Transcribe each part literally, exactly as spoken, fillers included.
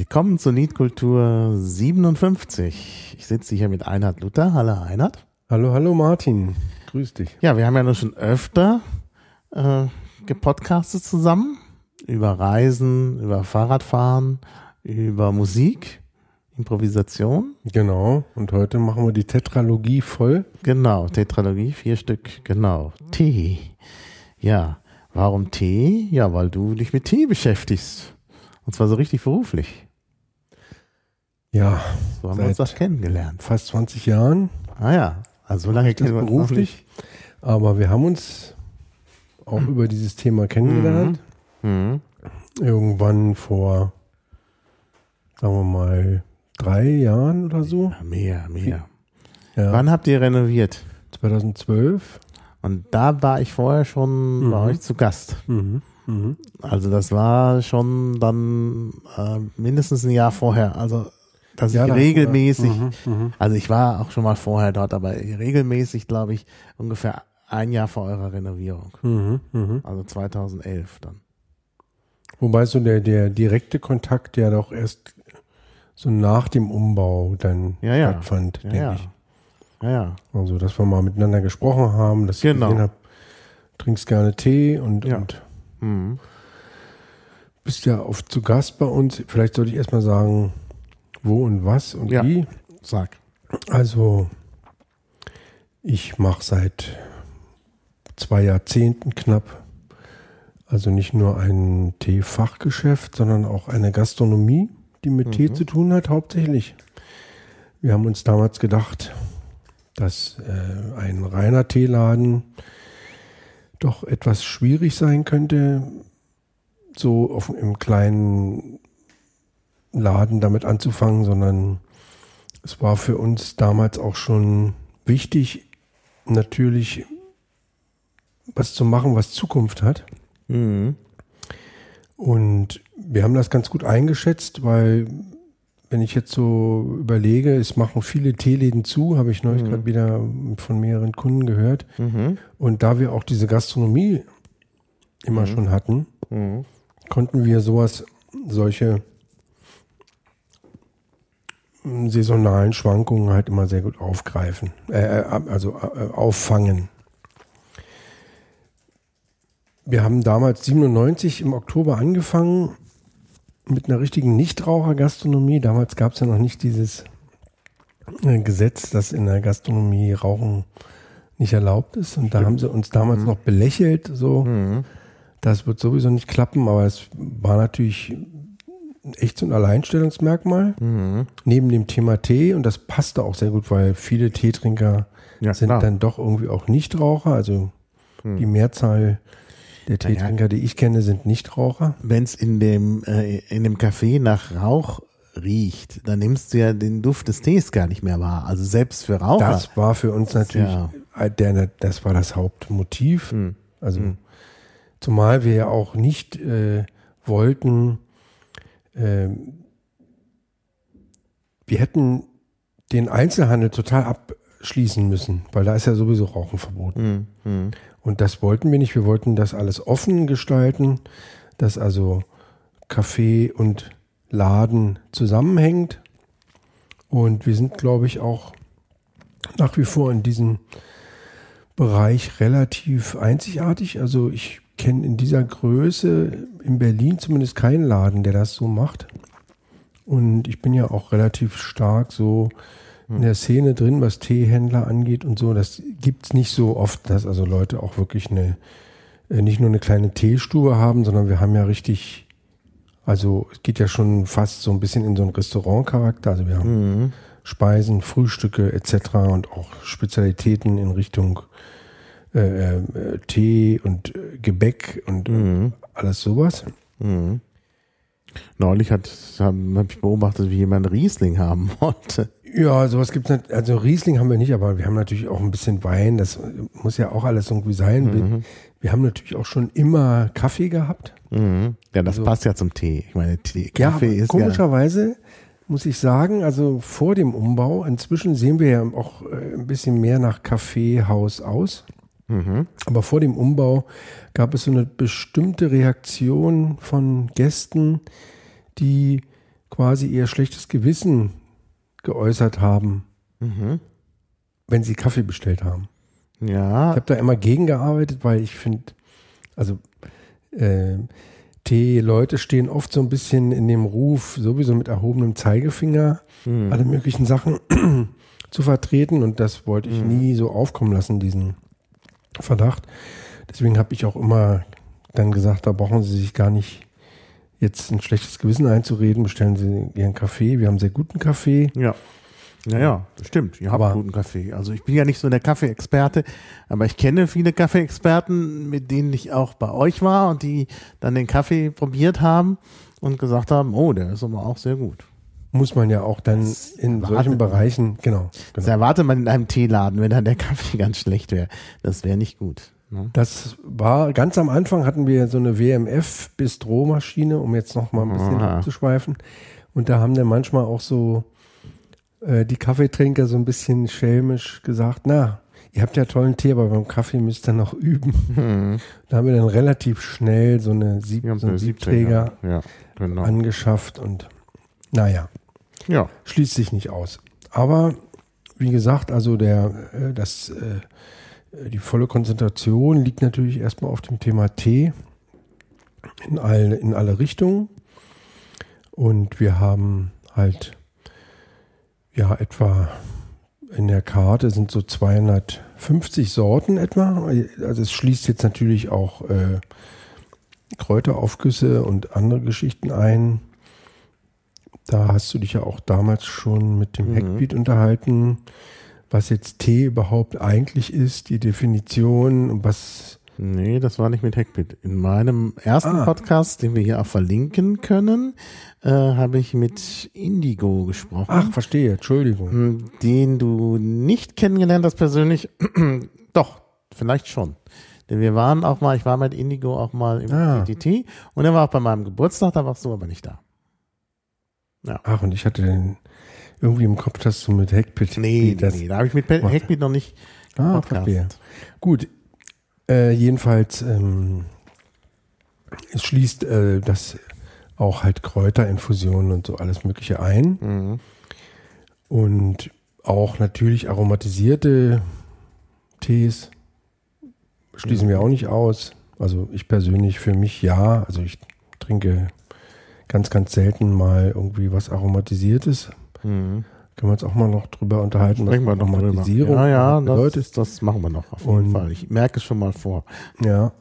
Willkommen zur Liedkultur siebenundfünfzig. Ich sitze hier mit Einhard Luther. Hallo Einhard. Hallo, hallo Martin. Grüß dich. Ja, wir haben ja noch schon öfter äh, gepodcastet zusammen. Über Reisen, über Fahrradfahren, über Musik, Improvisation. Genau. Und heute machen wir die Tetralogie voll. Genau, Tetralogie, vier Stück. Genau. Tee. Ja, warum Tee? Ja, weil du dich mit Tee beschäftigst. Und zwar so richtig beruflich. Ja. So haben wir uns das kennengelernt. Fast zwanzig Jahren. Ah ja, also so lange kennen wir uns beruflich. Aber wir haben uns auch über dieses Thema kennengelernt. Mhm. Irgendwann vor, sagen wir mal, drei Jahren oder so. Ja, mehr, mehr. Ja. Wann habt ihr renoviert? zweitausendzwölf. Und da war ich vorher schon Mhm. bei euch zu Gast. Mhm. Mhm. Also das war schon dann äh, mindestens ein Jahr vorher. Also dass Ja, ich da- regelmäßig, Mhm. Mhm. also ich war auch schon mal vorher dort, aber regelmäßig, glaube ich, ungefähr ein Jahr vor eurer Renovierung. Mhm. Mhm. Also zweitausendelf dann. Wobei so der, der direkte Kontakt ja doch erst so nach dem Umbau dann Ja, ja. stattfand, Ja, denke ja. ich. Ja, ja. Also, dass wir mal miteinander gesprochen haben, dass Genau. ich gesehen habe, trinkst gerne Tee und, Ja. und Mhm. bist ja oft zu Gast bei uns. Vielleicht sollte ich erstmal sagen, wo und was und Ja. wie. Sag. Also, ich mache seit zwei Jahrzehnten knapp, also nicht nur ein Teefachgeschäft, sondern auch eine Gastronomie, die mit Mhm. Tee zu tun hat, hauptsächlich. Wir haben uns damals gedacht, dass äh, ein reiner Teeladen doch etwas schwierig sein könnte, so auf, im kleinen Laden damit anzufangen, sondern es war für uns damals auch schon wichtig, natürlich was zu machen, was Zukunft hat. Mhm. Und wir haben das ganz gut eingeschätzt, weil wenn ich jetzt so überlege, es machen viele Teeläden zu, habe ich neulich Mhm. gerade wieder von mehreren Kunden gehört. Mhm. Und da wir auch diese Gastronomie immer Mhm. schon hatten, Mhm. konnten wir sowas, solche mm, saisonalen Schwankungen halt immer sehr gut aufgreifen, äh, also äh, auffangen. Wir haben damals siebenundneunzig im Oktober angefangen mit einer richtigen Nichtrauchergastronomie. Damals gab es ja noch nicht dieses äh, Gesetz, dass in der Gastronomie Rauchen nicht erlaubt ist. Und da haben sie uns damals Mhm. noch belächelt, so, Mhm. das wird sowieso nicht klappen, aber es war natürlich echt so ein Alleinstellungsmerkmal Mhm. neben dem Thema Tee, und das passte auch sehr gut, weil viele Teetrinker Ja, sind klar. dann doch irgendwie auch Nichtraucher, also Mhm. die Mehrzahl der Naja. Teetrinker, die ich kenne, sind Nichtraucher. Wenn es in dem äh, in dem Café nach Rauch riecht, dann nimmst du ja den Duft des Tees gar nicht mehr wahr. Also selbst für Raucher. Das war für uns natürlich, Ja. äh, der, das war das Hauptmotiv. Hm. Also Hm. zumal wir ja auch nicht äh, wollten, äh, wir hätten den Einzelhandel total abschließen müssen, weil da ist ja sowieso Rauchen verboten. Hm. Hm. Und das wollten wir nicht. Wir wollten das alles offen gestalten, dass also Café und Laden zusammenhängt. Und wir sind, glaube ich, auch nach wie vor in diesem Bereich relativ einzigartig. Also ich kenne in dieser Größe in Berlin zumindest keinen Laden, der das so macht. Und ich bin ja auch relativ stark so in der Szene drin, was Teehändler angeht und so. Das gibt's nicht so oft, dass also Leute auch wirklich eine, äh, nicht nur eine kleine Teestube haben, sondern wir haben ja richtig, also es geht ja schon fast so ein bisschen in so einen Restaurantcharakter. Also wir haben Mhm. Speisen, Frühstücke et cetera und auch Spezialitäten in Richtung äh, äh, Tee und äh, Gebäck und Mhm. alles sowas. Mhm. Neulich hat habe hab ich beobachtet, wie jemand Riesling haben wollte. Ja, sowas gibt's nicht. Also Riesling haben wir nicht, aber wir haben natürlich auch ein bisschen Wein. Das muss ja auch alles irgendwie sein. Wir, Mhm. wir haben natürlich auch schon immer Kaffee gehabt. Mhm. Ja, das Also- passt ja zum Tee. Ich meine, Tee, Ja, Kaffee aber ist komischerweise muss ich sagen, also vor dem Umbau, inzwischen sehen wir ja auch äh, ein bisschen mehr nach Kaffeehaus aus. ja. Mhm. Aber vor dem Umbau gab es so eine bestimmte Reaktion von Gästen, die quasi ihr schlechtes Gewissen geäußert haben, Mhm. wenn sie Kaffee bestellt haben. Ja. Ich habe da immer gegengearbeitet, weil ich finde, also äh, Tee-Leute stehen oft so ein bisschen in dem Ruf, sowieso mit erhobenem Zeigefinger Mhm. alle möglichen Sachen zu vertreten und das wollte ich Mhm. nie so aufkommen lassen, diesen Verdacht. Deswegen habe ich auch immer dann gesagt, da brauchen Sie sich gar nicht jetzt ein schlechtes Gewissen einzureden, bestellen Sie Ihren Kaffee, wir haben sehr guten Kaffee. Ja. Ja, ja, das stimmt. Ihr habt Aber- guten Kaffee. Also ich bin ja nicht so der Kaffeeexperte, aber ich kenne viele Kaffeeexperten, mit denen ich auch bei euch war und die dann den Kaffee probiert haben und gesagt haben, oh, der ist aber auch sehr gut. Muss man ja auch dann Das in solchen erwartet man. Bereichen, genau. Das genau. erwartet man in einem Teeladen, wenn dann der Kaffee ganz schlecht wäre. Das wäre nicht gut. Ne? Das war, ganz am Anfang hatten wir so eine W M F-Bistro-Maschine, um jetzt noch mal ein bisschen Aha. abzuschweifen. Und da haben dann manchmal auch so äh, die Kaffeetrinker so ein bisschen schelmisch gesagt, na, ihr habt ja tollen Tee, aber beim Kaffee müsst ihr noch üben. Hm. Da haben wir dann relativ schnell so, eine Sieb, Wir haben so einen eine Siebträger Ja, genau. angeschafft und naja, Ja. schließt sich nicht aus. Aber wie gesagt, also der, äh, das, äh, die volle Konzentration liegt natürlich erstmal auf dem Thema Tee in alle, in alle Richtungen. Und wir haben halt ja etwa in der Karte sind so zweihundertfünfzig Sorten etwa. Also es schließt jetzt natürlich auch äh, Kräuteraufgüsse und andere Geschichten ein. Da hast du dich ja auch damals schon mit dem Mhm. Hackbeat unterhalten, was jetzt Tee überhaupt eigentlich ist, die Definition und was. Nee, das war nicht mit Hackbit. In meinem ersten Ah. Podcast, den wir hier auch verlinken können, äh, habe ich mit Indigo gesprochen. Ach, verstehe, Entschuldigung. Den du nicht kennengelernt hast persönlich. Doch, vielleicht schon. Denn wir waren auch mal, ich war mit Indigo auch mal im Ah. T T T und er war auch bei meinem Geburtstag, da warst du aber nicht da. Ach, und ich hatte den irgendwie im Kopf, dass du mit Hackbeat. Nee, das, nee, da habe ich mit Pe- Warte. Hackbeat noch nicht Ah, gepodcastet. verstehe. Gut. Äh, jedenfalls, ähm, es schließt äh, das auch halt Kräuterinfusionen und so alles Mögliche ein. Mhm. Und auch natürlich aromatisierte Tees schließen wir auch nicht aus. Also ich persönlich für mich ja. Also ich trinke ganz, ganz selten mal irgendwie was Aromatisiertes. Mhm. Können wir uns auch mal noch drüber unterhalten, Sprechen wir noch drüber. Aromatisierung Ja, ja, bedeutet. das, das machen wir noch auf jeden Und- Fall. Ich merke es schon mal vor. Ja.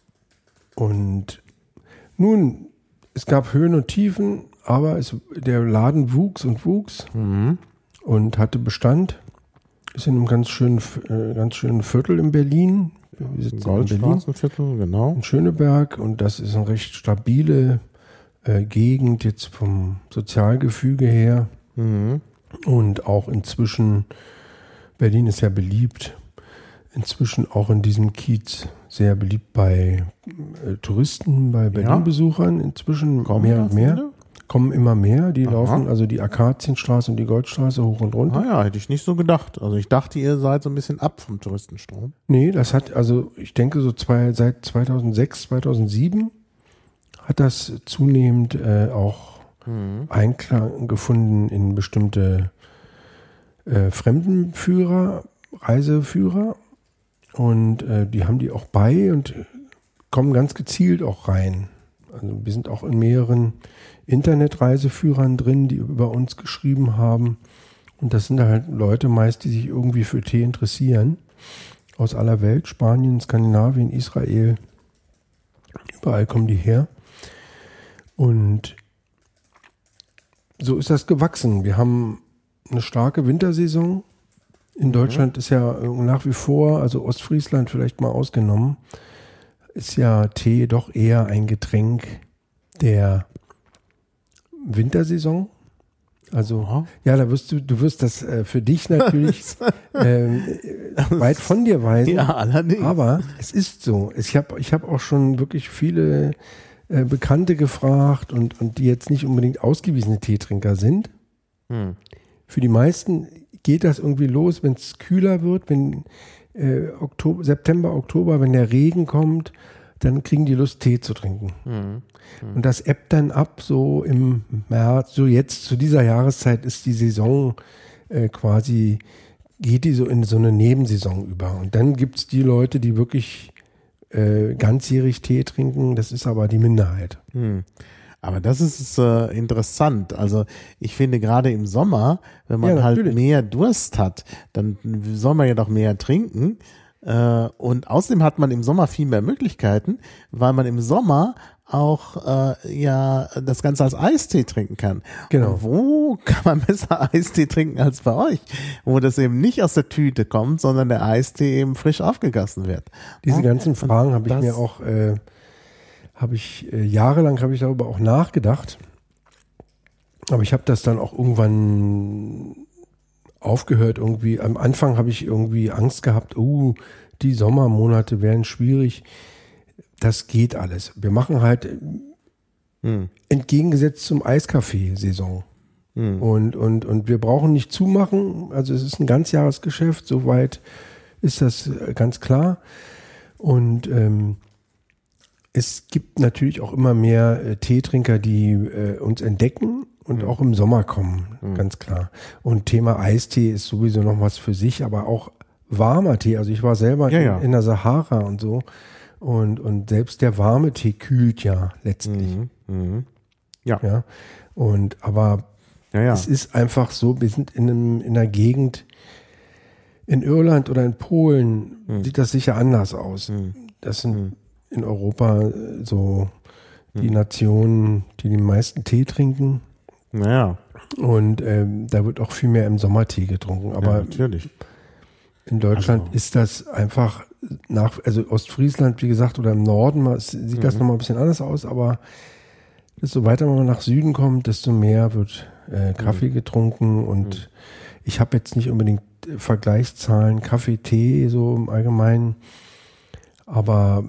Und nun, es gab Höhen und Tiefen, aber es, der Laden wuchs und wuchs Mhm. und hatte Bestand. Ist in einem ganz schönen, äh, ganz schönen Viertel in Berlin. Wir sitzen in Berlin, Goldstraßenviertel, genau. in Schöneberg, und das ist eine recht stabile äh, Gegend jetzt vom Sozialgefüge her. Mhm. Und auch inzwischen, Berlin ist ja beliebt, inzwischen auch in diesem Kiez sehr beliebt bei äh, Touristen, bei Berlin-Besuchern. Inzwischen Kommen mehr da und mehr. viele? Kommen immer mehr. Die Aha. laufen also die Akazienstraße und die Goldstraße hoch und runter. Ah ja, hätte ich nicht so gedacht. Also ich dachte, ihr seid so ein bisschen ab vom Touristenstrom. Nee, das hat, also ich denke so zwei, seit zweitausendsechs, zweitausendsieben hat das zunehmend äh, auch Mhm. Einklang gefunden in bestimmte äh, Fremdenführer, Reiseführer, und äh, die haben die auch bei und kommen ganz gezielt auch rein. Also wir sind auch in mehreren Internetreiseführern drin, die über uns geschrieben haben, und das sind halt Leute meist, die sich irgendwie für Tee interessieren, aus aller Welt, Spanien, Skandinavien, Israel, überall kommen die her. Und so ist das gewachsen. Wir haben eine starke Wintersaison. In Deutschland ist ja nach wie vor, also Ostfriesland vielleicht mal ausgenommen, ist ja Tee doch eher ein Getränk der Wintersaison. Also, Aha. ja, da wirst du, du wirst das äh, für dich natürlich ähm, äh, weit von dir weisen. Ja, allerdings. Aber es ist so. Ich habe ich hab auch schon wirklich viele äh, Bekannte gefragt, und, und die jetzt nicht unbedingt ausgewiesene Teetrinker sind. Hm. Für die meisten geht das irgendwie los, wenn es kühler wird, wenn äh, Oktober, September, Oktober, wenn der Regen kommt, dann kriegen die Lust, Tee zu trinken. Mhm. Mhm. Und das ebbt dann ab, so im März, so jetzt zu dieser Jahreszeit ist die Saison äh, quasi, geht die so in so eine Nebensaison über. Und dann gibt es die Leute, die wirklich äh, ganzjährig Tee trinken, das ist aber die Minderheit. Mhm. Aber das ist äh, interessant. Also ich finde gerade im Sommer, wenn man Ja, halt natürlich. mehr Durst hat, dann soll man ja doch mehr trinken. Äh, und außerdem hat man im Sommer viel mehr Möglichkeiten, weil man im Sommer auch äh, ja das Ganze als Eistee trinken kann. Genau. Und wo kann man besser Eistee trinken als bei euch? Wo das eben nicht aus der Tüte kommt, sondern der Eistee eben frisch aufgegossen wird. Diese Ja? ganzen Fragen habe ich das- mir auch, äh, habe ich äh, jahrelang habe ich darüber auch nachgedacht. Aber ich habe das dann auch irgendwann aufgehört irgendwie. Am Anfang habe ich irgendwie Angst gehabt, oh, die Sommermonate wären schwierig. Das geht alles. Wir machen halt Hm. entgegengesetzt zum Eiskaffee-Saison. Hm. Und, und, und wir brauchen nicht zumachen. Also es ist ein Ganzjahresgeschäft, soweit ist das äh, ganz klar. Und ähm, es gibt natürlich auch immer mehr äh, Teetrinker, die äh, uns entdecken und Mhm. auch im Sommer kommen, Mhm. ganz klar. Und Thema Eistee ist sowieso noch was für sich, aber auch warmer Tee. Also ich war selber Ja, in, ja. in der Sahara und so. Und, und selbst der warme Tee kühlt ja letztlich. Mhm. Mhm. Ja. Ja. Und aber Ja, ja. es ist einfach so, wir sind in, einem, in einer Gegend, in Irland oder in Polen Hm. sieht das sicher anders aus. Hm. Das sind Hm. in Europa äh, so die Hm. Nationen, die den meisten Tee trinken. Naja, Und ähm, da wird auch viel mehr im Sommer Tee getrunken. ja, Aber natürlich. in Deutschland Also- ist das einfach nach, also Ostfriesland, wie gesagt, oder im Norden mal, es sieht das Mhm. nochmal ein bisschen anders aus, aber desto weiter man nach Süden kommt, desto mehr wird äh, Kaffee getrunken. Und Mhm. ich habe jetzt nicht unbedingt äh, Vergleichszahlen, Kaffee, Tee so im Allgemeinen, aber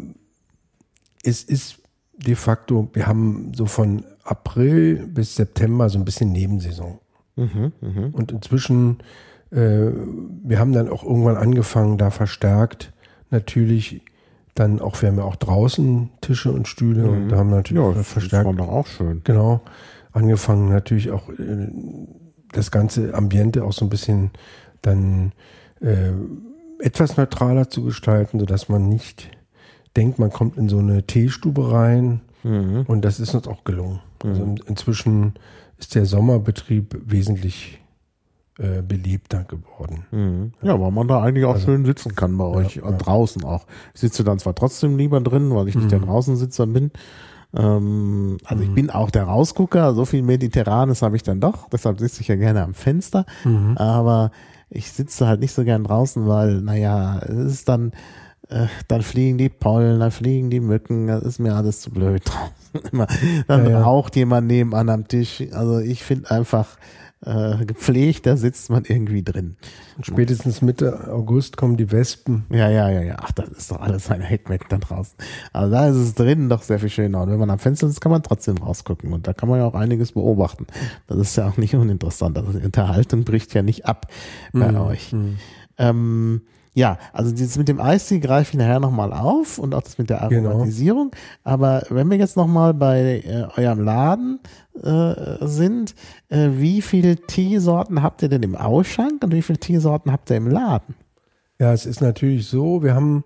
es ist de facto, wir haben so von April bis September so ein bisschen Nebensaison. Mhm. Mhm. Und inzwischen, äh, wir haben dann auch irgendwann angefangen, da verstärkt natürlich dann auch, wir haben ja auch draußen Tische und Stühle Mhm. und da haben natürlich Ja, das verstärkt, war doch auch schön. genau, angefangen natürlich auch äh, das ganze Ambiente auch so ein bisschen dann äh, etwas neutraler zu gestalten, sodass man nicht denkt, man kommt in so eine Teestube rein. Mhm. Und das ist uns auch gelungen. Also Mhm. in, inzwischen ist der Sommerbetrieb wesentlich äh, beliebter geworden. Mhm. Ja, weil man da eigentlich auch Also- schön sitzen kann bei euch, ja. und draußen auch. Ich sitze dann zwar trotzdem lieber drin, weil ich nicht Mhm. der Draußensitzer bin. Ähm, also ich Mhm. bin auch der Rausgucker, so viel Mediterranes habe ich dann doch, deshalb sitze ich ja gerne am Fenster. Mhm. Aber ich sitze halt nicht so gern draußen, weil, naja, es ist dann, äh, dann fliegen die Pollen, dann fliegen die Mücken, das ist mir alles zu blöd draußen. Immer. Dann Ja, ja. raucht jemand nebenan am Tisch. Also ich finde einfach, äh, gepflegt, da sitzt man irgendwie drin. Und spätestens Mitte August kommen die Wespen. Ja, ja, ja, ja. Ach, das ist doch alles ein Heckmeck da draußen. Also da ist es drinnen doch sehr viel schöner. Und wenn man am Fenster sitzt, kann man trotzdem rausgucken. Und da kann man ja auch einiges beobachten. Das ist ja auch nicht uninteressant. Also die Unterhaltung bricht ja nicht ab bei Mhm. euch. Mhm. Ähm, ja, also dieses mit dem Eistee greife ich nachher nochmal auf und auch das mit der Genau. Aromatisierung. Aber wenn wir jetzt nochmal bei äh, eurem Laden äh, sind, äh, wie viele Teesorten habt ihr denn im Ausschank und wie viele Teesorten habt ihr im Laden? Ja, es ist natürlich so, wir haben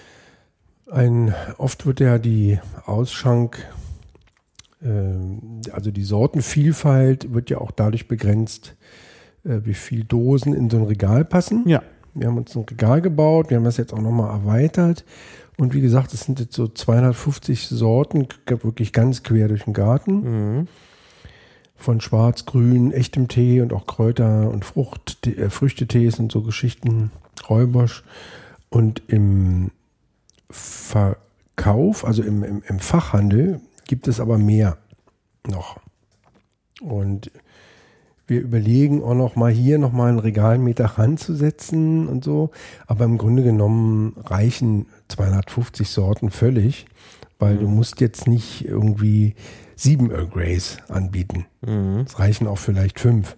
ein, oft wird ja die Ausschank, äh, also die Sortenvielfalt wird ja auch dadurch begrenzt, äh, wie viel Dosen in so ein Regal passen. Ja. Wir haben uns ein Regal gebaut, wir haben das jetzt auch nochmal erweitert. Und wie gesagt, es sind jetzt so zweihundertfünfzig Sorten, wirklich ganz quer durch den Garten. Mhm. Von Schwarz, Grün, echtem Tee und auch Kräuter- und Frucht, äh, Früchtetees und so Geschichten, Räubersch. Und im Verkauf, also im, im, im Fachhandel, gibt es aber mehr noch. Und wir überlegen auch noch mal hier noch mal einen Regalmeter ranzusetzen und so. Aber im Grunde genommen reichen zweihundertfünfzig Sorten völlig, weil Mhm. du musst jetzt nicht irgendwie sieben Earl Greys anbieten. Mhm. Es reichen auch vielleicht fünf.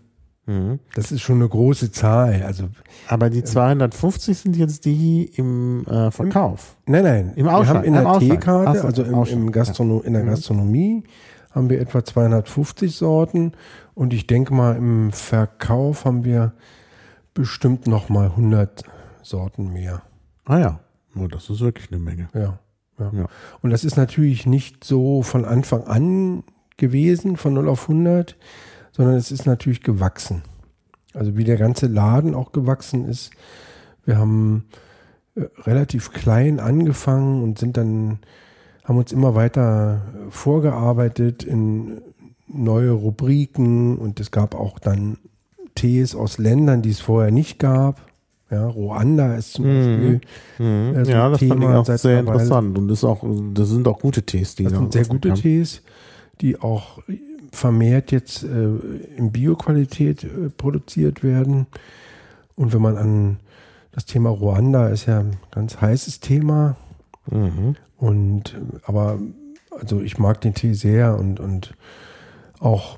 Mhm. Das ist schon eine große Zahl. Also, Aber die zweihundertfünfzig sind jetzt die im äh, Verkauf. nein, nein. Im wir Ausschank, haben in im der Ausschank. Teekarte, Ach so, also im im, Ausschank, im Gastrono in der Gastronomie, haben wir etwa zweihundertfünfzig Sorten. Und ich denke mal, im Verkauf haben wir bestimmt noch mal hundert Sorten mehr. Ah ja, oh, das ist wirklich eine Menge. Ja, ja. Ja. Und das ist natürlich nicht so von Anfang an gewesen, von null auf hundert, sondern es ist natürlich gewachsen. Also wie der ganze Laden auch gewachsen ist. Wir haben äh, relativ klein angefangen und sind dann, haben uns immer weiter vorgearbeitet in neue Rubriken, und es gab auch dann Tees aus Ländern, die es vorher nicht gab. Ja, Ruanda ist zum Beispiel Mhm. äh, so Ja, ein das fand ich Thema auch seit sehr einer Weile. interessant. Und das, ist auch, das sind auch gute Tees, die Das da sind sehr gute rauskommen. Tees, die auch vermehrt jetzt äh, in Bioqualität äh, produziert werden. Und wenn man an das Thema Ruanda, ist ja ein ganz heißes Thema. Mhm. Und äh, aber also ich mag den Tee sehr, und, und auch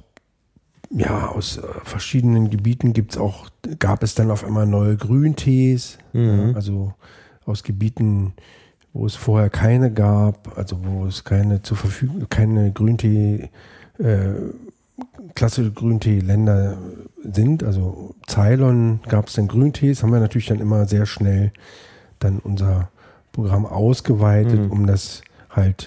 ja, aus äh, verschiedenen Gebieten gibt's auch, gab es dann auf einmal neue Grüntees, Mhm. ja, also aus Gebieten, wo es vorher keine gab, also wo es keine zur Verfügung, keine Grüntee, äh, klassische Grüntee-Länder sind. Also Ceylon gab es dann Grüntees, haben wir natürlich dann immer sehr schnell dann unser Programm ausgeweitet, Mhm. um das halt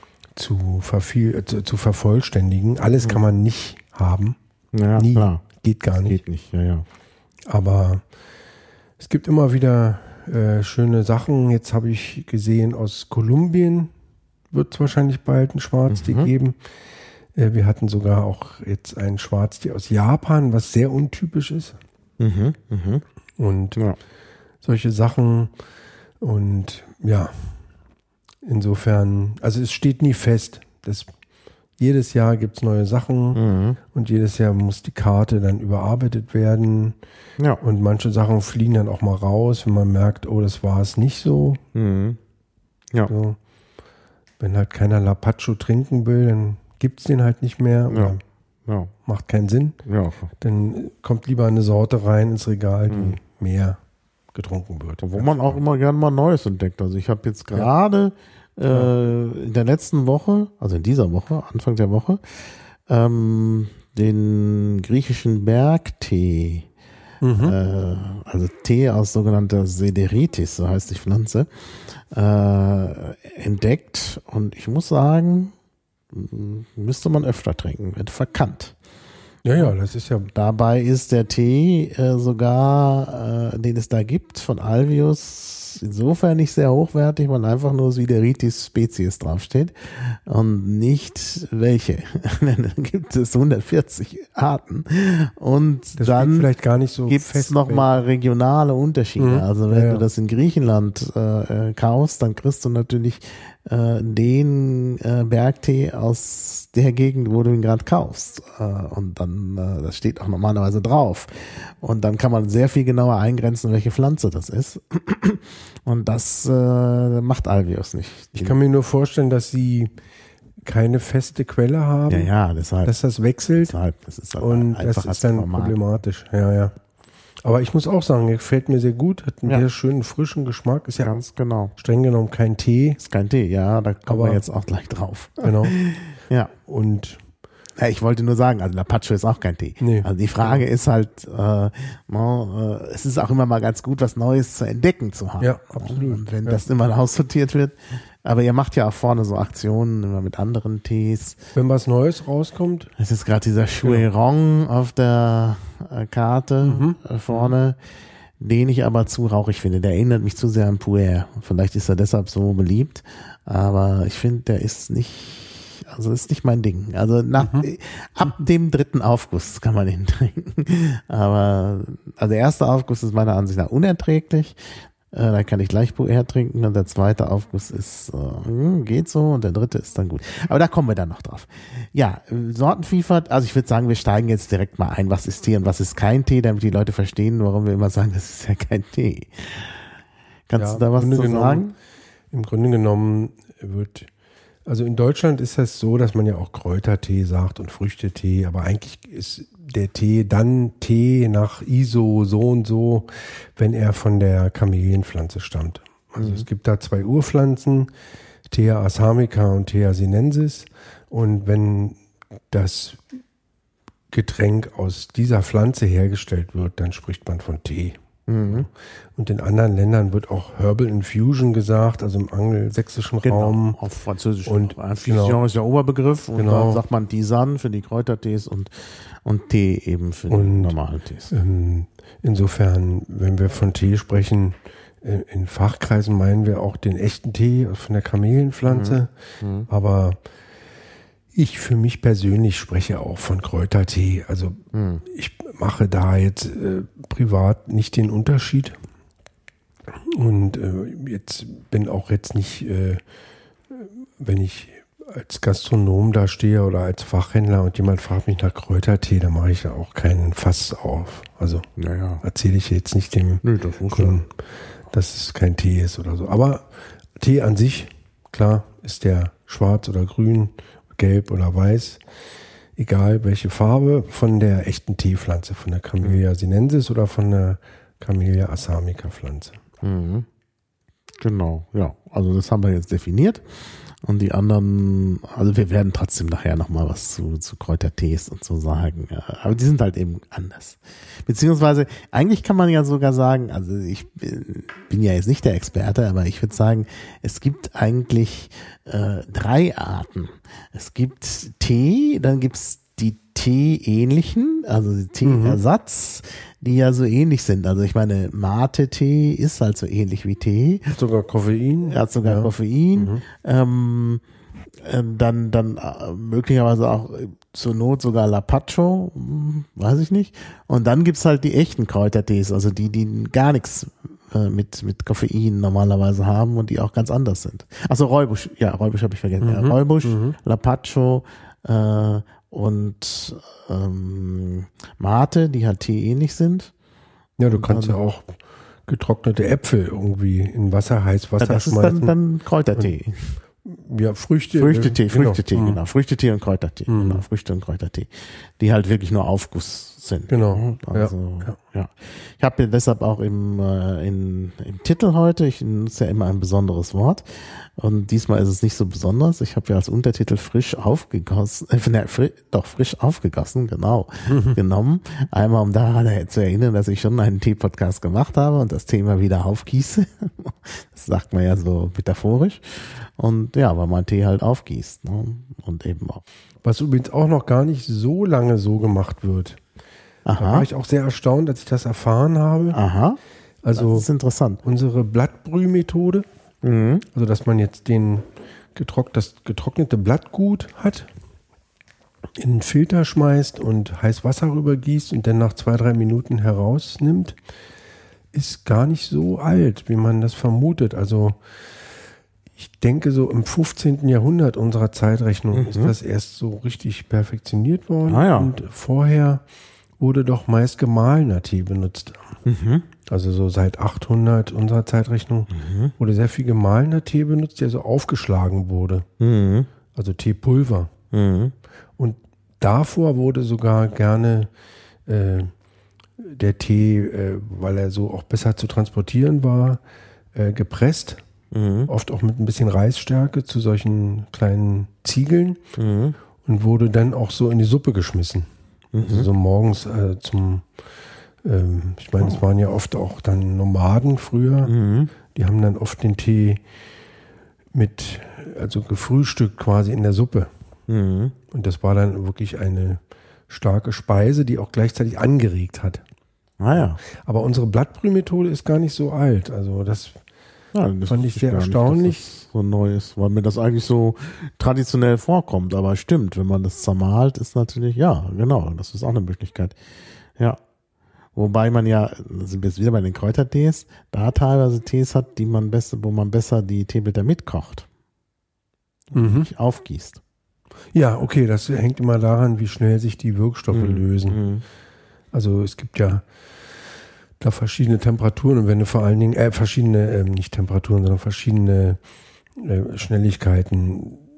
zu, verviel äh, zu, zu vervollständigen. Alles kann man nicht haben. Ja, Nie. klar. Geht gar nicht. Geht nicht, ja, ja. Aber es gibt immer wieder äh, schöne Sachen. Jetzt habe ich gesehen, aus Kolumbien wird es wahrscheinlich bald einen Schwarztee Mhm. geben. Äh, wir hatten sogar auch jetzt einen Schwarztee aus Japan, was sehr untypisch ist. Mhm. Mhm. Und Ja. solche Sachen. Und ja, insofern, also es steht nie fest. Das, jedes Jahr gibt es neue Sachen. Mhm. Und jedes Jahr muss die Karte dann überarbeitet werden. Ja. Und manche Sachen fliegen dann auch mal raus, wenn man merkt, oh, das war es nicht so. Mhm. Ja. so. Wenn halt keiner Lapacho trinken will, dann gibt es den halt nicht mehr. Oder Ja. macht keinen Sinn. Ja. Dann kommt lieber eine Sorte rein ins Regal, die Mhm. mehr getrunken wird. Wo man auch immer gerne mal Neues entdeckt. Also ich habe jetzt gerade äh, in der letzten Woche, also in dieser Woche, Anfang der Woche, ähm, den griechischen Bergtee, Mhm. äh, also Tee aus sogenannter Sederitis, so heißt die Pflanze, äh, entdeckt. Und ich muss sagen, m- müsste man öfter trinken, wird verkannt. Ja, ja, das ist ja. Dabei ist der Tee äh, sogar, äh, den es da gibt, von Alvius, insofern nicht sehr hochwertig, weil einfach nur Sideritis Spezies draufsteht und nicht welche. Da gibt es hundertvierzig Arten und Das steht dann vielleicht gar nicht so gibt es fest. nochmal regionale Unterschiede. Mhm. Also wenn Ja, ja. du das in Griechenland äh, äh, kaufst, dann kriegst du natürlich äh, den äh, Bergtee aus der Gegend, wo du ihn gerade kaufst. Äh, und dann, äh, das steht auch normalerweise drauf. Und dann kann man sehr viel genauer eingrenzen, welche Pflanze das ist. Und das äh, macht Alvius nicht. Ich kann mir nur vorstellen, dass sie keine feste Quelle haben, ja, ja, deshalb. dass das wechselt. deshalb das ist halt Und das einfacher ist dann zu vermarkten. problematisch. Ja, ja. Aber ich muss auch sagen, gefällt mir sehr gut, hat einen Ja. sehr schönen, frischen Geschmack. Ist ja Ganz genau. streng genommen kein Tee. Ist kein Tee, ja, da kommen Aber- wir jetzt auch gleich drauf. Genau. Ja. Und Ja, ich wollte nur sagen, also Lapacho ist auch kein Tee. Nee. Also die Frage ist halt, äh, no, äh, es ist auch immer mal ganz gut, was Neues zu entdecken zu haben. Ja, absolut. Und wenn Ja. das immer aussortiert wird, aber ihr macht ja auch vorne so Aktionen immer mit anderen Tees. wenn was Neues rauskommt, Es ist gerade dieser Shuirong auf der äh, Karte Mhm. äh, vorne, den ich aber zu rauchig finde. Der erinnert mich zu sehr an Puer. Vielleicht ist er deshalb so beliebt, aber ich finde, der ist nicht, also ist nicht mein Ding. Also nach, Mhm. ab dem dritten Aufguss kann man ihn trinken. Aber also der erste Aufguss ist meiner Ansicht nach unerträglich. Äh, da kann ich gleich Puer trinken und der zweite Aufguss ist, äh, hm, geht so und der dritte ist dann gut. Aber da kommen wir dann noch drauf. Ja, äh, Sortenvielfalt, also ich würde sagen, wir steigen jetzt direkt mal ein, was ist Tee und was ist kein Tee, damit die Leute verstehen, warum wir immer sagen, das ist ja kein Tee. Kannst Ja, du da was im zu Grunde sagen? genommen- im Grunde genommen wird, also in Deutschland ist das so, dass man ja auch Kräutertee sagt und Früchtetee, aber eigentlich ist der Tee dann Tee nach I S O so und so, wenn er von der Kamelienpflanze stammt. Also mhm. es gibt da zwei Urpflanzen, Thea assamica und Thea sinensis. Und wenn das Getränk aus dieser Pflanze hergestellt wird, dann spricht man von Tee. Mhm. Und in anderen Ländern wird auch Herbal Infusion gesagt, also im angelsächsischen genau, Raum. Auf Französisch. Und Infusion genau. ist der Oberbegriff und genau. dann sagt man Tisane für die Kräutertees und, und Tee eben für und, die normalen Tees. Ähm, insofern, wenn wir von Tee sprechen, äh, in Fachkreisen meinen wir auch den echten Tee von der Kamelienpflanze. Mhm. Mhm. Aber ich für mich persönlich spreche auch von Kräutertee. Also hm. ich mache da jetzt äh, privat nicht den Unterschied. Und äh, jetzt bin auch jetzt nicht, äh, wenn ich als Gastronom da stehe oder als Fachhändler und jemand fragt mich nach Kräutertee, dann mache ich da auch keinen Fass auf. Also naja. erzähle ich jetzt nicht dem Nö, das Kunden, dass es kein Tee ist oder so. Aber Tee an sich, klar, ist der schwarz oder grün, gelb oder weiß, egal welche Farbe, von der echten Teepflanze, von der Camellia sinensis oder von der Camellia assamica Pflanze. Mhm. Genau, ja. Also das haben wir jetzt definiert. Und die anderen, also wir werden trotzdem nachher nochmal was zu, zu Kräutertees und so sagen. Ja, aber die sind halt eben anders. Beziehungsweise, eigentlich kann man ja sogar sagen, also ich bin, bin ja jetzt nicht der Experte, aber ich würde sagen, es gibt eigentlich äh, drei Arten. Es gibt Tee, dann gibt's die Tee-ähnlichen, also die Teeersatz, mhm. die ja so ähnlich sind. Also ich meine, Mate-Tee ist halt so ähnlich wie Tee. Hat sogar Koffein. Hat sogar ja. Koffein. Mhm. Ähm, dann dann äh, möglicherweise auch zur Not sogar Lapacho, hm, weiß ich nicht. Und dann gibt's halt die echten Kräutertees, also die, die gar nichts äh, mit mit Koffein normalerweise haben und die auch ganz anders sind. Also Räubusch, ja, Räubusch habe ich vergessen. Mhm. Ja, Räubusch, mhm. Lapacho, äh, und ähm, Mate, die halt teeähnlich sind. Ja, du kannst dann, ja auch getrocknete Äpfel irgendwie in Wasser, heiß Wasser ja, das schmeißen. Das ist dann, dann Kräutertee. Ja, Früchte. Früchtetee, genau. Früchtetee, mhm. genau. Früchtetee und Kräutertee, mhm. genau. Früchte und Kräutertee. Die halt wirklich nur Aufguss sind. Genau. Also, ja. ja. Ich habe deshalb auch im, äh, in, im Titel heute, ich nutze ja immer ein besonderes Wort. Und diesmal ist es nicht so besonders. Ich habe ja als Untertitel frisch aufgegossen, äh, ne, fri doch frisch aufgegossen, genau, mhm. genommen. Einmal, um daran zu erinnern, dass ich schon einen Tee-Podcast gemacht habe und das Thema wieder aufgieße. Das sagt man ja so metaphorisch. Und ja, weil man Tee halt aufgießt. Ne? Und eben auch. Was übrigens auch noch gar nicht so lange so gemacht wird. Aha. Da war ich auch sehr erstaunt, als ich das erfahren habe. Aha. Also das ist interessant. Unsere Blattbrühmethode, mhm. also dass man jetzt den getrock das getrocknete Blattgut hat, in einen Filter schmeißt und heiß Wasser rübergießt und dann nach zwei, drei Minuten herausnimmt, ist gar nicht so alt, wie man das vermutet. Also ich denke, so im fünfzehnten Jahrhundert unserer Zeitrechnung mhm. ist das erst so richtig perfektioniert worden. Ah, ja. Und vorher wurde doch meist gemahlener Tee benutzt. Mhm. Also so seit achthundert unserer Zeitrechnung mhm. wurde sehr viel gemahlener Tee benutzt, der so aufgeschlagen wurde. Mhm. Also Teepulver. Mhm. Und davor wurde sogar gerne äh, der Tee, äh, weil er so auch besser zu transportieren war, äh, gepresst. Mhm. Oft auch mit ein bisschen Reisstärke zu solchen kleinen Ziegeln mhm. und wurde dann auch so in die Suppe geschmissen. Mhm. Also so morgens äh, zum, ähm, ich meine, es waren ja oft auch dann Nomaden früher, mhm. die haben dann oft den Tee mit, also gefrühstückt quasi in der Suppe. Mhm. Und das war dann wirklich eine starke Speise, die auch gleichzeitig angeregt hat. Ah ja. Aber unsere Blattbrühmethode ist gar nicht so alt. Also das Ja, das fand ich sehr erstaunlich. Nicht, dass das so neu ist, weil mir das eigentlich so traditionell vorkommt. Aber stimmt, wenn man das zermahlt, ist natürlich, ja, genau, das ist auch eine Möglichkeit. Ja. Wobei man ja, da sind wir jetzt wieder bei den Kräutertees, da teilweise Tees hat, die man besser, wo man besser die Teeblätter mitkocht. Und mhm. nicht aufgießt. Ja, okay, das hängt immer daran, wie schnell sich die Wirkstoffe mhm. lösen. Mhm. Also es gibt ja da verschiedene Temperaturen und wenn du vor allen Dingen, äh, verschiedene, äh, nicht Temperaturen, sondern verschiedene äh, Schnelligkeiten,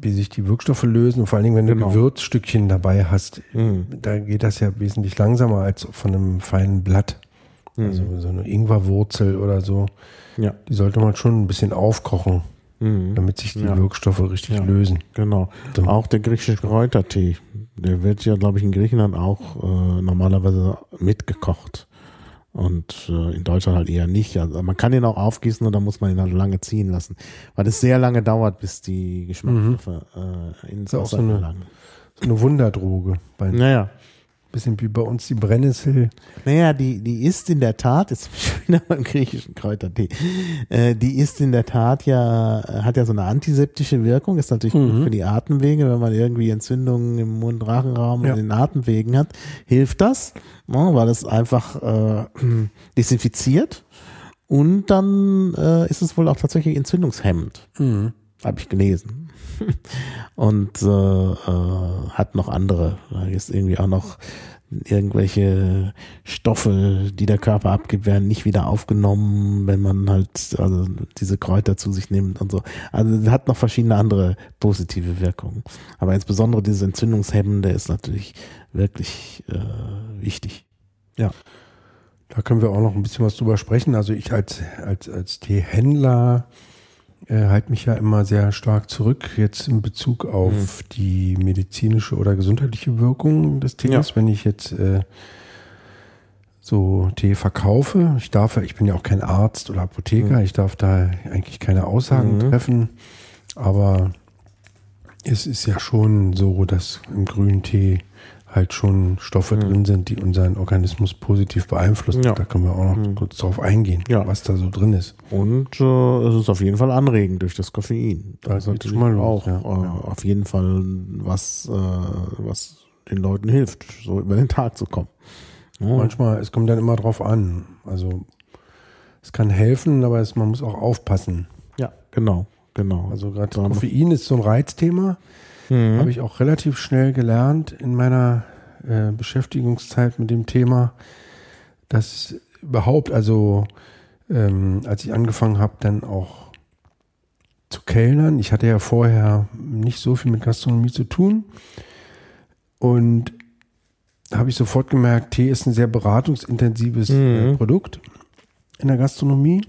wie sich die Wirkstoffe lösen. Und vor allen Dingen, wenn du Genau. Gewürzstückchen dabei hast, Mhm. da geht das ja wesentlich langsamer als von einem feinen Blatt. Mhm. Also so eine Ingwerwurzel oder so. Ja. Die sollte man schon ein bisschen aufkochen, Mhm. damit sich die Ja. Wirkstoffe richtig Ja. lösen. Genau. So. Auch der griechische Kräutertee, der wird ja, glaube ich, in Griechenland auch äh, normalerweise mitgekocht. Und äh, in Deutschland halt eher nicht. Also man kann ihn auch aufgießen und dann muss man ihn halt lange ziehen lassen. Weil es sehr lange dauert, bis die Geschmacksstoffe äh, ins Ist ja auch Wasser so eine- gelangen. So eine Wunderdroge. Bei, Naja. bisschen wie bei uns die Brennnessel. Naja, die, die ist in der Tat, jetzt bin ich schon wieder beim griechischen Kräutertee, äh, die ist in der Tat ja, äh, hat ja so eine antiseptische Wirkung, ist natürlich Mhm. gut für die Atemwege, wenn man irgendwie Entzündungen im Mund-Rachenraum Ja. und in den Atemwegen hat, hilft das, ne, weil es einfach äh, desinfiziert und dann äh, ist es wohl auch tatsächlich entzündungshemmend. Mhm. Habe ich gelesen. Und äh, äh, hat noch andere. Da ist irgendwie auch noch irgendwelche Stoffe, die der Körper abgibt, werden nicht wieder aufgenommen, wenn man halt also diese Kräuter zu sich nimmt und so. Also es hat noch verschiedene andere positive Wirkungen. Aber insbesondere dieses Entzündungshemmende ist natürlich wirklich äh, wichtig. Ja. Da können wir auch noch ein bisschen was drüber sprechen. Also ich als, als, als Teehändler äh, halte mich ja immer sehr stark zurück, jetzt in Bezug auf Mhm. die medizinische oder gesundheitliche Wirkung des Tees. Ja. Wenn ich jetzt äh, so Tee verkaufe, ich darf, ich bin ja auch kein Arzt oder Apotheker, Mhm. ich darf da eigentlich keine Aussagen Mhm. treffen, aber es ist ja schon so, dass im grünen Tee halt schon Stoffe Mhm. drin sind, die unseren Organismus positiv beeinflussen. Ja. Da können wir auch noch Mhm. kurz drauf eingehen, Ja. was da so drin ist. Und äh, es ist auf jeden Fall anregend durch das Koffein. Da ist geht's natürlich schon mal los, auch ja. äh, Ja. auf jeden Fall was, äh, was den Leuten hilft, so über den Tag zu kommen. Ja. Manchmal, es kommt dann immer drauf an. Also es kann helfen, aber es, man muss auch aufpassen. Ja, genau, genau. Also gerade Da- Koffein ist so ein Reizthema. Mhm. Habe ich auch relativ schnell gelernt in meiner äh, Beschäftigungszeit mit dem Thema, dass überhaupt, also ähm, als ich angefangen habe, dann auch zu kellnern, ich hatte ja vorher nicht so viel mit Gastronomie zu tun und da habe ich sofort gemerkt, Tee ist ein sehr beratungsintensives Mhm. äh, Produkt in der Gastronomie,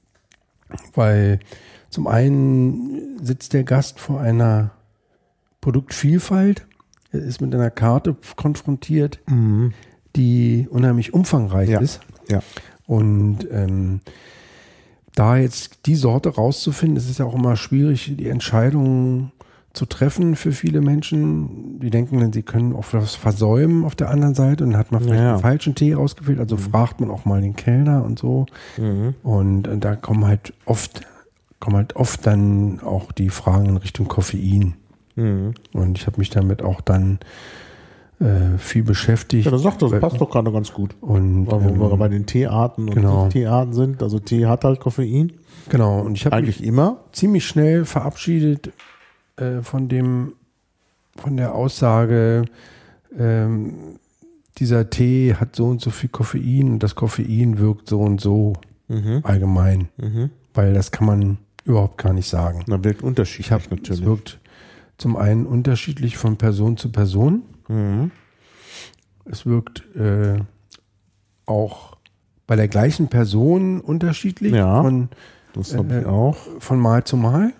weil zum einen sitzt der Gast vor einer Produktvielfalt, er ist mit einer Karte konfrontiert, Mhm. die unheimlich umfangreich Ja. ist. Ja. Und ähm, da jetzt die Sorte rauszufinden, es ist ja auch immer schwierig, die Entscheidung zu treffen für viele Menschen. Die denken dann, sie können auch was versäumen auf der anderen Seite und dann hat man vielleicht Ja. den falschen Tee ausgewählt. Also fragt man auch mal den Kellner und so. Mhm. Und äh, da kommen halt oft, kommen halt oft dann auch die Fragen in Richtung Koffein. Mhm. Und ich habe mich damit auch dann äh, viel beschäftigt. Ja, das sagt, das passt doch gerade ganz gut. Und Weil wo wir ähm, bei den Teearten und genau. Nicht-Teearten sind. Also Tee hat halt Koffein. genau, und ich habe mich Eigentlich immer. ziemlich schnell verabschiedet äh, von dem, von der Aussage, ähm, dieser Tee hat so und so viel Koffein und das Koffein wirkt so und so Mhm. allgemein, Mhm. weil das kann man überhaupt gar nicht sagen. Na, wirkt unterschiedlich Ich habe, es natürlich. wirkt zum einen unterschiedlich von Person zu Person. Mhm. Es wirkt äh, auch bei der gleichen Person unterschiedlich Ja. von, Das habe Äh, ich auch. von Mal zu Mal.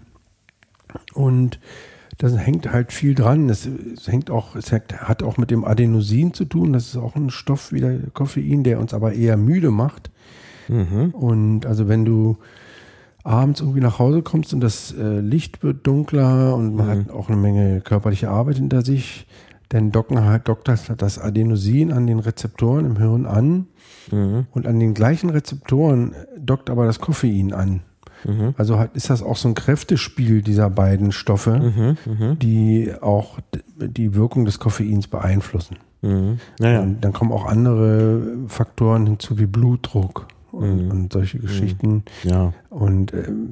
Und das hängt halt viel dran. Es, es hängt auch, es hat, hat auch mit dem Adenosin zu tun. Das ist auch ein Stoff wie der Koffein, der uns aber eher müde macht. Mhm. Und also wenn du abends irgendwie nach Hause kommst und das äh, Licht wird dunkler und man Mhm. hat auch eine Menge körperliche Arbeit hinter sich, dann docken halt, dockt das, das Adenosin an den Rezeptoren im Hirn an Mhm. und an den gleichen Rezeptoren dockt aber das Koffein an. Mhm. Also halt ist das auch so ein Kräftespiel dieser beiden Stoffe, Mhm. Mhm. die auch d- die Wirkung des Koffeins beeinflussen. Mhm. Naja. Und dann kommen auch andere Faktoren hinzu wie Blutdruck und, Mhm. und solche Geschichten. Ja. Und ähm,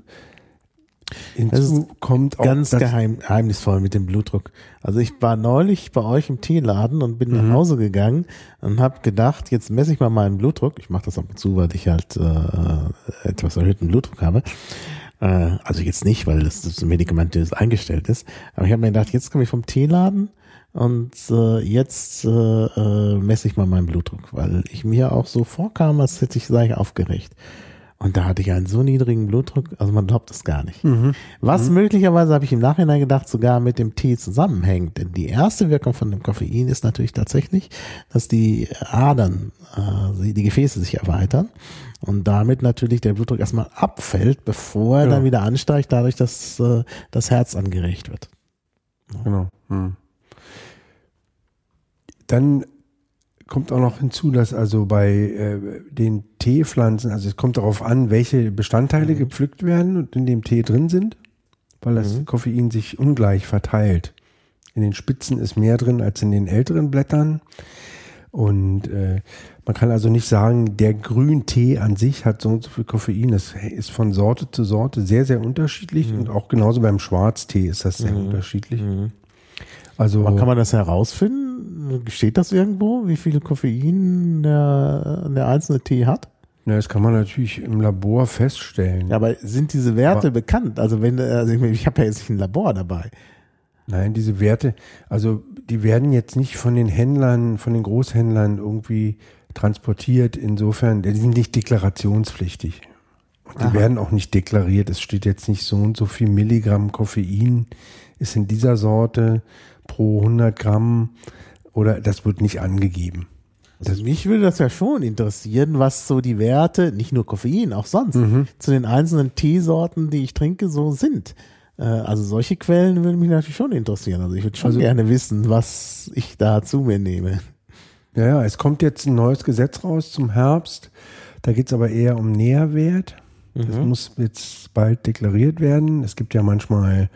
Das ist hinzu kommt auch Ganz das- geheim, geheimnisvoll mit dem Blutdruck. Also ich war neulich bei euch im Teeladen und bin Mhm. nach Hause gegangen und habe gedacht, jetzt messe ich mal meinen Blutdruck. Ich mache das ab und zu, weil ich halt äh, etwas erhöhten Blutdruck habe. Äh, also jetzt nicht, weil das, das medikamentös eingestellt ist. Aber ich habe mir gedacht, jetzt komme ich vom Teeladen und äh, jetzt äh, äh, messe ich mal meinen Blutdruck, weil ich mir auch so vorkam, als hätte ich sei aufgeregt. Und da hatte ich einen so niedrigen Blutdruck, also man glaubt es gar nicht. Mhm. Was mhm. möglicherweise, habe ich im Nachhinein gedacht, sogar mit dem Tee zusammenhängt. Denn die erste Wirkung von dem Koffein ist natürlich tatsächlich, dass die Adern, äh, die Gefäße sich erweitern und damit natürlich der Blutdruck erstmal abfällt, bevor er Genau. dann wieder ansteigt, dadurch, dass äh, das Herz angeregt wird. Genau. Mhm. Dann kommt auch noch hinzu, dass also bei äh, den Teepflanzen, also es kommt darauf an, welche Bestandteile mhm. gepflückt werden und in dem Tee drin sind, weil das mhm. Koffein sich ungleich verteilt. In den Spitzen ist mehr drin als in den älteren Blättern. Und äh, man kann also nicht sagen, der Grüntee an sich hat so und so viel Koffein. Das ist von Sorte zu Sorte sehr, sehr unterschiedlich. Mhm. Und auch genauso beim Schwarztee ist das sehr mhm. unterschiedlich. Mhm. Also, aber kann man das herausfinden? Steht das irgendwo, wie viel Koffein der, der einzelne Tee hat? Ja, das kann man natürlich im Labor feststellen. Ja, aber sind diese Werte aber bekannt? Also wenn, also ich, ich habe ja jetzt nicht ein Labor dabei. Nein, diese Werte, also die werden jetzt nicht von den Händlern, von den Großhändlern irgendwie transportiert. Insofern, die sind nicht deklarationspflichtig. Und die Aha. werden auch nicht deklariert. Es steht jetzt nicht so und so viel Milligramm Koffein ist in dieser Sorte pro hundert Gramm oder das wird nicht angegeben. Also mich würde das ja schon interessieren, was so die Werte, nicht nur Koffein, auch sonst, mhm. zu den einzelnen Teesorten, die ich trinke, so sind. Also solche Quellen würden mich natürlich schon interessieren. Also ich würde schon also, gerne wissen, was ich da zu mir nehme. Ja, ja, es kommt jetzt ein neues Gesetz raus zum Herbst. Da geht es aber eher um Nährwert. Mhm. Das muss jetzt bald deklariert werden. Es gibt ja manchmal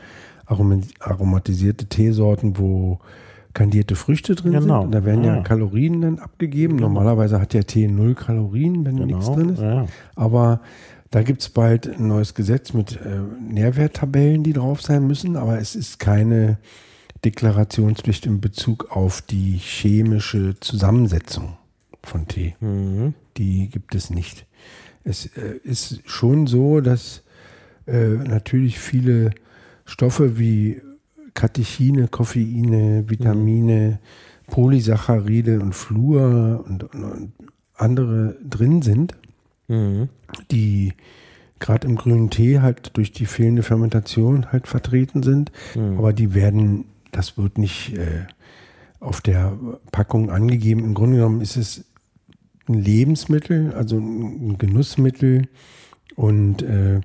aromatisierte Teesorten, wo kandierte Früchte drin genau. sind. Da werden ja, ja Kalorien dann abgegeben. Genau. Normalerweise hat der Tee null Kalorien, wenn genau. nichts drin ist. Ja. Aber da gibt es bald ein neues Gesetz mit äh, Nährwerttabellen, die drauf sein müssen. Aber es ist keine Deklarationspflicht in Bezug auf die chemische Zusammensetzung von Tee. Mhm. Die gibt es nicht. Es äh, ist schon so, dass äh, natürlich viele Stoffe wie Katechine, Koffeine, Vitamine, mhm. Polysaccharide und Fluor und, und, und andere drin sind, mhm. die gerade im grünen Tee halt durch die fehlende Fermentation halt vertreten sind. Mhm. Aber die werden, das wird nicht äh, auf der Packung angegeben. Im Grunde genommen ist es ein Lebensmittel, also ein Genussmittel und äh,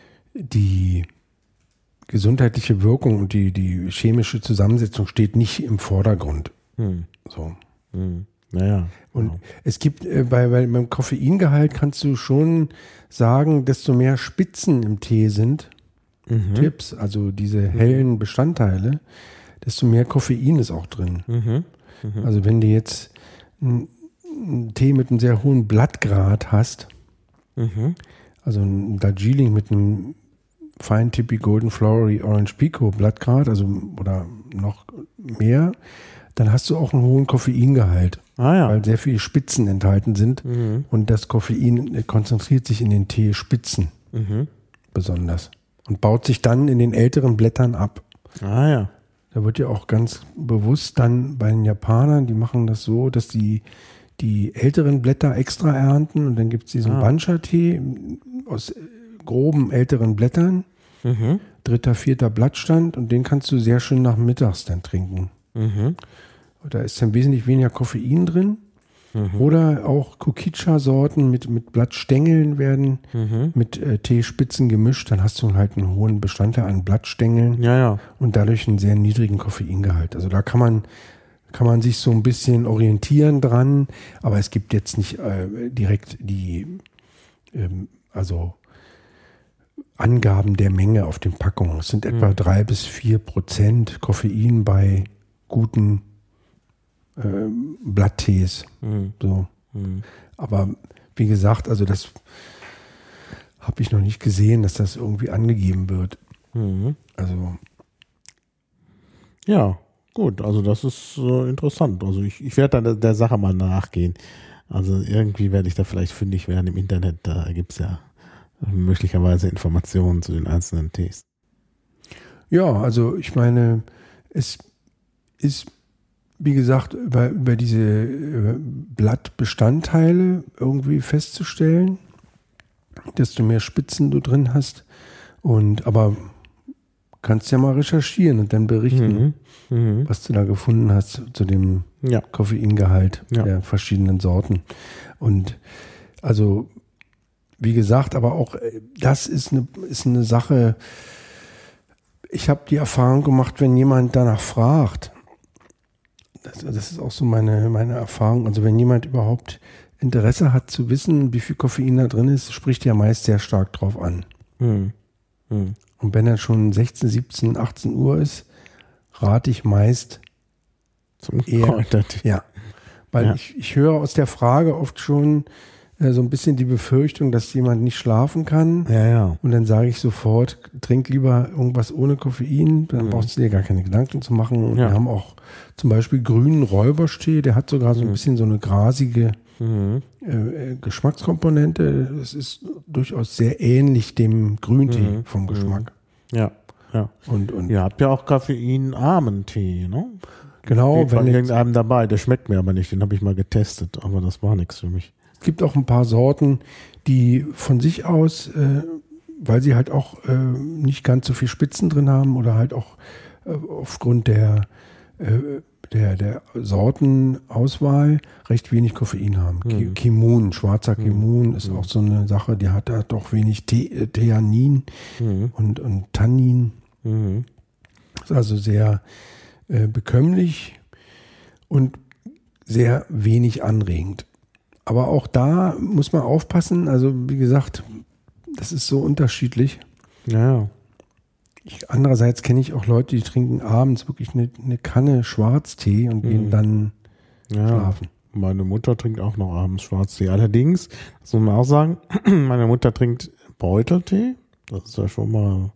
die gesundheitliche Wirkung und die, die chemische Zusammensetzung steht nicht im Vordergrund. Hm. So. Hm. Naja. Und genau. es gibt äh, bei, bei beim Koffeingehalt kannst du schon sagen, desto mehr Spitzen im Tee sind, mhm. Tipps, also diese hellen Bestandteile, desto mehr Koffein ist auch drin. Mhm. Mhm. Also wenn du jetzt einen Tee mit einem sehr hohen Blattgrad hast, mhm. also ein Darjeeling mit einem Fine Tippy Golden Flowery Orange Pico Blattgrad, also oder noch mehr, dann hast du auch einen hohen Koffeingehalt, ah, ja. weil sehr viele Spitzen enthalten sind mhm. und das Koffein konzentriert sich in den Teespitzen mhm. besonders und baut sich dann in den älteren Blättern ab. Ah ja. Da wird ja auch ganz bewusst dann bei den Japanern, die machen das so, dass die die älteren Blätter extra ernten und dann gibt es diesen ah. Bancha-Tee aus groben älteren Blättern, mhm. dritter, vierter Blattstand und den kannst du sehr schön nachmittags dann trinken. Mhm. Da ist dann wesentlich weniger Koffein drin. Mhm. Oder auch Kukicha-Sorten mit, mit Blattstängeln werden mhm. mit äh, Teespitzen gemischt. Dann hast du halt einen hohen Bestandteil an Blattstängeln ja, ja. und dadurch einen sehr niedrigen Koffeingehalt. Also da kann man, kann man sich so ein bisschen orientieren dran, aber es gibt jetzt nicht äh, direkt die, ähm, also Angaben der Menge auf den Packungen. Es sind etwa mhm. drei bis vier Prozent Koffein bei guten äh, Blatttees. Mhm. So. Mhm. Aber wie gesagt, also das habe ich noch nicht gesehen, dass das irgendwie angegeben wird. Mhm. Also ja, gut. Also das ist äh, interessant. Also ich, ich werde dann der, der Sache mal nachgehen. Also irgendwie werde ich da vielleicht fündig werden im Internet. Da gibt es ja möglicherweise Informationen zu den einzelnen Tees. Ja, also ich meine, es ist, wie gesagt, über, über diese über Blattbestandteile irgendwie festzustellen, desto mehr Spitzen du drin hast. Und aber kannst ja mal recherchieren und dann berichten, Mhm. Mhm. was du da gefunden hast zu dem Ja. Koffeingehalt Ja. der verschiedenen Sorten. Und also, wie gesagt, aber auch äh, das ist eine, ist eine Sache. Ich habe die Erfahrung gemacht, wenn jemand danach fragt, das, das ist auch so meine, meine Erfahrung, also wenn jemand überhaupt Interesse hat zu wissen, wie viel Koffein da drin ist, spricht er meist sehr stark drauf an. Mhm. Mhm. Und wenn er schon sechzehn, siebzehn, achtzehn Uhr ist, rate ich meist Zum eher, Kräutertee. ja, weil Ja. ich, ich höre aus der Frage oft schon äh, so ein bisschen die Befürchtung, dass jemand nicht schlafen kann. Ja, ja. Und dann sage ich sofort, trink lieber irgendwas ohne Koffein, dann Mhm. brauchst du dir gar keine Gedanken zu machen. Und Ja. wir haben auch zum Beispiel grünen Räuberstee, der hat sogar so ein Mhm. bisschen so eine grasige Mhm. äh, Geschmackskomponente. Es ist durchaus sehr ähnlich dem Grüntee Mhm. vom Geschmack. Ja, ja. Und, und Ihr habt ja auch koffeinarmen Tee, ne? genau, Steht von wenn jetzt, irgendeinem dabei, der schmeckt mir aber nicht, den habe ich mal getestet, aber das war nichts für mich. es gibt auch ein paar Sorten, die von sich aus, äh, weil sie halt auch äh, nicht ganz so viel Spitzen drin haben oder halt auch äh, aufgrund der, äh, der, der Sortenauswahl recht wenig Koffein haben. Ki- Mhm. Kimun, schwarzer Kimun ist Mhm. auch so eine Sache, die hat da doch wenig The äh, Theanin Mhm. und, und Tannin. Mhm. Ist also sehr äh, bekömmlich und sehr wenig anregend. Aber auch da muss man aufpassen. Also wie gesagt, das ist so unterschiedlich. Ja, ja. Ich, andererseits kenne ich auch Leute, die trinken abends wirklich eine, eine Kanne Schwarztee und gehen Mhm. dann ja. schlafen. Meine Mutter trinkt auch noch abends Schwarztee. Allerdings, das muss man auch sagen, meine Mutter trinkt Beuteltee. Das ist ja schon mal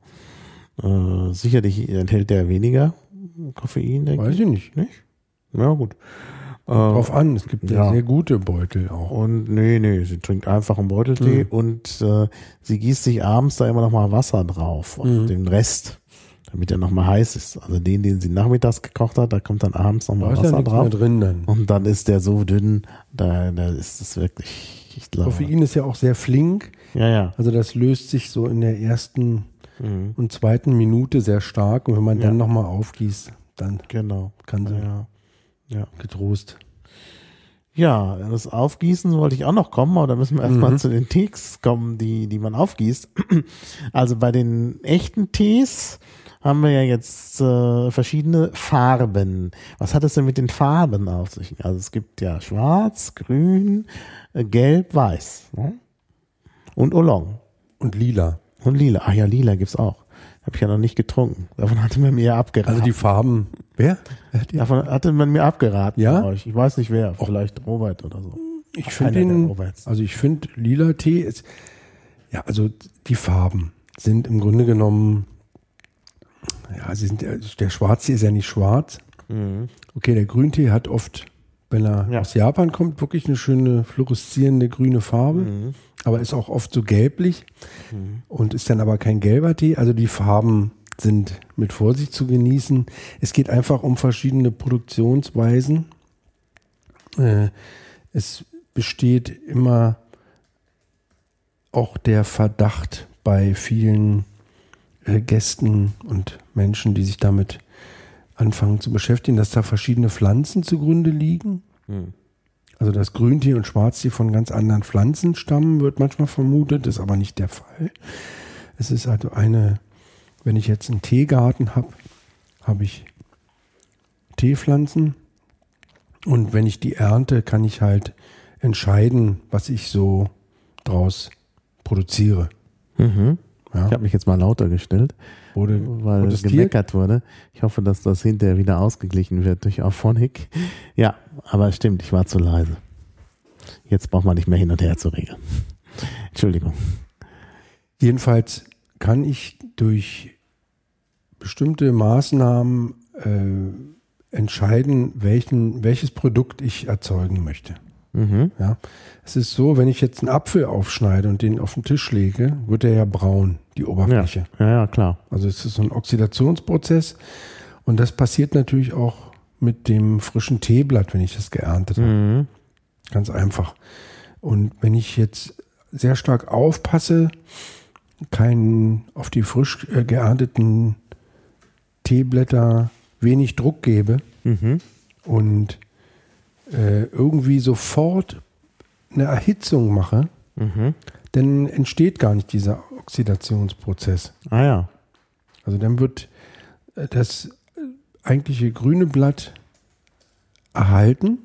äh, sicherlich enthält der weniger Koffein, denke Weiß ich. ich nicht. Nicht? Ja, gut. Äh, Drauf an, es gibt ja ja. sehr gute Beutel auch. Und nee, nee, sie trinkt einfach einen Beuteltee Mhm. und äh, sie gießt sich abends da immer noch mal Wasser drauf, auf Mhm. den Rest, damit er noch mal heiß ist. Also den, den sie nachmittags gekocht hat, da kommt dann abends noch Da mal ist ja Wasser nichts mehr drauf. drin dann. Und dann ist der so dünn, da, da ist es wirklich, ich glaube. Koffein ist ja auch sehr flink. Ja, ja. Also das löst sich so in der ersten Mhm. und zweiten Minute sehr stark. Und wenn man Ja. dann nochmal aufgießt, dann Genau. kann sie Ja. Ja. getrost. Ja, das Aufgießen wollte ich auch noch kommen, aber da müssen wir erstmal Mhm. zu den Tees kommen, die, die man aufgießt. Also bei den echten Tees haben wir ja jetzt äh, verschiedene Farben. Was hat es denn mit den Farben auf sich? Also es gibt ja schwarz, grün, äh, gelb, weiß. Ne? Und Oolong. Und lila. Und lila. Ach ja, lila gibt's auch. Habe ich ja noch nicht getrunken. Davon hatte man mir ja abgeraten. Also die Farben. Wer? Die- Davon hatte man mir abgeraten. Ja? bei euch. Ich weiß nicht wer. Vielleicht Robert oder so. Ich finde Einer der den, Roberts. also ich finde lila Tee ist, ja, also die Farben sind im Grunde genommen, ja, sie sind, der Schwarztee ist ja nicht schwarz. Mhm. Okay, der Grüntee hat oft, wenn er Ja. aus Japan kommt, wirklich eine schöne fluoreszierende grüne Farbe, Mhm. aber ist auch oft so gelblich Mhm. und ist dann aber kein gelber Tee. Also die Farben sind mit Vorsicht zu genießen. Es geht einfach um verschiedene Produktionsweisen. Äh, es besteht immer auch der Verdacht bei vielen äh, Gästen und Menschen, die sich damit anfangen zu beschäftigen, dass da verschiedene Pflanzen zugrunde liegen. Mhm. Also dass Grüntee und Schwarztee von ganz anderen Pflanzen stammen, wird manchmal vermutet, ist aber nicht der Fall. Es ist also eine, wenn ich jetzt einen Teegarten habe, habe ich Teepflanzen und wenn ich die ernte, kann ich halt entscheiden, was ich so draus produziere. Mhm. Ja. Ich habe mich jetzt mal lauter gestellt, Wurde weil protestiert? gemeckert wurde. Ich hoffe, dass das hinterher wieder ausgeglichen wird durch Auphonic. Ja, aber stimmt, ich war zu leise. Jetzt braucht man nicht mehr hin und her zu regeln. Entschuldigung. Jedenfalls kann ich durch bestimmte Maßnahmen äh, entscheiden, welchen, welches Produkt ich erzeugen möchte. Mhm. Ja. Es ist so, wenn ich jetzt einen Apfel aufschneide und den auf den Tisch lege, wird er ja braun, die Oberfläche. Ja, ja, ja, klar. Also es ist so ein Oxidationsprozess und das passiert natürlich auch mit dem frischen Teeblatt, wenn ich das geerntet habe. Mhm. Ganz einfach. Und wenn ich jetzt sehr stark aufpasse, keinen auf die frisch äh, geernteten Teeblätter wenig Druck gebe Mhm. und äh, irgendwie sofort eine Erhitzung mache, Mhm. dann entsteht gar nicht dieser Oxidationsprozess. Ah ja. Also dann wird äh, das eigentliche grüne Blatt erhalten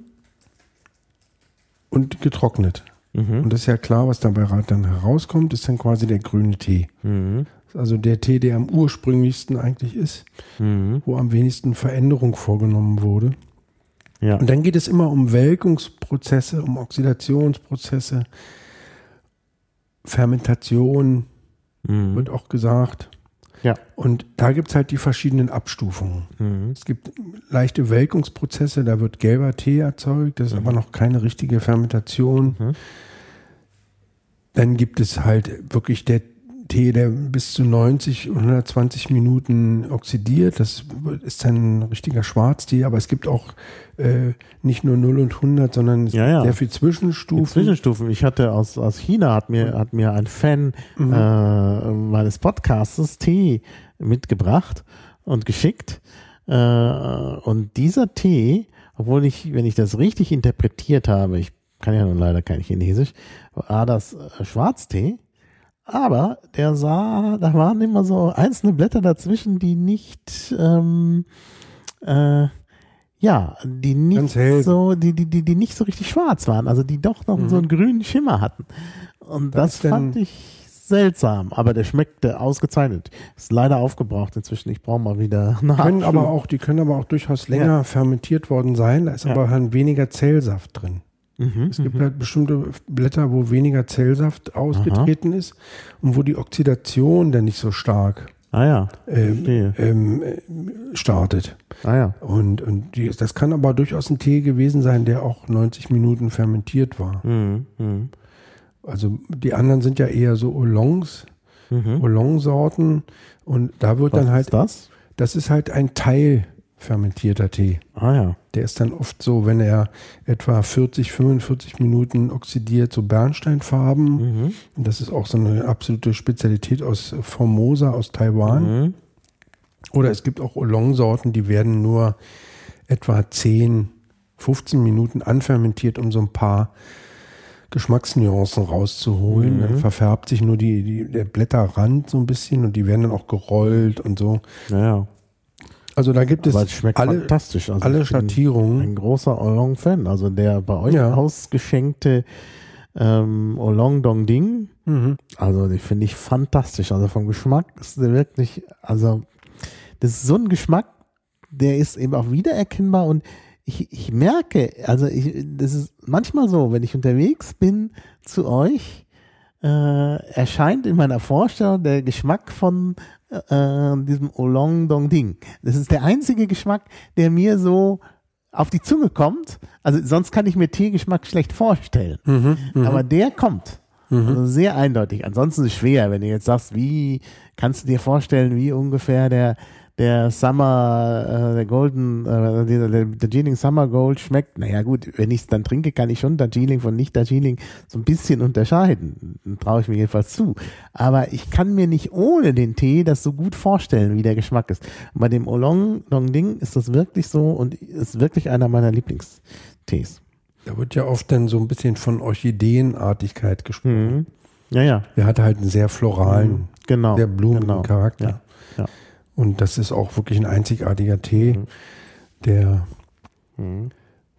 und getrocknet. Mhm. Und das ist ja klar, was dabei dann herauskommt, ist dann quasi der grüne Tee. Mhm. Also der Tee, der am ursprünglichsten eigentlich ist, Mhm. wo am wenigsten Veränderung vorgenommen wurde. Ja. Und dann geht es immer um Welkungsprozesse, um Oxidationsprozesse, Fermentation, Mhm. wird auch gesagt. Ja. Und da gibt es halt die verschiedenen Abstufungen. Mhm. Es gibt leichte Welkungsprozesse, da wird gelber Tee erzeugt, das ist aber noch keine richtige Fermentation. Mhm. Dann gibt es halt wirklich der Tee, der bis zu neunzig, hundertzwanzig Minuten oxidiert. Das ist dann ein richtiger Schwarztee, aber es gibt auch äh, nicht nur null und hundert, sondern es Ja, gibt ja. sehr viel Die Zwischenstufen. Zwischenstufen. Ich hatte aus, aus China hat mir, hat mir ein Fan Mhm. äh, meines Podcastes Tee mitgebracht und geschickt. Äh, und dieser Tee, obwohl ich, wenn ich das richtig interpretiert habe, ich kann ja nun leider kein Chinesisch, war das äh, Schwarztee. Aber der sah, da waren immer so einzelne Blätter dazwischen, die nicht, ähm, äh, ja, die nicht Ganz hell. so, die, die, die, die nicht so richtig schwarz waren, also die doch noch Mhm. so einen grünen Schimmer hatten. Und Das das, ist dann- fand ich seltsam, aber der schmeckte ausgezeichnet. Ist leider aufgebraucht inzwischen. Ich brauche mal wieder eine Können Abschule. aber auch, die können aber auch durchaus länger fermentiert worden sein. Da ist Ja. aber halt weniger Zellsaft drin. Mhm, Es gibt halt bestimmte Blätter, wo weniger Zellsaft ausgetreten ist und wo die Oxidation dann nicht so stark Ah ja, ähm, verstehe. ähm, äh, startet. Ah ja. Und, und die, das kann aber durchaus ein Tee gewesen sein, der auch neunzig Minuten fermentiert war. Mhm, mhm, Also die anderen sind ja eher so Oolongs, mhm. Oolong-Sorten und da wird Was dann halt, ist das? das ist halt ein Teil fermentierter Tee. Ah ja. Der ist dann oft so, wenn er etwa vierzig, fünfundvierzig Minuten oxidiert, so Bernsteinfarben. Mhm. Und das ist auch so eine absolute Spezialität aus Formosa, aus Taiwan. Mhm. Oder es gibt auch Oolong-Sorten, die werden nur etwa zehn, fünfzehn Minuten anfermentiert, um so ein paar Geschmacksnuancen rauszuholen. Mhm. Dann verfärbt sich nur die, die, der Blätterrand so ein bisschen und die werden dann auch gerollt und so. Naja. Also da gibt es Aber es schmeckt alle, fantastisch. Also alle ich bin Schattierungen. ein großer Oolong-Fan. Also der bei euch Ja. ausgeschenkte ähm, Oolong Dong Ding, Mhm. also die finde ich fantastisch. Also vom Geschmack ist der wirklich, also das ist so ein Geschmack, der ist eben auch wiedererkennbar und ich, ich merke, also ich, das ist manchmal so, wenn ich unterwegs bin zu euch, äh, erscheint in meiner Vorstellung der Geschmack von äh, diesem Oolong Dong Ding. Das ist der einzige Geschmack, der mir so auf die Zunge kommt. Also sonst kann ich mir Teegeschmack schlecht vorstellen. Mhm. Mhm. Aber der kommt. Also sehr eindeutig. Ansonsten ist es schwer, wenn du jetzt sagst, wie kannst du dir vorstellen, wie ungefähr der der Summer, äh, der Golden, äh, der, der Darjeeling Summer Gold schmeckt. Naja gut, wenn ich es dann trinke, kann ich schon Darjeeling von nicht Darjeeling so ein bisschen unterscheiden. Dann traue ich mir jedenfalls zu. Aber ich kann mir nicht ohne den Tee das so gut vorstellen, wie der Geschmack ist. Und bei dem Oolong Dong Ding ist das wirklich so und ist wirklich einer meiner Lieblingstees. Da wird ja oft dann so ein bisschen von Orchideenartigkeit gesprochen. Mhm. Ja, ja. Der hat halt einen sehr floralen, Genau. sehr blumigen genau. Charakter. Ja, ja. Und das ist auch wirklich ein einzigartiger Tee, Mhm. der Mhm.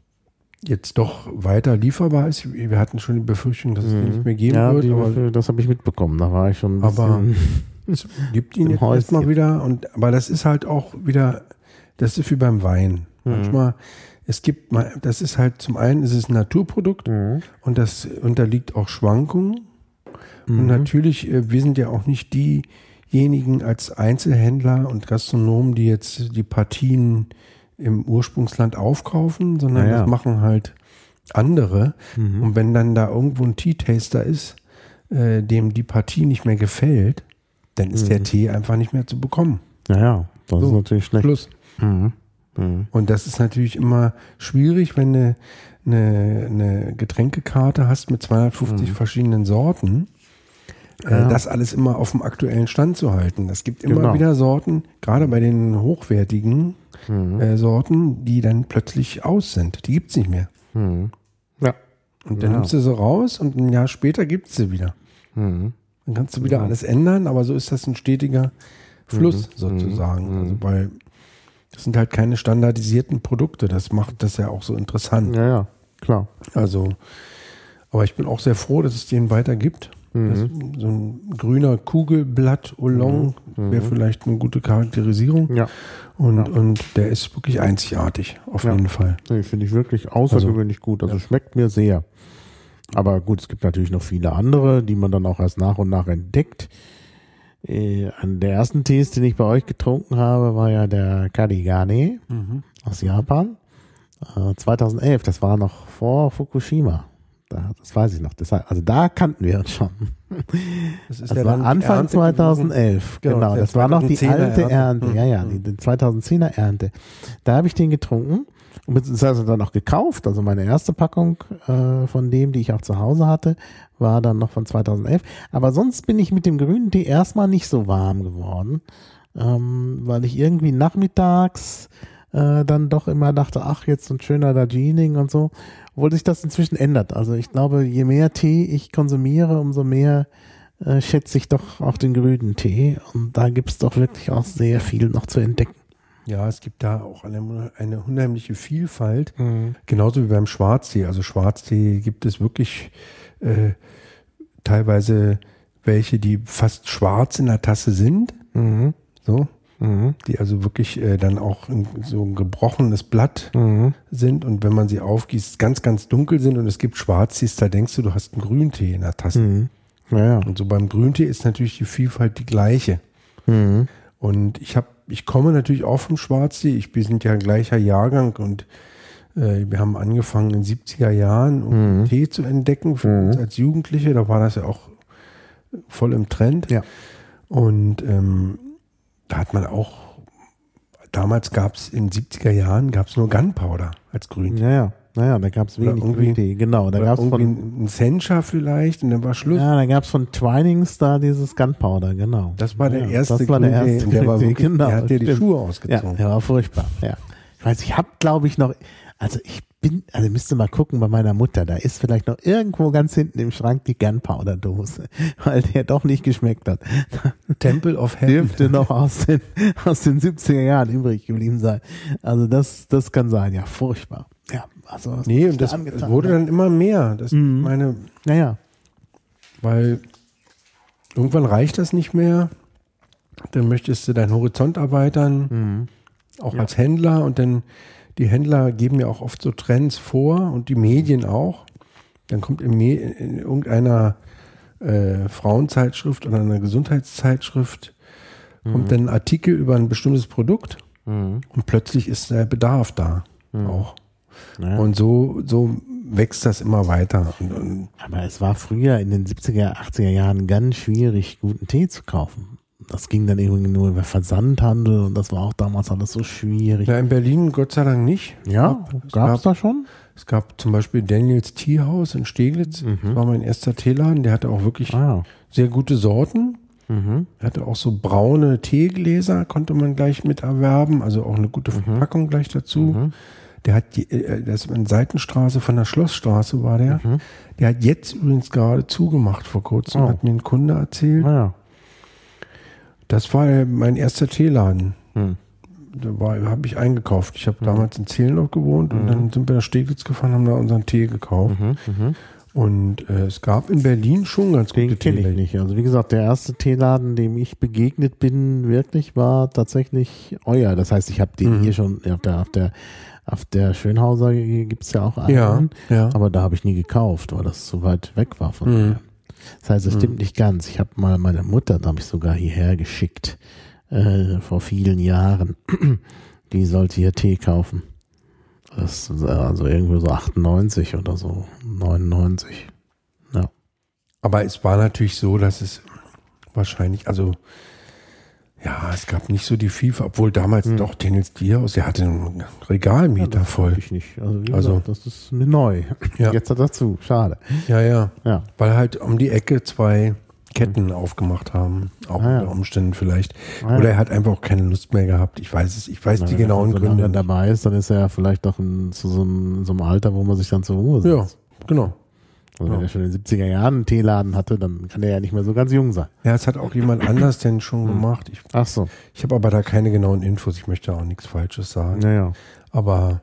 jetzt doch weiter lieferbar ist. Wir hatten schon die Befürchtung, dass es den nicht mehr geben ja, wird, die, aber das habe ich mitbekommen. Da war ich schon ein Aber- bisschen. es gibt ihn Im jetzt Häuschen. erstmal wieder. Und, aber das ist halt auch wieder, das ist wie beim Wein. Mhm. Manchmal, es gibt mal, das ist halt, zum einen ist es ein Naturprodukt Mhm. und das unterliegt auch Schwankungen. Und Mhm. natürlich, äh, wir sind ja auch nicht diejenigen als Einzelhändler und Gastronomen, die jetzt die Partien im Ursprungsland aufkaufen, sondern Ja, ja. das machen halt andere. Mhm. Und wenn dann da irgendwo ein Tea-Taster ist, äh, dem die Partie nicht mehr gefällt, dann ist mhm. der Tee einfach nicht mehr zu bekommen. Naja, das so, ist natürlich schlecht. Schluss. Mhm. Mhm. Und das ist natürlich immer schwierig, wenn du eine, eine Getränkekarte hast mit zweihundertfünfzig mhm. verschiedenen Sorten, ja. äh, das alles immer auf dem aktuellen Stand zu halten. Es gibt immer genau. wieder Sorten, gerade bei den hochwertigen mhm. äh, Sorten, die dann plötzlich aus sind. Die gibt's nicht mehr. Mhm. Ja. Und dann ja. nimmst du sie raus und ein Jahr später gibt's sie wieder. Mhm. Dann kannst du wieder ja. alles ändern, aber so ist das ein stetiger Fluss mhm. sozusagen. Mhm. Also weil das sind halt keine standardisierten Produkte. Das macht das ja auch so interessant. Ja, ja, klar. Also, aber ich bin auch sehr froh, dass es den weiter gibt. Mhm. Das, so ein grüner Kugelblatt Oolong mhm. wäre vielleicht eine gute Charakterisierung. Ja. Und, ja. und der ist wirklich einzigartig, auf ja. jeden Fall. Nee, finde ich wirklich außergewöhnlich also, gut. Also ja. schmeckt mir sehr. Aber gut, es gibt natürlich noch viele andere, die man dann auch erst nach und nach entdeckt. Äh, an der ersten Tees, den ich bei euch getrunken habe, war ja der Karigane mhm. aus Japan. Äh, zweitausendelf, das war noch vor Fukushima. Da, das weiß ich noch. Deshalb, also da kannten wir uns schon. Das, ist das ja war Anfang zweitausendelf. Genau, genau das war noch die alte Ernte. Ernte. Mhm. Ja, ja, die, die zweitausendzehner Ernte. Da habe ich den getrunken und beziehungsweise dann auch gekauft. Also meine erste Packung äh, von dem, die ich auch zu Hause hatte, war dann noch von zweitausendelf. Aber sonst bin ich mit dem grünen Tee erstmal nicht so warm geworden, ähm, weil ich irgendwie nachmittags äh, dann doch immer dachte, ach, jetzt so ein schöner Darjeeling und so. Obwohl sich das inzwischen ändert. Also ich glaube, je mehr Tee ich konsumiere, umso mehr äh, schätze ich doch auch den grünen Tee. Und da gibt es doch wirklich auch sehr viel noch zu entdecken. Ja, es gibt da auch eine, eine unheimliche Vielfalt. Mhm. Genauso wie beim Schwarztee. Also Schwarztee gibt es wirklich äh, teilweise welche, die fast schwarz in der Tasse sind. Mhm. So. Mhm. Die also wirklich äh, dann auch in so ein gebrochenes Blatt mhm. sind und wenn man sie aufgießt, ganz, ganz dunkel sind und es gibt Schwarztees, da denkst du, du hast einen Grüntee in der Tasse. Mhm. Ja, ja. Und so beim Grüntee ist natürlich die Vielfalt die gleiche. Mhm. Und ich habe, ich komme natürlich auch vom Schwarztee, ich, wir sind ja gleicher Jahrgang und äh, wir haben angefangen in den siebziger Jahren, um mhm. Tee zu entdecken für mhm. uns als Jugendliche, da war das ja auch voll im Trend. Ja. Und ähm, da hat man auch, damals gab es in den siebziger Jahren, gab es nur Gunpowder als Grüntee. Ja, ja, naja, da gab es wenig Grüntee, genau. Da gab es von ein Sencha vielleicht und dann war Schluss. Ja, da gab es von Twinings da dieses Gunpowder, genau. Das war der ja, erste das war der erste Grüntee, der war wirklich, genau, der hat dir die Schuhe ausgezogen. Ja, der war furchtbar, ja. Ich weiß, ich habe, glaube ich, noch, also ich bin, also müsste mal gucken bei meiner Mutter, da ist vielleicht noch irgendwo ganz hinten im Schrank die Gunpowder-Dose, weil der doch nicht geschmeckt hat. Temple of Heaven. Dürfte noch aus den, aus den siebziger Jahren übrig geblieben sein. Also das, das kann sein, ja, furchtbar. Ja, also. Nee, und das da wurde dann immer mehr. Das mhm. meine, naja. Weil irgendwann reicht das nicht mehr. Dann möchtest du deinen Horizont erweitern, Mhm. auch Ja. als Händler und dann die Händler geben ja auch oft so Trends vor und die Medien auch. Dann kommt in, Me- in irgendeiner äh, Frauenzeitschrift oder einer Gesundheitszeitschrift Mhm. kommt dann ein Artikel über ein bestimmtes Produkt Mhm. und plötzlich ist der Bedarf da Mhm. auch. Naja. Und so, so wächst das immer weiter. Und, und Aber es war früher in den siebziger, achtziger Jahren ganz schwierig, guten Tee zu kaufen. Das ging dann irgendwie nur über Versandhandel und das war auch damals alles so schwierig. ja, in Berlin Gott sei Dank nicht. Ja, es gab es gab, da schon? es gab zum Beispiel Daniels Teehouse in Steglitz. Mhm. Das war mein erster Teeladen. Der hatte auch wirklich Ah. sehr gute Sorten. Mhm. Er hatte auch so braune Teegläser, konnte man gleich mit erwerben. Also auch eine gute Verpackung gleich dazu. Mhm. Der hat, die, äh, das ist in Seitenstraße von der Schlossstraße war der. Mhm. Der hat jetzt übrigens gerade zugemacht vor kurzem, Oh. hat mir ein Kunde erzählt. Naja. Das war äh, mein erster Teeladen. Mhm. Da war, habe ich eingekauft. Ich habe damals in Zehlendorf gewohnt und dann sind wir nach Steglitz gefahren, haben da unseren Tee gekauft. Mhm. Mhm. Und äh, es gab in Berlin schon ganz gute Den kenne ich Teeläden. nicht. Also wie gesagt, der erste Teeladen, dem ich begegnet bin, wirklich war tatsächlich euer. Das heißt, ich habe den Mhm. hier schon auf der, auf der, auf der Schönhauser gibt es ja auch einen. Ja, ja. Aber da habe ich nie gekauft, weil das so weit weg war von Mhm. mir. Das heißt, es Mhm. stimmt nicht ganz. Ich habe mal meine Mutter, da habe ich sogar hierher geschickt, äh, vor vielen Jahren. Die sollte hier Tee kaufen. Das ist also irgendwie so achtundneunzig oder so, neunundneunzig. Ja. Aber es war natürlich so, dass es wahrscheinlich, also ja, es gab nicht so die Vielfalt, obwohl damals hm. doch Daniels Bierhaus, der hatte einen Regalmeter ja, voll. Ich nicht. Also, wie also gesagt, das ist mir neu. Ja. Jetzt hat dazu, schade. Ja, ja, ja. Weil halt um die Ecke zwei Ketten hm. aufgemacht haben, auch ah, ja. unter Umständen vielleicht. Ah, Oder ja. er hat einfach auch keine Lust mehr gehabt. Ich weiß es, ich weiß Na, die genauen Gründe. Wenn er dabei ist, dann ist er ja vielleicht doch in, zu so einem, in so einem Alter, wo man sich dann zur Ruhe setzt. Ja, genau. Also ja. wenn er schon in den siebziger Jahren einen Teeladen hatte, dann kann er ja nicht mehr so ganz jung sein. Ja, es hat auch jemand anders denn schon gemacht. Ich, Ach so. Ich habe aber da keine genauen Infos. Ich möchte auch nichts Falsches sagen. Naja. Aber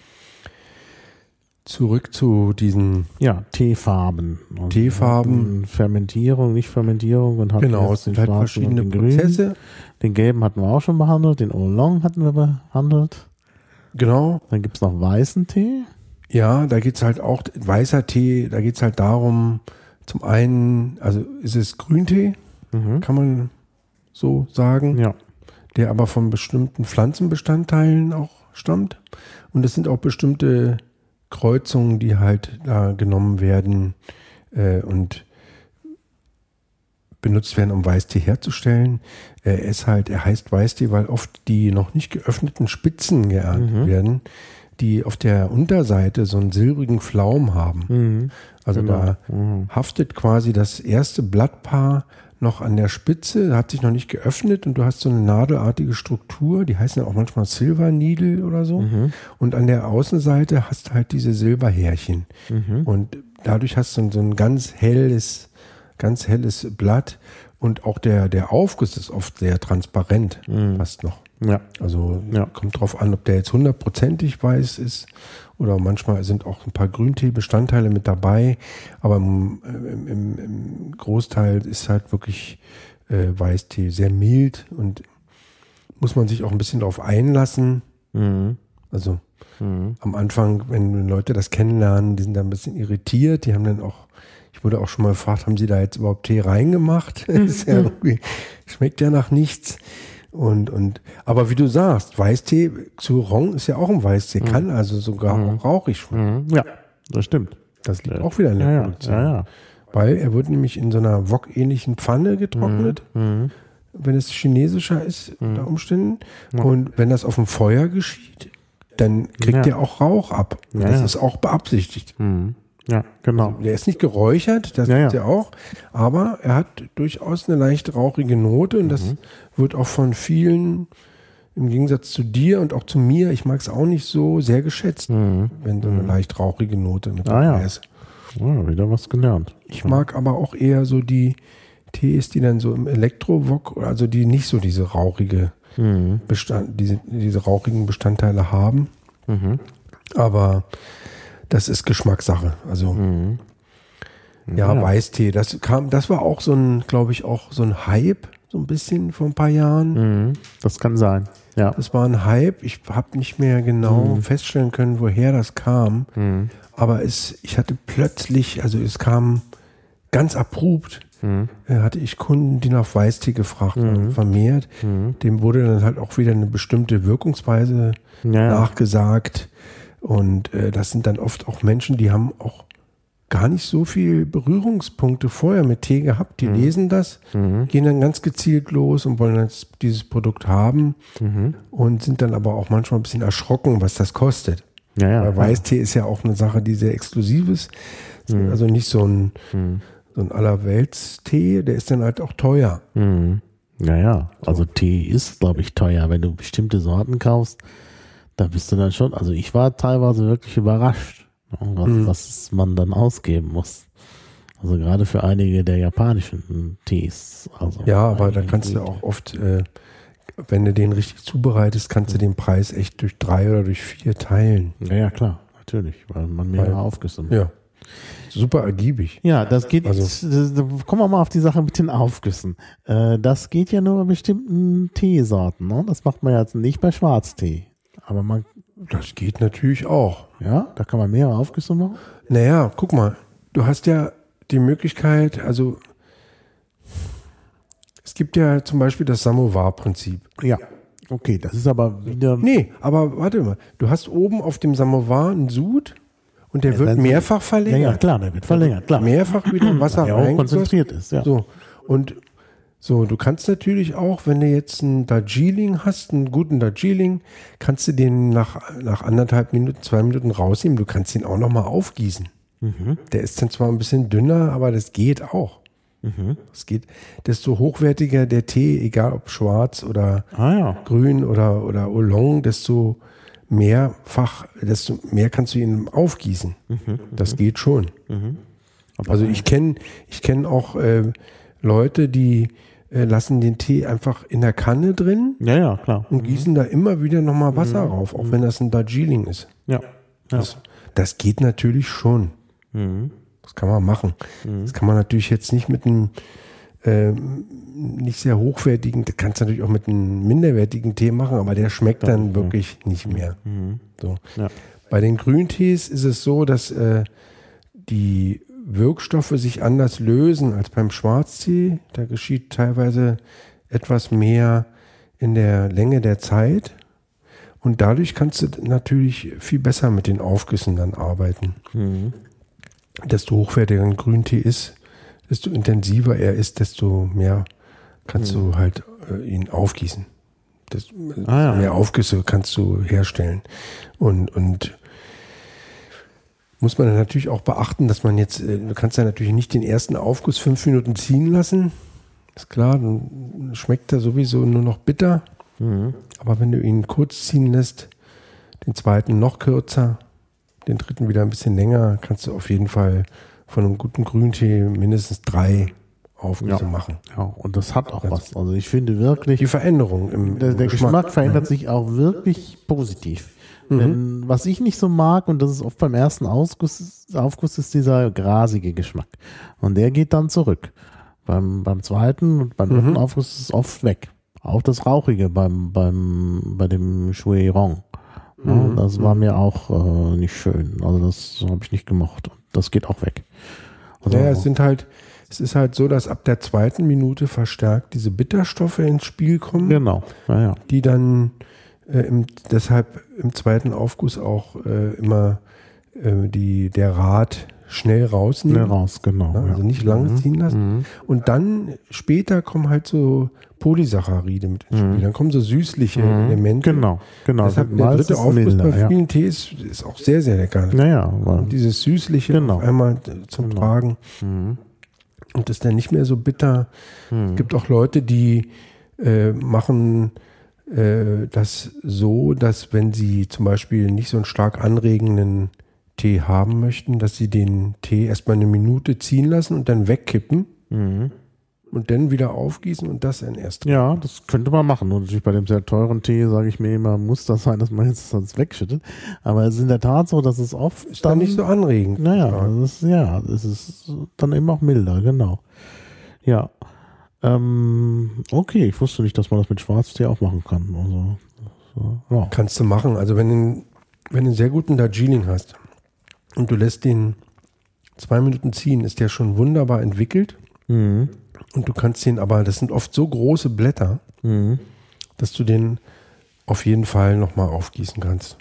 zurück zu diesen ja, Teefarben. Also Teefarben. Fermentierung, nicht Fermentierung. Und genau, es sind halt verschiedene Prozesse. Grünen. Den gelben hatten wir auch schon behandelt, den Oolong hatten wir behandelt. Genau. Dann gibt es noch weißen Tee. Ja, da geht's halt auch, weißer Tee, da geht's halt darum, zum einen, also ist es Grüntee, mhm. kann man so sagen, ja. der aber von bestimmten Pflanzenbestandteilen auch stammt. Und es sind auch bestimmte Kreuzungen, die halt da genommen werden äh, und benutzt werden, um Weißtee herzustellen. Er ist halt, er heißt Weißtee, weil oft die noch nicht geöffneten Spitzen geerntet mhm. werden, die auf der Unterseite so einen silbrigen Flaum haben. Mhm. Also genau. da mhm. haftet quasi das erste Blattpaar noch an der Spitze, hat sich noch nicht geöffnet und du hast so eine nadelartige Struktur, die heißen ja auch manchmal Silver Needle oder so. Mhm. Und an der Außenseite hast du halt diese Silberhärchen. Mhm. Und dadurch hast du so ein ganz helles, ganz helles Blatt und auch der, der Aufguss ist oft sehr transparent, mhm. fast noch. Ja. Also ja. kommt drauf an, ob der jetzt hundertprozentig weiß ist oder manchmal sind auch ein paar Grüntee-Bestandteile mit dabei, aber im, im, im Großteil ist halt wirklich äh, Weißtee sehr mild und muss man sich auch ein bisschen darauf einlassen. Mhm. Also mhm. am Anfang, wenn Leute das kennenlernen, die sind da ein bisschen irritiert, die haben dann auch, ich wurde auch schon mal gefragt, haben sie da jetzt überhaupt Tee reingemacht? Ist ja irgendwie, schmeckt ja nach nichts. Und, und, aber wie du sagst, Weißtee, Xurong ist ja auch ein Weißtee, mhm. kann also sogar mhm. auch rauchig schmecken. Ja, das stimmt. Das liegt auch wieder in der ja, Produktion. Ja, ja. Weil er wird nämlich in so einer wok-ähnlichen Pfanne getrocknet, mhm. wenn es chinesischer ist, mhm. unter Umständen. Ja. Und wenn das auf dem Feuer geschieht, dann kriegt ja. er auch Rauch ab. Ja, das ja. ist auch beabsichtigt. Mhm. Ja, genau. Also, der ist nicht geräuchert, das ja, ist ja. ja auch, aber er hat durchaus eine leicht rauchige Note und mhm. das wird auch von vielen, im Gegensatz zu dir und auch zu mir, ich mag es auch nicht so, sehr geschätzt, mhm. wenn so eine mhm. leicht rauchige Note mit dabei ah, ja. ist. Ja, wieder was gelernt. Ich mag aber auch eher so die Tees, die dann so im Elektro-Wok, also die nicht so diese rauchige mhm. Bestand, diese, diese rauchigen Bestandteile haben. Mhm. Aber das ist Geschmackssache. Also mhm. ja, ja, Weißtee, das kam, das war auch so ein, glaube ich, auch so ein Hype, so ein bisschen vor ein paar Jahren. Mhm. Das kann sein. Ja. Das war ein Hype. Ich habe nicht mehr genau mhm. feststellen können, woher das kam. Mhm. Aber es, ich hatte plötzlich, also es kam ganz abrupt, mhm. äh, hatte ich Kunden, die nach Weißtee gefragt haben, mhm. vermehrt. Mhm. Dem wurde dann halt auch wieder eine bestimmte Wirkungsweise ja. nachgesagt. Und äh, das sind dann oft auch Menschen, die haben auch gar nicht so viel Berührungspunkte vorher mit Tee gehabt. Die mhm. lesen das, mhm. gehen dann ganz gezielt los und wollen jetzt dieses Produkt haben mhm. und sind dann aber auch manchmal ein bisschen erschrocken, was das kostet. Ja, ja, Weil Weißtee ja. ist ja auch eine Sache, die sehr exklusiv ist. Mhm. Also nicht so ein, mhm. so ein Allerweltstee, der ist dann halt auch teuer. Mhm. Ja, ja. Also Tee ist, glaube ich, teuer. Wenn du bestimmte Sorten kaufst, da bist du dann schon, also ich war teilweise wirklich überrascht, was, mhm. was man dann ausgeben muss. Also gerade für einige der japanischen Tees. Also ja, aber da kannst du auch oft, äh, wenn du den richtig zubereitest, kannst du den Preis echt durch drei oder durch vier teilen. Ja, ja, klar, natürlich, weil man mehrere Aufgüsse macht. Ja, super ergiebig. Ja, das geht, also, das, kommen wir mal auf die Sache mit den Aufgüssen. Äh, das geht ja nur bei bestimmten Teesorten, ne? Das macht man jetzt nicht bei Schwarztee. Aber man, das geht natürlich auch. Ja, da kann man mehrere Aufgüsse machen. Naja, guck mal, du hast ja die Möglichkeit, also es gibt ja zum Beispiel das Samovar-Prinzip. Ja. Okay, das ist aber wieder... Nee, aber warte mal. Du hast oben auf dem Samovar einen Sud und der Ja, wird dann- mehrfach Ja, verlängert. ja, klar, der wird verlängert, klar. Mehrfach wieder Wasser Der auch rein. konzentriert ist, ja. So. Und so, du kannst natürlich auch, wenn du jetzt einen Darjeeling hast, einen guten Darjeeling, kannst du den nach, nach anderthalb Minuten, zwei Minuten rausnehmen. Du kannst ihn auch nochmal aufgießen. Mhm. Der ist dann zwar ein bisschen dünner, aber das geht auch. Mhm. Das geht. Desto hochwertiger der Tee, egal ob schwarz oder Ah ja. grün oder, oder Oolong, desto mehrfach, desto mehr kannst du ihn aufgießen. Mhm. Das geht schon. Mhm. Aber Also ich kenne ich kenn auch äh, Leute, die äh, lassen den Tee einfach in der Kanne drin Ja, ja, klar. und gießen da immer wieder nochmal Wasser rauf, auch wenn das ein Darjeeling ist. Ja. Ja. Das, das geht natürlich schon. Mhm. Das kann man machen. Das kann man natürlich jetzt nicht mit einem ähm, nicht sehr hochwertigen, das kannst du natürlich auch mit einem minderwertigen Tee machen, aber der schmeckt dann ja. wirklich nicht mehr. Mhm. So. Ja. Bei den Grüntees ist es so, dass äh, die Wirkstoffe sich anders lösen als beim Schwarztee. Da geschieht teilweise etwas mehr in der Länge der Zeit. Und dadurch kannst du natürlich viel besser mit den Aufgüssen dann arbeiten. Mhm. Desto hochwertiger ein Grüntee ist, desto intensiver er ist, desto mehr kannst Mhm. du halt äh, ihn aufgießen. Das, Ah, ja. Mehr Aufgüsse kannst du herstellen. Und, und muss man dann natürlich auch beachten, dass man jetzt, äh, du kannst ja natürlich nicht den ersten Aufguss fünf Minuten ziehen lassen. Ist klar, dann schmeckt er sowieso nur noch bitter. Mhm. Aber wenn du ihn kurz ziehen lässt, den zweiten noch kürzer, den dritten wieder ein bisschen länger, kannst du auf jeden Fall von einem guten Grüntee mindestens drei Aufgüsse Ja. machen. Ja, und das hat auch was. Also ich finde wirklich, Die Veränderung im, der, im der Geschmack, Geschmack verändert sich auch wirklich positiv. Wenn, was ich nicht so mag, und das ist oft beim ersten Ausguss, Aufguss, ist dieser grasige Geschmack. Und der geht dann zurück. Beim, beim zweiten und beim dritten Aufguss ist es oft weg. Auch das Rauchige beim, beim, bei dem Shuirong. Ja, Mhm. das war mir auch äh, nicht schön. Also das habe ich nicht gemocht. Das geht auch weg. Also, Naja, es sind halt, es ist halt so, dass ab der zweiten Minute verstärkt diese Bitterstoffe ins Spiel kommen, genau. Ja, ja. die dann äh, im, deshalb im zweiten Aufguss auch äh, immer äh, die, der Rat schnell rausnehmen. Schnell raus, genau. Ja, also ja. nicht lange ziehen lassen. Mhm. Und dann später kommen halt so Polysaccharide mit ins Spiel. Dann kommen so süßliche Elemente. Genau, genau. Deshalb der Meistens dritte Aufguss milder, bei ja. vielen Tees ist auch sehr, sehr lecker. Naja, weil, Und dieses Süßliche Genau. auf einmal zum Genau. Tragen. mhm. Und das ist dann nicht mehr so bitter. Es gibt auch Leute, die äh, machen äh, das so, dass wenn sie zum Beispiel nicht so einen stark anregenden Tee haben möchten, dass sie den Tee erstmal eine Minute ziehen lassen und dann wegkippen Mhm. und dann wieder aufgießen und das dann erst. Ja, das könnte man machen. Und natürlich bei dem sehr teuren Tee sage ich mir immer, muss das sein, dass man jetzt das wegschüttet. Aber es ist in der Tat so, dass es oft Ist dann nicht so anregend. Naja, das ist, ja, es ist dann eben auch milder, genau. Ja. Ähm, okay, ich wusste nicht, dass man das mit Schwarztee auch machen kann. Also, so, ja. Kannst du machen. Also wenn du, wenn du einen sehr guten Darjeeling hast und du lässt den zwei Minuten ziehen, ist der schon wunderbar entwickelt. Mhm. Und du kannst den aber, das sind oft so große Blätter, Mhm. dass du den auf jeden Fall nochmal aufgießen kannst.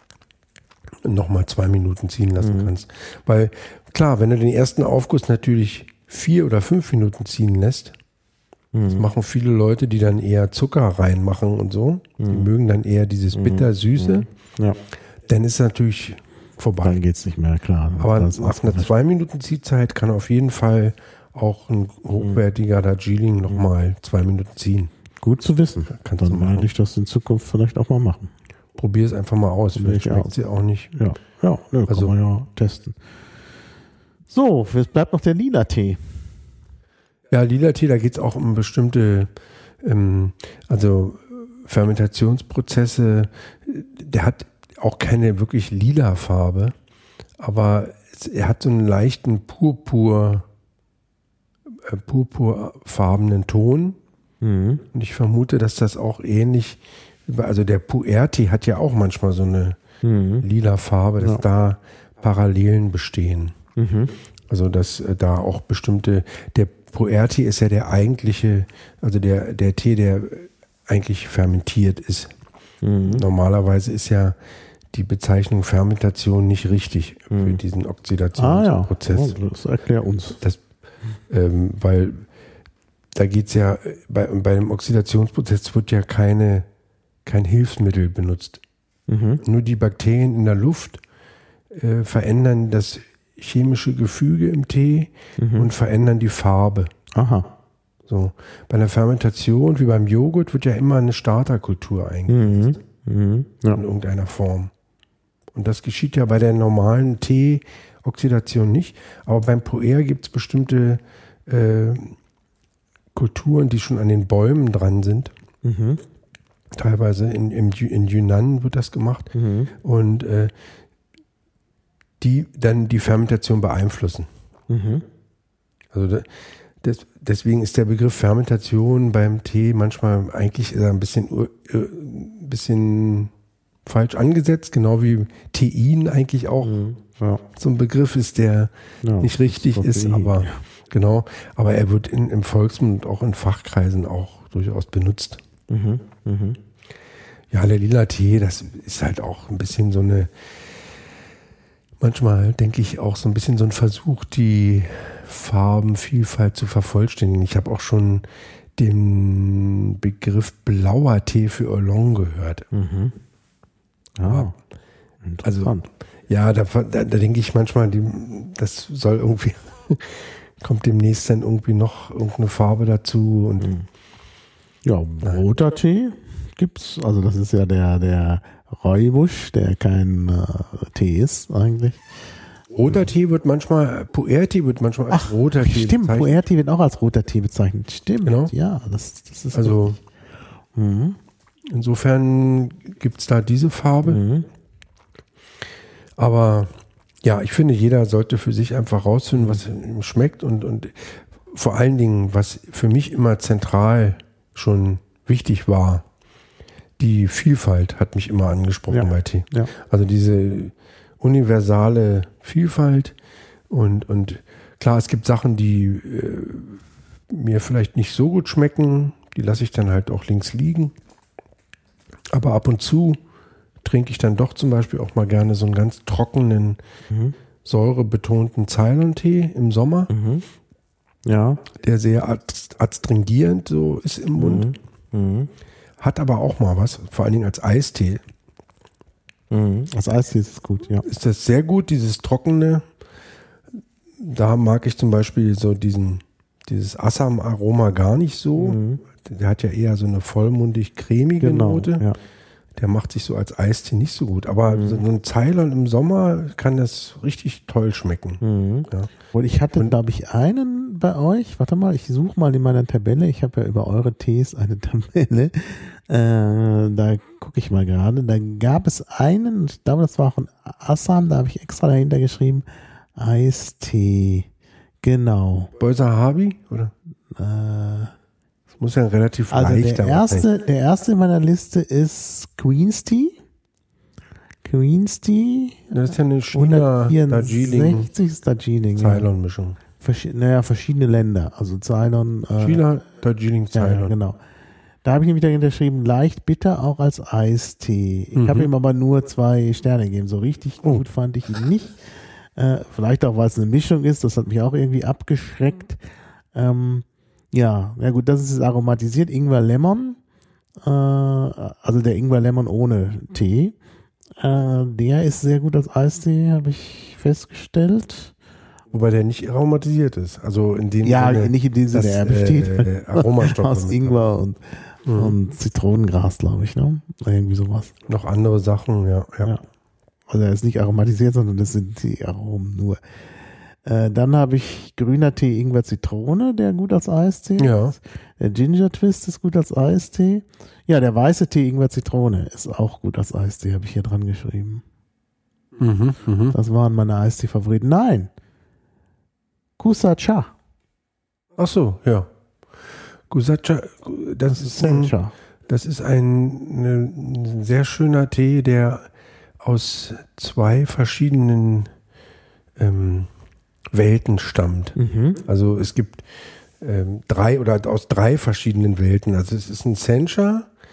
Und nochmal zwei Minuten ziehen lassen Mhm. kannst. Weil klar, wenn du den ersten Aufguss natürlich vier oder fünf Minuten ziehen lässt, das machen viele Leute, die dann eher Zucker reinmachen und so. Die mögen dann eher dieses bitter-süße. Ja, Dann ist es natürlich vorbei. dann geht's nicht mehr, klar. Aber Das ist nach einer zwei Minuten Ziehzeit kann auf jeden Fall auch ein hochwertiger Darjeeling nochmal zwei Minuten ziehen. gut zu wissen. Kannst du Dann machen. werde ich das in Zukunft vielleicht auch mal machen. Probier es einfach mal aus. Probier Vielleicht ich schmeckt aus. sie auch nicht. Ja, ja, nö, Also- kann man ja testen. So, es bleibt noch der lila Tee. Ja, lila Tee, da geht es auch um bestimmte, ähm, also Fermentationsprozesse. Der hat auch keine wirklich lila Farbe, aber es, er hat so einen leichten Purpur, äh, purpurfarbenen Ton. Mhm. Und ich vermute, dass das auch ähnlich, also der Pu'er-Tee hat ja auch manchmal so eine Mhm. lila Farbe, dass Ja. da Parallelen bestehen. Mhm. Also dass äh, da auch bestimmte, der Pu'er-Tee ist ja der eigentliche, also der, der Tee, der eigentlich fermentiert ist. Mhm. Normalerweise ist ja die Bezeichnung Fermentation nicht richtig mhm. für diesen Oxidationsprozess. Ah, ja. Oh, das erklär uns. Das, ähm, weil da geht es ja, bei, bei dem Oxidationsprozess wird ja keine, kein Hilfsmittel benutzt. Mhm. Nur die Bakterien in der Luft äh, verändern das chemische Gefüge im Tee mhm. und verändern die Farbe. Aha. So. Bei einer Fermentation, wie beim Joghurt, wird ja immer eine Starterkultur eingesetzt. Mhm. Mhm. Ja. In irgendeiner Form. Und das geschieht ja bei der normalen Tee-Oxidation nicht. Aber beim Pu'er gibt es bestimmte äh, Kulturen, die schon an den Bäumen dran sind. Mhm. Teilweise in, in, in Yunnan wird das gemacht. Mhm. Und äh, die dann die Fermentation beeinflussen. Mhm. Also das, deswegen ist der Begriff Fermentation beim Tee manchmal eigentlich ist er ein bisschen, äh, ein bisschen falsch angesetzt, genau wie Tein eigentlich auch mhm. ja. so ein Begriff ist, der ja, nicht richtig ist, ist aber ja. genau, aber er wird in, im Volksmund auch in Fachkreisen auch durchaus benutzt. Mhm. Mhm. Ja, der lila Tee, das ist halt auch ein bisschen so eine manchmal denke ich auch so ein bisschen so ein Versuch, die Farbenvielfalt zu vervollständigen. Ich habe auch schon den Begriff blauer Tee für Oolong gehört. Mhm. Ah, also, ja, da, da, da denke ich manchmal, die, das soll irgendwie, kommt demnächst dann irgendwie noch irgendeine Farbe dazu. Und mhm. Ja, roter nein. Tee gibt's. Also das ist ja der, der Rooibos, der kein äh, Tee ist eigentlich. Roter Tee wird manchmal, Pu'er-Tee wird manchmal als Ach, roter Tee stimmt, bezeichnet. Stimmt, Pu'er-Tee wird auch als roter Tee bezeichnet. Stimmt, genau. Ja, das, das ist also mhm. insofern gibt es da diese Farbe. Mhm. Aber ja, ich finde, jeder sollte für sich einfach rausfinden, was ihm schmeckt und, und vor allen Dingen, was für mich immer zentral schon wichtig war, die Vielfalt hat mich immer angesprochen ja. bei Tee. Ja. Also diese universale Vielfalt und, und klar, es gibt Sachen, die äh, mir vielleicht nicht so gut schmecken, die lasse ich dann halt auch links liegen. Aber ab und zu trinke ich dann doch zum Beispiel auch mal gerne so einen ganz trockenen, mhm. säurebetonten Ceylon-Tee im Sommer. Mhm. Ja. Der sehr adstringierend so ist im Mund. Mhm. Mhm. Hat aber auch mal was, vor allen Dingen als Eistee. Mhm. Als Eistee ist es gut, ja. Ist das sehr gut, dieses Trockene. Da mag ich zum Beispiel so diesen, dieses Assam-Aroma gar nicht so. Mhm. Der hat ja eher so eine vollmundig cremige genau, Note. Ja. Der macht sich so als Eistee nicht so gut. Aber mhm. so ein Ceylon im Sommer kann das richtig toll schmecken. Mhm. Ja. Und ich hatte, glaube ich, einen bei euch. Warte mal, ich suche mal in meiner Tabelle. Ich habe ja über eure Tees eine Tabelle. Äh, da gucke ich mal gerade. Da gab es einen, ich glaube, das war auch ein Assam, da habe ich extra dahinter geschrieben, Eistee. Genau. Boysa Harbi, oder? Äh, das muss ja ein relativ also leichter der erste, der erste in meiner Liste ist Queen's Tea. Queen's Tea. Das ist ja eine China Darjeeling Darjeeling. Ceylon-Mischung. Verschi- naja, verschiedene Länder. Also Ceylon. Äh, China Darjeeling Ceylon. Ja, genau. Da habe ich nämlich dahinter geschrieben, leicht bitter auch als Eistee. Ich Mhm. habe ihm aber nur zwei Sterne gegeben. So richtig Oh. gut fand ich ihn nicht. Äh, vielleicht auch, weil es eine Mischung ist. Das hat mich auch irgendwie abgeschreckt. Ähm, ja, ja gut, das ist aromatisiert. Ingwer Lemon. Äh, also der Ingwer Lemon ohne Tee. Äh, der ist sehr gut als Eistee, habe ich festgestellt. Wobei der nicht aromatisiert ist. Also in dem Ja, Sinne, nicht in dem Sinne, er besteht äh, Aromastoffe aus Ingwer und, mhm. und Zitronengras, glaube ich, ne? Irgendwie sowas. Noch andere Sachen, ja, ja. ja. Also er ist nicht aromatisiert, sondern das sind die Aromen nur. Äh, dann habe ich grüner Tee Ingwer Zitrone, der gut als Eistee ja. ist. Der Ginger Twist ist gut als Eistee. Ja, der weiße Tee Ingwer Zitrone ist auch gut als Eistee, habe ich hier dran geschrieben. Mhm, mh. Das waren meine Eistee-Favoriten. Nein! Kusa Cha. Ach so, ja. Kusa Cha, das ist ein, das ist ein, ein sehr schöner Tee, der aus zwei verschiedenen ähm, Welten stammt. Mhm. Also es gibt ähm, drei oder aus drei verschiedenen Welten. Also es ist ein Sencha,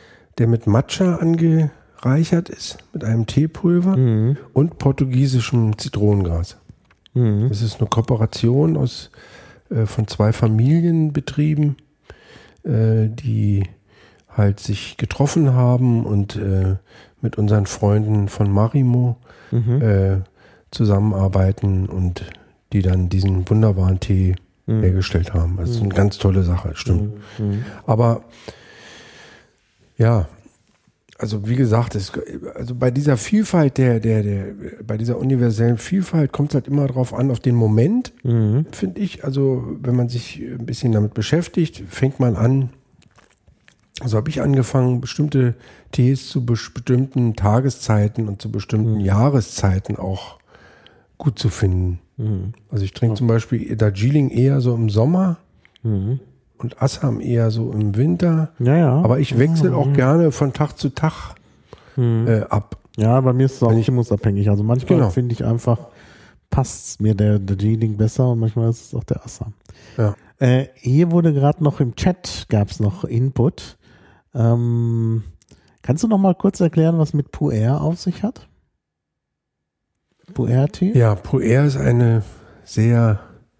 der mit Matcha angereichert ist, mit einem Teepulver Mhm. und portugiesischem Zitronengras. Mhm. Das ist eine Kooperation aus, äh, von zwei Familienbetrieben, äh, die halt sich getroffen haben und äh, mit unseren Freunden von Marimo Mhm. äh, zusammenarbeiten und die dann diesen wunderbaren Tee Mhm. hergestellt haben. Das ist eine ganz tolle Sache, stimmt. Mhm. Aber ja, also wie gesagt, es, also bei dieser Vielfalt, der, der, der, bei dieser universellen Vielfalt kommt es halt immer drauf an, auf den Moment, Mhm. finde ich. Also wenn man sich ein bisschen damit beschäftigt, fängt man an, also habe ich angefangen, bestimmte Tees zu bes- bestimmten Tageszeiten und zu bestimmten Jahreszeiten auch gut zu finden. Mhm. Also ich trinke zum Beispiel Darjeeling eher so im Sommer Mhm. und Assam eher so im Winter. Ja, ja. Aber ich wechsle auch gerne von Tag zu Tag Mhm. äh, ab. Ja, bei mir ist es auch Wenn ich- stimmungsabhängig. Also manchmal Genau. finde ich einfach, passt mir der, der G-Link besser und manchmal ist es auch der Assam. Ja. Äh, hier wurde gerade noch im Chat, gab es noch Input. Ähm, kannst du noch mal kurz erklären, was mit Pu'er auf sich hat? Pu'er-Tee? Ja, Pu'er ist eine sehr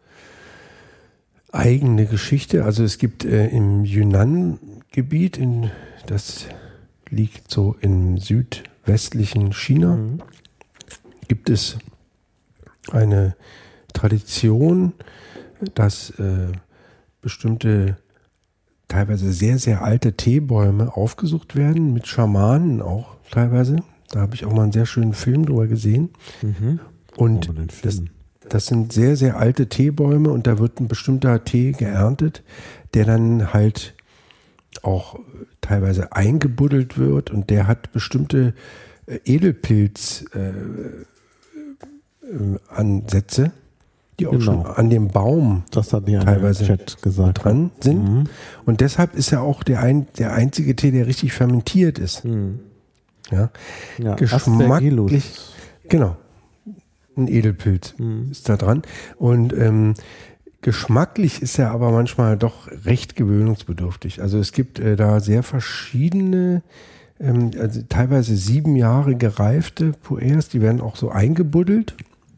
eigene Geschichte. Also es gibt äh, im Yunnan-Gebiet, in, das liegt so im südwestlichen China, Mhm. gibt es eine Tradition, dass äh, bestimmte teilweise sehr, sehr alte Teebäume aufgesucht werden, mit Schamanen auch teilweise. Da habe ich auch mal einen sehr schönen Film drüber gesehen. Mhm. Und Oh, den das, Film. das sind sehr, sehr alte Teebäume und da wird ein bestimmter Tee geerntet, der dann halt auch teilweise eingebuddelt wird und der hat bestimmte äh, Edelpilz-Ansätze, äh, Ansätze, die auch Genau. schon an dem Baum Das hat ja teilweise im Chat gesagt. dran sind. Mhm. Und deshalb ist er auch der, ein, der einzige Tee, der richtig fermentiert ist. Mhm. Ja, Ja, geschmacklich. Aspergillus. Genau. Ein Edelpilz Mhm. ist da dran. Und ähm, geschmacklich ist er aber manchmal doch recht gewöhnungsbedürftig. Also es gibt äh, da sehr verschiedene, ähm, also teilweise sieben Jahre gereifte Pu'ers, die werden auch so eingebuddelt,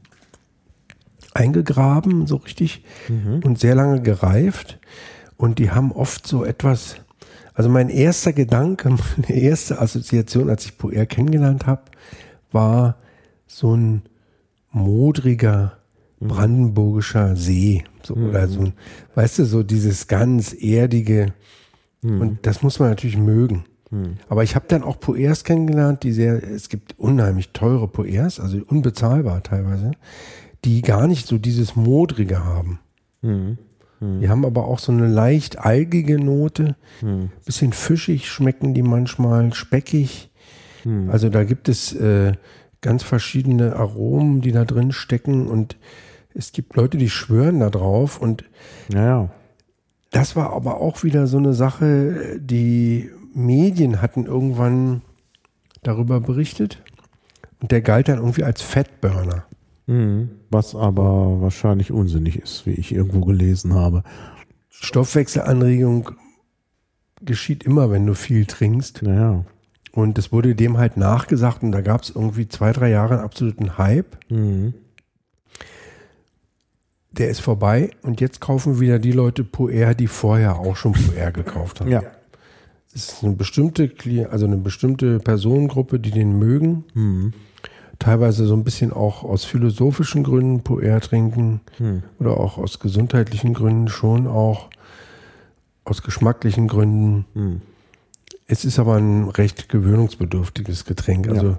eingegraben, so richtig, Mhm. und sehr lange gereift. Und die haben oft so etwas, also mein erster Gedanke, meine erste Assoziation, als ich Pu'er kennengelernt habe, war so ein modriger brandenburgischer See. So, Mhm. oder so ein, weißt du, so dieses ganz erdige. Mhm. Und das muss man natürlich mögen. Mhm. Aber ich habe dann auch Pu'ers kennengelernt, die sehr, es gibt unheimlich teure Pu'ers, also unbezahlbar teilweise, die gar nicht so dieses Modrige haben. Mhm. Die haben aber auch so eine leicht algige Note, Mhm. bisschen fischig schmecken die manchmal, speckig. Mhm. Also da gibt es äh, ganz verschiedene Aromen, die da drin stecken und es gibt Leute, die schwören da drauf und Ja, ja. das war aber auch wieder so eine Sache, die Medien hatten irgendwann darüber berichtet und der galt dann irgendwie als Fettburner. Mhm. Was aber wahrscheinlich unsinnig ist, wie ich irgendwo gelesen habe. Stoffwechselanregung geschieht immer, wenn du viel trinkst. Naja. Und es wurde dem halt nachgesagt und da gab es irgendwie zwei, drei Jahre einen absoluten Hype. Mhm. Der ist vorbei und jetzt kaufen wieder die Leute Pu'er, die vorher auch schon Pu'er gekauft haben. Ja. Es ist eine bestimmte, Kli- also eine bestimmte Personengruppe, die den mögen. Mhm. Teilweise so ein bisschen auch aus philosophischen Gründen Pu'er trinken Mhm. oder auch aus gesundheitlichen Gründen schon auch, aus geschmacklichen Gründen. Mhm. Es ist aber ein recht gewöhnungsbedürftiges Getränk. Also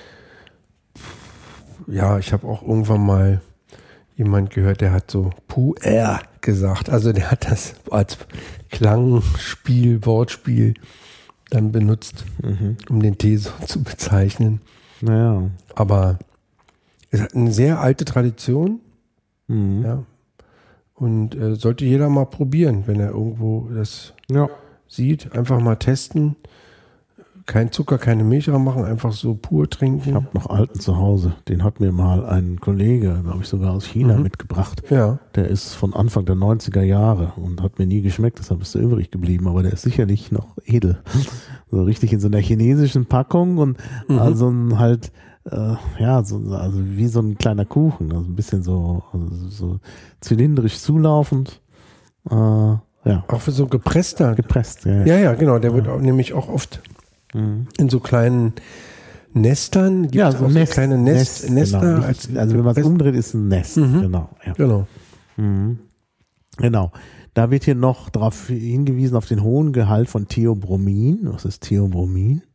ja, ich habe auch irgendwann mal jemand gehört, der hat so Pu'er gesagt. Also der hat das als Klangspiel, Wortspiel dann benutzt, Mhm. um den Tee so zu bezeichnen. Naja. Aber es hat eine sehr alte Tradition, Mhm. ja. Und äh, sollte jeder mal probieren, wenn er irgendwo das Ja. sieht. Einfach mal testen. kein Zucker, keine Milch machen, einfach so pur trinken. Ich habe noch alten zu Hause. Den hat mir mal ein Kollege, glaube ich sogar aus China, Mhm. mitgebracht. Ja. Der ist von Anfang der neunziger Jahre und hat mir nie geschmeckt, deshalb ist er übrig geblieben. Aber der ist sicherlich noch edel. So richtig in so einer chinesischen Packung und Mhm. also ein halt, äh, ja, so, also wie so ein kleiner Kuchen. Also ein bisschen so, also so zylindrisch zulaufend. Äh, ja, Auch für so gepresster. gepresst. Ja, Ja, ja, genau. Der wird auch, nämlich auch oft Mhm. in so kleinen Nestern. Gibt Ja, es so auch Nest, so kleine Nest, Nest, Nester. genau. als, Nicht, also wenn man es gepresst- umdreht, ist ein Nest. Mhm. Genau. Ja. Genau. Mhm. Genau. Da wird hier noch darauf hingewiesen, auf den hohen Gehalt von Theobromin. Was ist Theobromin?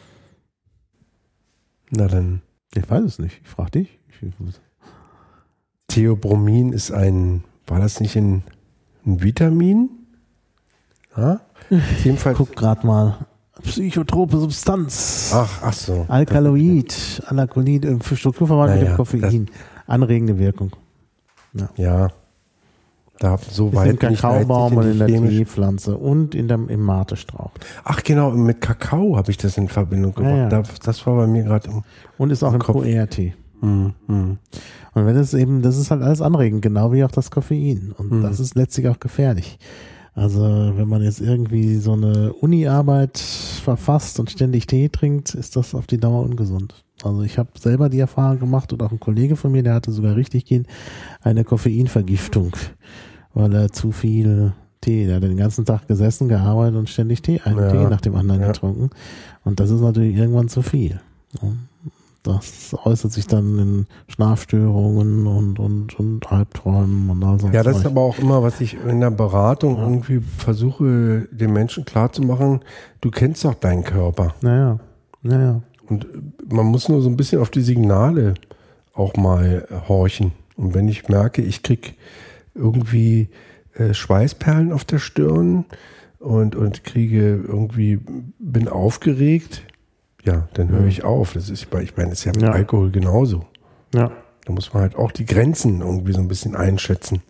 Na dann. Ich weiß es nicht. Ich frage dich. Ich, Theobromin ist ein, war das nicht ein, ein Vitamin? Ja? Jedenfalls. guck gerade mal. Psychotrope Substanz. Ach, ach so. Alkaloid. Alkaloid. äh, Für Strukturverwandlung mit Naja, dem Koffein. Anregende Wirkung. Ja. Da so Ist weit im bin ich Kakaobaum und in der chemisch. Teepflanze und in dem, im Matestrauch. Ach genau, mit Kakao habe ich das in Verbindung gebracht. Ja, ja. Das, das war bei mir gerade im Und ist auch im Kopf. Q R T. hm, hm. Und wenn es eben, das ist halt alles anregend, genau wie auch das Koffein. Und Mhm. das ist letztlich auch gefährlich. Also wenn man jetzt irgendwie so eine Uni-Arbeit verfasst und ständig Tee trinkt, ist das auf die Dauer ungesund. Also ich habe selber die Erfahrung gemacht und auch ein Kollege von mir, der hatte sogar richtig gehen, eine Koffeinvergiftung, weil er zu viel Tee, der hat den ganzen Tag gesessen, gearbeitet und ständig Tee, einen Ja. Tee nach dem anderen Ja. getrunken. Und das ist natürlich irgendwann zu viel. Das äußert sich dann in Schlafstörungen und, und, und Albträumen und all so. Ja, das ist Zeug. aber auch immer, was ich in der Beratung Ja. irgendwie versuche, den Menschen klarzumachen. Du kennst doch deinen Körper. Naja, naja. Und man muss nur so ein bisschen auf die Signale auch mal horchen. Und wenn ich merke, ich krieg irgendwie äh, Schweißperlen auf der Stirn und, und kriege irgendwie, bin aufgeregt, ja, dann höre ich auf. Das ist, ich meine, das ist ja mit Ja. Alkohol genauso. Ja, Da muss man halt auch die Grenzen irgendwie so ein bisschen einschätzen.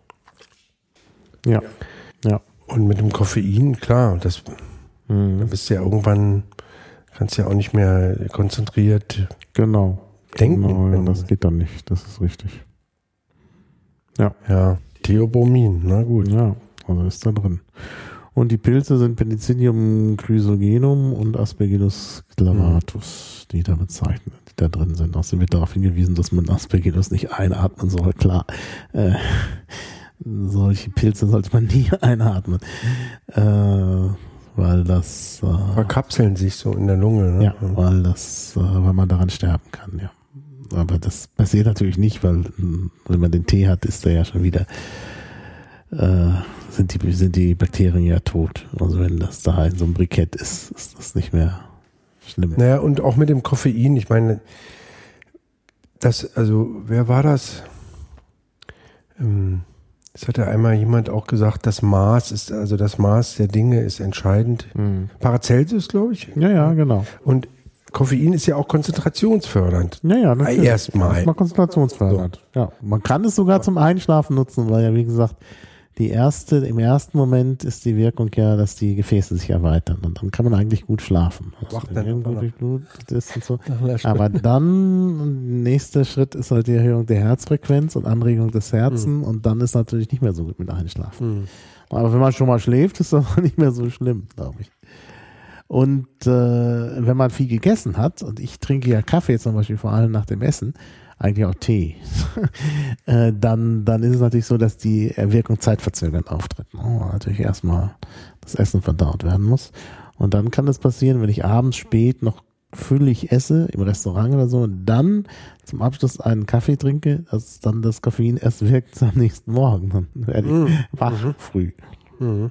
ja, ja. Und mit dem Koffein, klar, das, da Mhm. bist du ja irgendwann, kannst ja auch nicht mehr konzentriert Genau. denken. Genau, ja, wenn du- das geht dann nicht, das ist richtig. Ja, Ja, Theobromin, na gut. ja, also ist da drin. Und die Pilze sind Penicillium chrysogenum und Aspergillus clavatus, die da bezeichnet, die da drin sind. Außerdem wird darauf hingewiesen, dass man Aspergillus nicht einatmen soll. Klar, äh, solche Pilze sollte man nie einatmen, äh, weil das, äh, Verkapseln sich so in der Lunge. Ne? ja, weil das, äh, weil man daran sterben kann, ja. Aber das passiert natürlich nicht, weil mh, wenn man den Tee hat, ist der ja schon wieder, äh, sind die, sind die Bakterien ja tot. Also wenn das da in so einem Brikett ist, ist das nicht mehr schlimm. Naja, und auch mit dem Koffein, ich meine, das, also, wer war das? Ähm, Das hatte einmal jemand auch gesagt, das Maß ist, also das Maß der Dinge ist entscheidend. Mhm. Paracelsus, glaube ich. Ja, ja, genau. Und Koffein ist ja auch konzentrationsfördernd. Ja, ja, natürlich. Erstmal. Erstmal konzentrationsfördernd. Ja, man kann es sogar zum Einschlafen nutzen, weil ja, wie gesagt, die erste, im ersten Moment ist die Wirkung ja, dass die Gefäße sich erweitern und dann kann man eigentlich gut schlafen. Also Wacht wenn dann irgendwo aber noch. durchblutet ist und so. Nach einer Aber dann, nächster Schritt ist halt die Erhöhung der Herzfrequenz und Anregung des Herzens Mhm. und dann ist natürlich nicht mehr so gut mit Einschlafen. Mhm. Aber wenn man schon mal schläft, ist das auch nicht mehr so schlimm, glaube ich. Und äh, wenn man viel gegessen hat, und ich trinke ja Kaffee zum Beispiel vor allem nach dem Essen, eigentlich auch Tee, äh, dann, dann ist es natürlich so, dass die Wirkung zeitverzögernd auftritt. Oh, natürlich erstmal das Essen verdaut werden muss. Und dann kann es passieren, wenn ich abends spät noch füllig esse, im Restaurant oder so, und dann zum Abschluss einen Kaffee trinke, dass dann das Koffein erst wirkt am nächsten Morgen. Dann werde ich Mhm. wach früh. Mhm.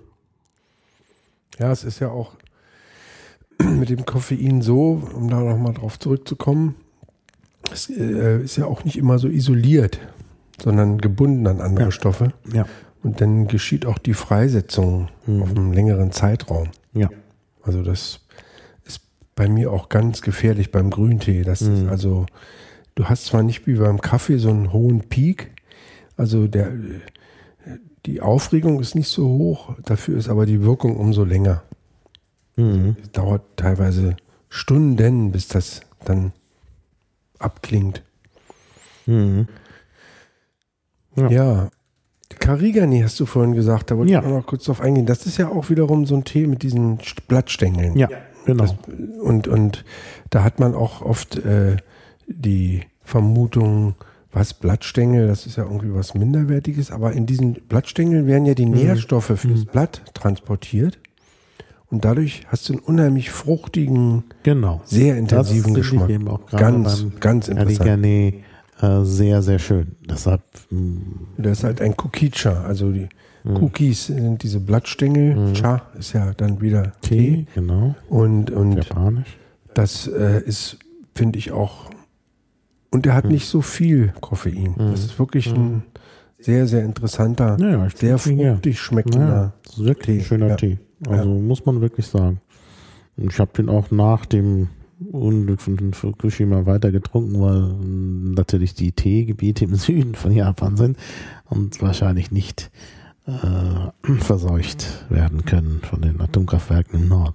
Ja, es ist ja auch mit dem Koffein so, um da nochmal drauf zurückzukommen, es äh, ist ja auch nicht immer so isoliert, sondern gebunden an andere Ja. Stoffe. Ja, Und dann geschieht auch die Freisetzung Mhm. auf einem längeren Zeitraum. ja. Also das ist bei mir auch ganz gefährlich beim Grüntee. Das ist Mhm. also, du hast zwar nicht wie beim Kaffee so einen hohen Peak, also der, die Aufregung ist nicht so hoch, dafür ist aber die Wirkung umso länger. Mhm. Es dauert teilweise Stunden, bis das dann abklingt. Mhm. Ja. Ja. ja. Karigani hast du vorhin gesagt, da wollte Ja. ich auch noch kurz drauf eingehen. Das ist ja auch wiederum so ein Tee mit diesen St- Blattstängeln. Ja, genau. Das, und, und da hat man auch oft äh, die Vermutung, was Blattstängel, das ist ja irgendwie was Minderwertiges, aber in diesen Blattstängeln werden ja die Nährstoffe fürs Blatt transportiert und dadurch hast du einen unheimlich fruchtigen, Genau. sehr intensiven das finde Geschmack. Ich eben auch gerade Ganz, beim ganz interessant. Karigani äh, sehr, sehr schön. Deshalb, mh, Das ist halt ein Cookie-Cha, also die Cookies sind diese Blattstängel, Cha ist ja dann wieder Tee, Tee, genau. und, und Japanisch. das äh, ist, finde ich auch, und der hat nicht so viel Koffein. Das ist wirklich ein sehr, sehr interessanter, Ja, ja, ich sehr trinke ihn, ja. fruchtig schmeckender. Ja, das ist wirklich ein schöner Ja. Tee. Also muss man wirklich sagen. Und ich habe den auch nach dem Unglück von Fukushima weiter getrunken, weil mh, natürlich die Teegebiete im Süden von Japan sind und wahrscheinlich nicht äh, verseucht werden können von den Atomkraftwerken im Norden.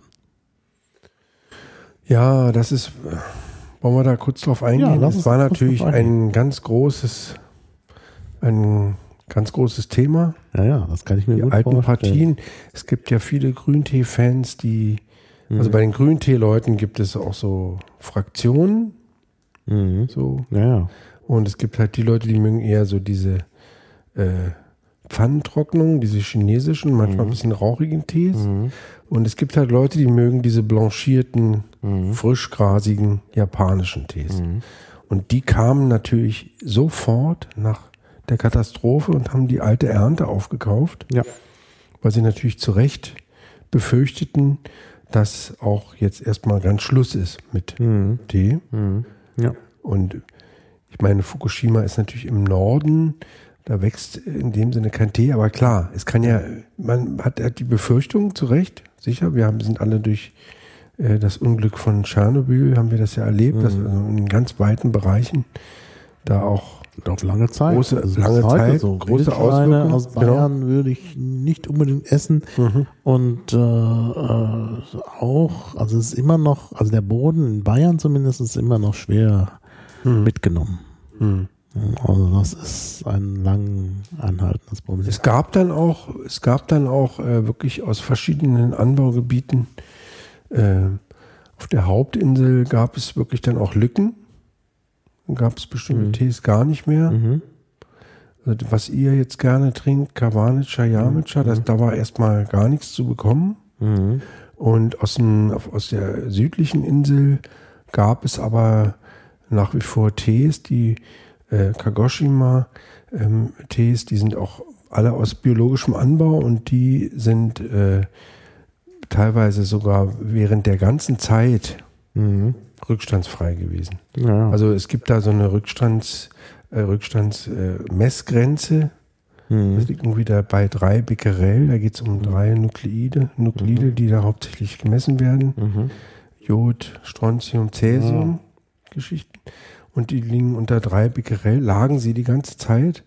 Ja, das ist, äh, wollen wir da kurz drauf eingehen? Ja, lass das uns war kurz natürlich drauf eingehen. ein ganz großes, ein ganz großes Thema. Ja, ja, das kann ich mir Die gut alten vorstellen. Partien. Es gibt ja viele Grüntee-Fans, die, Mhm. also bei den Grüntee-Leuten gibt es auch so Fraktionen, Mhm. so. Ja, ja. Und es gibt halt die Leute, die mögen eher so diese äh, Pfannentrocknung, diese chinesischen, manchmal ein bisschen rauchigen Tees. Mhm. Und es gibt halt Leute, die mögen diese blanchierten, Mhm. frischgrasigen japanischen Tees. Mhm. Und die kamen natürlich sofort nach der Katastrophe und haben die alte Ernte aufgekauft, Ja. weil sie natürlich zu Recht befürchteten, dass auch jetzt erstmal ganz Schluss ist mit Mhm. Tee. Mhm. Ja. Und ich meine, Fukushima ist natürlich im Norden, da wächst in dem Sinne kein Tee, aber klar, es kann ja, man hat, hat die Befürchtung, zu Recht, sicher, wir haben, sind alle durch äh, das Unglück von Tschernobyl, haben wir das ja erlebt, dass also in ganz weiten Bereichen da auch Und auf lange Zeit. Große- Also lange bis heute Zeit, so. große Wildschweine Auswirkungen, aus Bayern würde ich nicht unbedingt essen. Mhm. Und äh, äh, auch, also es ist immer noch, also der Boden in Bayern zumindest ist immer noch schwer mitgenommen. Mhm. Also das ist ein lang anhaltendes Problem. Es gab dann auch, es gab dann auch äh, wirklich aus verschiedenen Anbaugebieten, äh, auf der Hauptinsel gab es wirklich dann auch Lücken. Dann gab es bestimmte Mhm. Tees gar nicht mehr. Mhm. Also was ihr jetzt gerne trinkt, Kavanica, Yamicha, das, da war erstmal gar nichts zu bekommen. Mhm. Und aus, dem, aus der südlichen Insel gab es aber nach wie vor Tees, die äh, Kagoshima ähm, Tees, die sind auch alle aus biologischem Anbau und die sind äh, teilweise sogar während der ganzen Zeit Mhm. rückstandsfrei gewesen. Ja. Also es gibt da so eine Rückstands, äh, Rückstands äh, Messgrenze. Das mhm. liegt irgendwie da bei drei Becquerel, da geht es um drei Nuklide, Nuklide, die da hauptsächlich gemessen werden. Mhm. Jod, Strontium, Cäsium Geschichten. Und die liegen unter drei Becquerel, lagen sie die ganze Zeit.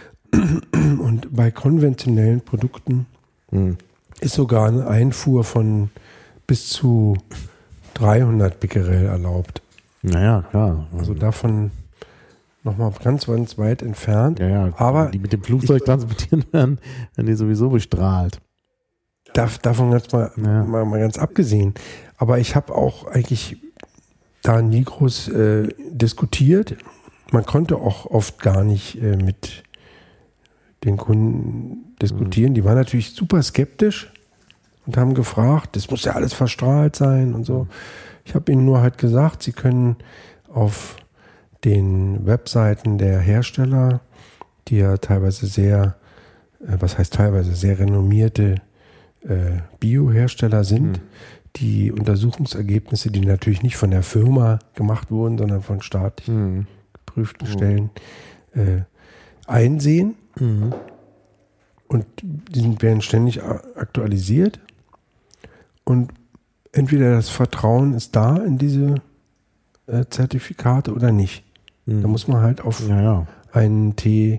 Und bei konventionellen Produkten Mhm. ist sogar eine Einfuhr von bis zu dreihundert Becquerel erlaubt. Naja, klar. Also davon nochmal ganz, ganz weit entfernt. ja, ja. aber die mit dem Flugzeug transportieren werden, werden die sowieso bestrahlt. Dav, davon ganz mal, Ja. mal, mal ganz abgesehen. Aber ich habe auch eigentlich da nie groß äh, diskutiert. Man konnte auch oft gar nicht äh, mit den Kunden diskutieren. Die waren natürlich super skeptisch und haben gefragt, das muss ja alles verstrahlt sein und so. Ich habe ihnen nur halt gesagt, sie können auf den Webseiten der Hersteller, die ja teilweise sehr, äh, was heißt teilweise, sehr renommierte äh, Bio-Hersteller sind, die Untersuchungsergebnisse, die natürlich nicht von der Firma gemacht wurden, sondern von staatlich Mhm. geprüften Stellen äh, einsehen. Mhm. Und die sind, werden ständig a- aktualisiert. Und entweder das Vertrauen ist da in diese äh, Zertifikate oder nicht. Mhm. Da muss man halt auf Ja, ja. einen Tee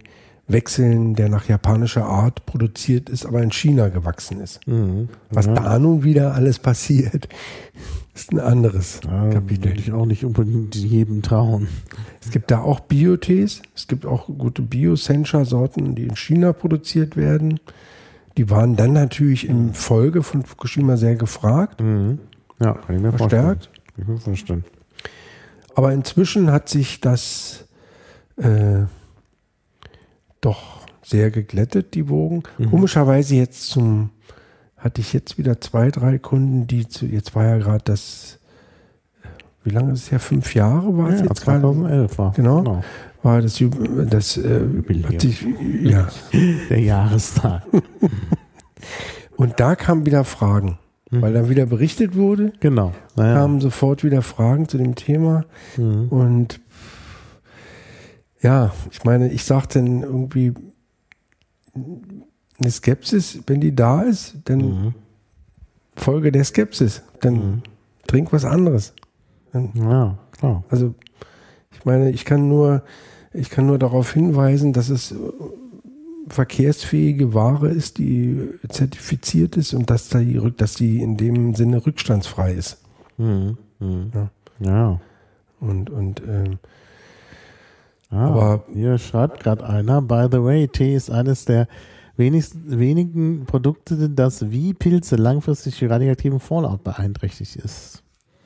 wechseln, der nach japanischer Art produziert ist, aber in China gewachsen ist. Mhm. Was ja. da nun wieder alles passiert, ist ein anderes ja, Kapitel. Würde ich auch nicht unbedingt jedem trauen. Es gibt da auch Bio-Tees, es gibt auch gute Bio-Sencha-Sorten, die in China produziert werden. Die waren dann natürlich in Folge von Fukushima sehr gefragt. Mhm. Ja, kann ich mir verstärkt. vorstellen. Ich kann mir vorstellen. Aber inzwischen hat sich das äh, doch sehr geglättet, die Wogen. Mhm. Komischerweise jetzt zum, hatte ich jetzt wieder zwei, drei Kunden, die zu, jetzt war ja gerade das, wie lange ist es her? Fünf Jahre war es ja, jetzt zweitausendelf war. Genau. genau. War das, das äh, hat sich, ja. Der Jahrestag. Und da kamen wieder Fragen. Weil dann wieder berichtet wurde, genau. Naja. kamen sofort wieder Fragen zu dem Thema. Mhm. Und ja, ich meine, ich sage dann irgendwie, eine Skepsis, wenn die da ist, dann mhm. Folge der Skepsis. Dann mhm. trink was anderes. Dann, ja, klar. Also, ich meine, ich kann nur, ich kann nur darauf hinweisen, dass es verkehrsfähige Ware ist, die zertifiziert ist und dass die, dass die in dem Sinne rückstandsfrei ist. Mhm. Mhm. Ja. ja. Und, und ähm, ah, aber hier schreibt gerade einer, by the way, Tee ist eines der wenigsten, wenigen Produkte, das wie Pilze langfristig die radioaktiven Fallout beeinträchtigt ist.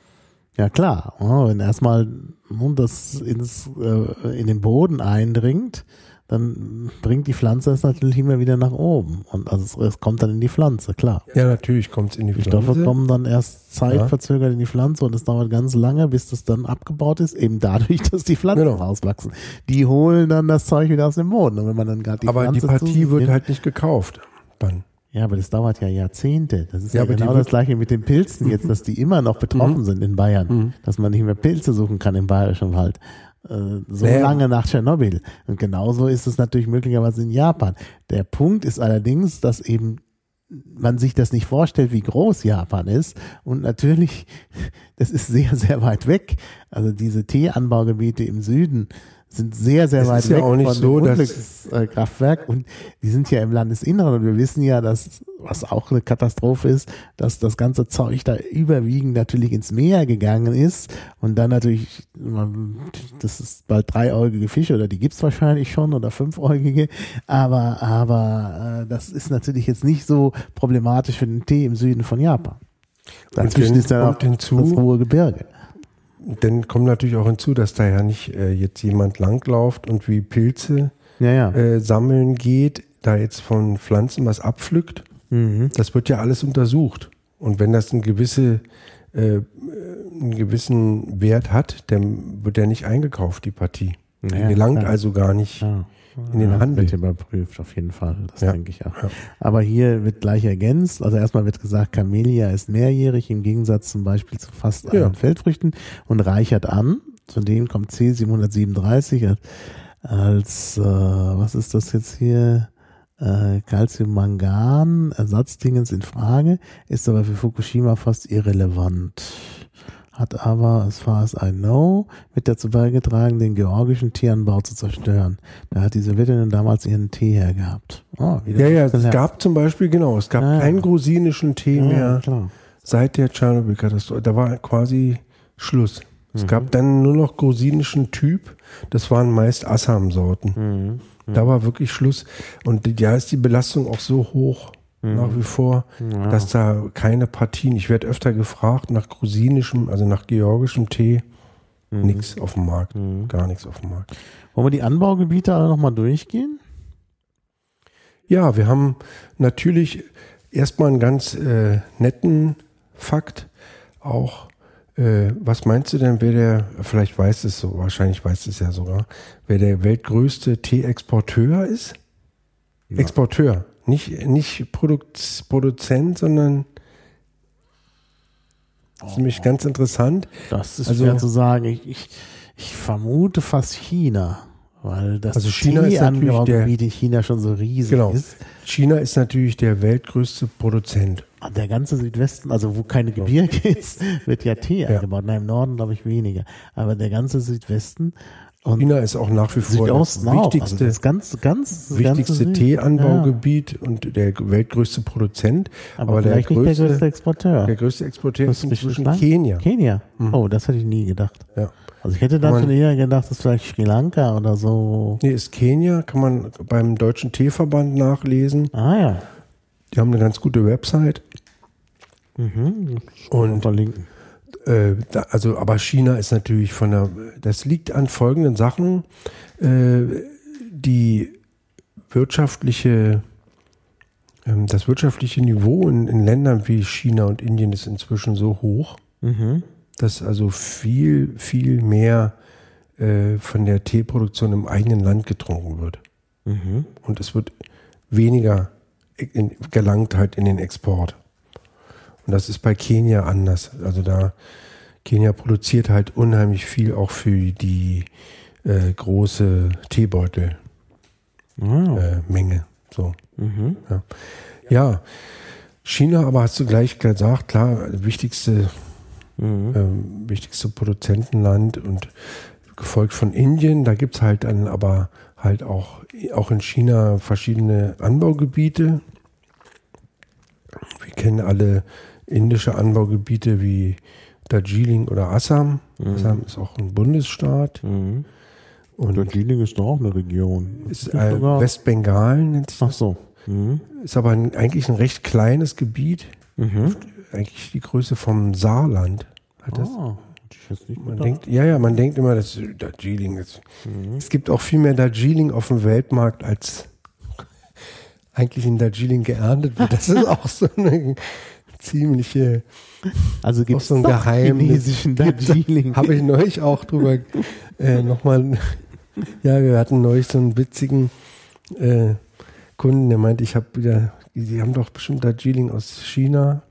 Ja klar, wenn erstmal das ins, äh, in den Boden eindringt, dann bringt die Pflanze es natürlich immer wieder nach oben. Und also es, es kommt dann in die Pflanze, klar. Ja, natürlich kommt es in die Pflanze. Die Stoffe kommen dann erst zeitverzögert ja. in die Pflanze und es dauert ganz lange, bis das dann abgebaut ist, eben dadurch, dass die Pflanzen genau. rauswachsen. Die holen dann das Zeug wieder aus dem Boden. Und wenn man dann gerade die aber Pflanze die Partie wird nimmt, halt nicht gekauft dann. Ja, aber das dauert ja Jahrzehnte. Das ist ja, ja genau das Gleiche mit den Pilzen jetzt, dass die immer noch betroffen sind in Bayern. Mhm. Dass man nicht mehr Pilze suchen kann im Bayerischen Wald. So naja. lange nach Tschernobyl. Und genauso ist es natürlich möglicherweise in Japan. Der Punkt ist allerdings, dass eben man sich das nicht vorstellt, wie groß Japan ist. Und natürlich, das ist sehr, sehr weit weg. Also diese Teeanbaugebiete im Süden sind sehr, sehr es weit ist weg ja auch nicht von so, dem Unglückskraftwerk und die sind ja im Landesinneren und wir wissen ja, dass, was auch eine Katastrophe ist, dass das ganze Zeug da überwiegend natürlich ins Meer gegangen ist und dann natürlich, das ist bald dreieugige Fische oder die gibt's wahrscheinlich schon oder fünfäugige, aber, aber das ist natürlich jetzt nicht so problematisch für den Tee im Süden von Japan. Dazwischen ist ja auch hinzu, das hohe Gebirge. Dann kommt natürlich auch hinzu, dass da ja nicht äh, jetzt jemand langläuft und wie Pilze ja, ja. Äh, sammeln geht, da jetzt von Pflanzen was abpflückt. Mhm. Das wird ja alles untersucht. Und wenn das eine gewisse, äh, einen gewissen Wert hat, dann wird der nicht eingekauft, die Partie. Die ja, gelangt ja. also gar nicht ja. in den ja, Handel. Wird überprüft, auf jeden Fall. Das ja. denke ich auch. Ja. Aber hier wird gleich ergänzt. Also erstmal wird gesagt, Camellia ist mehrjährig im Gegensatz zum Beispiel zu fast allen ja. Feldfrüchten und reichert an. Zudem kommt C siebenhundertsiebenunddreißig als, als äh, was ist das jetzt hier? Äh, Calciummangan, Ersatzdingens in Frage, ist aber für Fukushima fast irrelevant. Hat aber, as far as I know, mit dazu beigetragen, den georgischen Teeanbau zu zerstören. Da hat die Sowjetunion damals ihren Tee hergehabt. Oh, ja, ja, es gelernt. gab zum Beispiel, genau, es gab ah, keinen grusinischen Tee ja, mehr klar. seit der Tschernobyl-Katastrophe. Da war quasi Schluss. Es mhm. gab dann nur noch grusinischen Typ, das waren meist Assam-Sorten. Mhm. Mhm. Da war wirklich Schluss. Und ja, ist die Belastung auch so hoch. Mhm. Nach wie vor, ja. dass da keine Partien, ich werde öfter gefragt nach grusinischem, also nach georgischem Tee, mhm. nichts auf dem Markt, mhm. gar nichts auf dem Markt. Wollen wir die Anbaugebiete alle nochmal durchgehen? Ja, wir haben natürlich erstmal einen ganz äh, netten Fakt, auch, äh, was meinst du denn, wer der, vielleicht weiß es so, wahrscheinlich weiß es ja sogar, wer der weltgrößte Tee-Exporteur ist? Ja. Exporteur. Nicht, nicht Produkt, Produzent, sondern das ist nämlich ganz interessant. Das ist also, schwer zu sagen. Ich, ich, ich vermute fast China, weil das also China ist natürlich der, in China schon so riesig genau, ist. China ist natürlich der weltgrößte Produzent. Der ganze Südwesten, also wo keine Gebirge ist, wird ja Tee ja. angebaut. Nein, im Norden glaube ich weniger. Aber der ganze Südwesten, Und China ist auch nach wie vor das Südosten auch. wichtigste, Also das ganz, ganz, wichtigste ganze Teeanbaugebiet ja. und der weltgrößte Produzent. Aber, aber der, vielleicht größte, nicht der größte Exporteur. Der größte Exporteur das ist inzwischen Kenia. Kenia? Mhm. Oh, das hätte ich nie gedacht. Ja. Also ich hätte dann schon eher gedacht, das ist vielleicht Sri Lanka oder so. Nee, ist Kenia, kann man beim Deutschen Teeverband nachlesen. Ah ja. Die haben eine ganz gute Website. Mhm. Und verlinken. Äh, da, also, aber China ist natürlich von der, das liegt an folgenden Sachen. Äh, die wirtschaftliche, ähm, das wirtschaftliche Niveau in, in Ländern wie China und Indien ist inzwischen so hoch, mhm. dass also viel, viel mehr äh, von der Teeproduktion im eigenen Land getrunken wird. Mhm. Und es wird weniger in, gelangt halt in den Export. Und das ist bei Kenia anders. Also da, Kenia produziert halt unheimlich viel auch für die äh, große Teebeutel Wow. äh, Menge. So. Mhm. Ja. ja, China, aber hast du gleich gesagt, klar, wichtigste, Mhm. ähm, wichtigste Produzentenland und gefolgt von Indien. Da gibt es halt dann aber halt auch, auch in China verschiedene Anbaugebiete. Wir kennen alle indische Anbaugebiete wie Darjeeling oder Assam. Mhm. Assam ist auch ein Bundesstaat. Mhm. Und Darjeeling ist doch auch eine Region. ist äh, Westbengalen nennt sich Ach das. so. Mhm. Ist aber ein, eigentlich ein recht kleines Gebiet. Mhm. Eigentlich die Größe vom Saarland. Hat das. Ah, hätte ich jetzt nicht Man gedacht. denkt, ja, ja, man denkt immer, dass Darjeeling ist. Mhm. Es gibt auch viel mehr Darjeeling auf dem Weltmarkt, als eigentlich in Darjeeling geerntet wird. Das ist auch so eine ziemliche, Also gibt auch es so ein doch Geheimnis. chinesischen Darjeeling. Habe ich neulich auch drüber äh, nochmal, ja, wir hatten neulich so einen witzigen äh, Kunden, der meinte, ich habe wieder, die haben doch bestimmt Darjeeling aus China.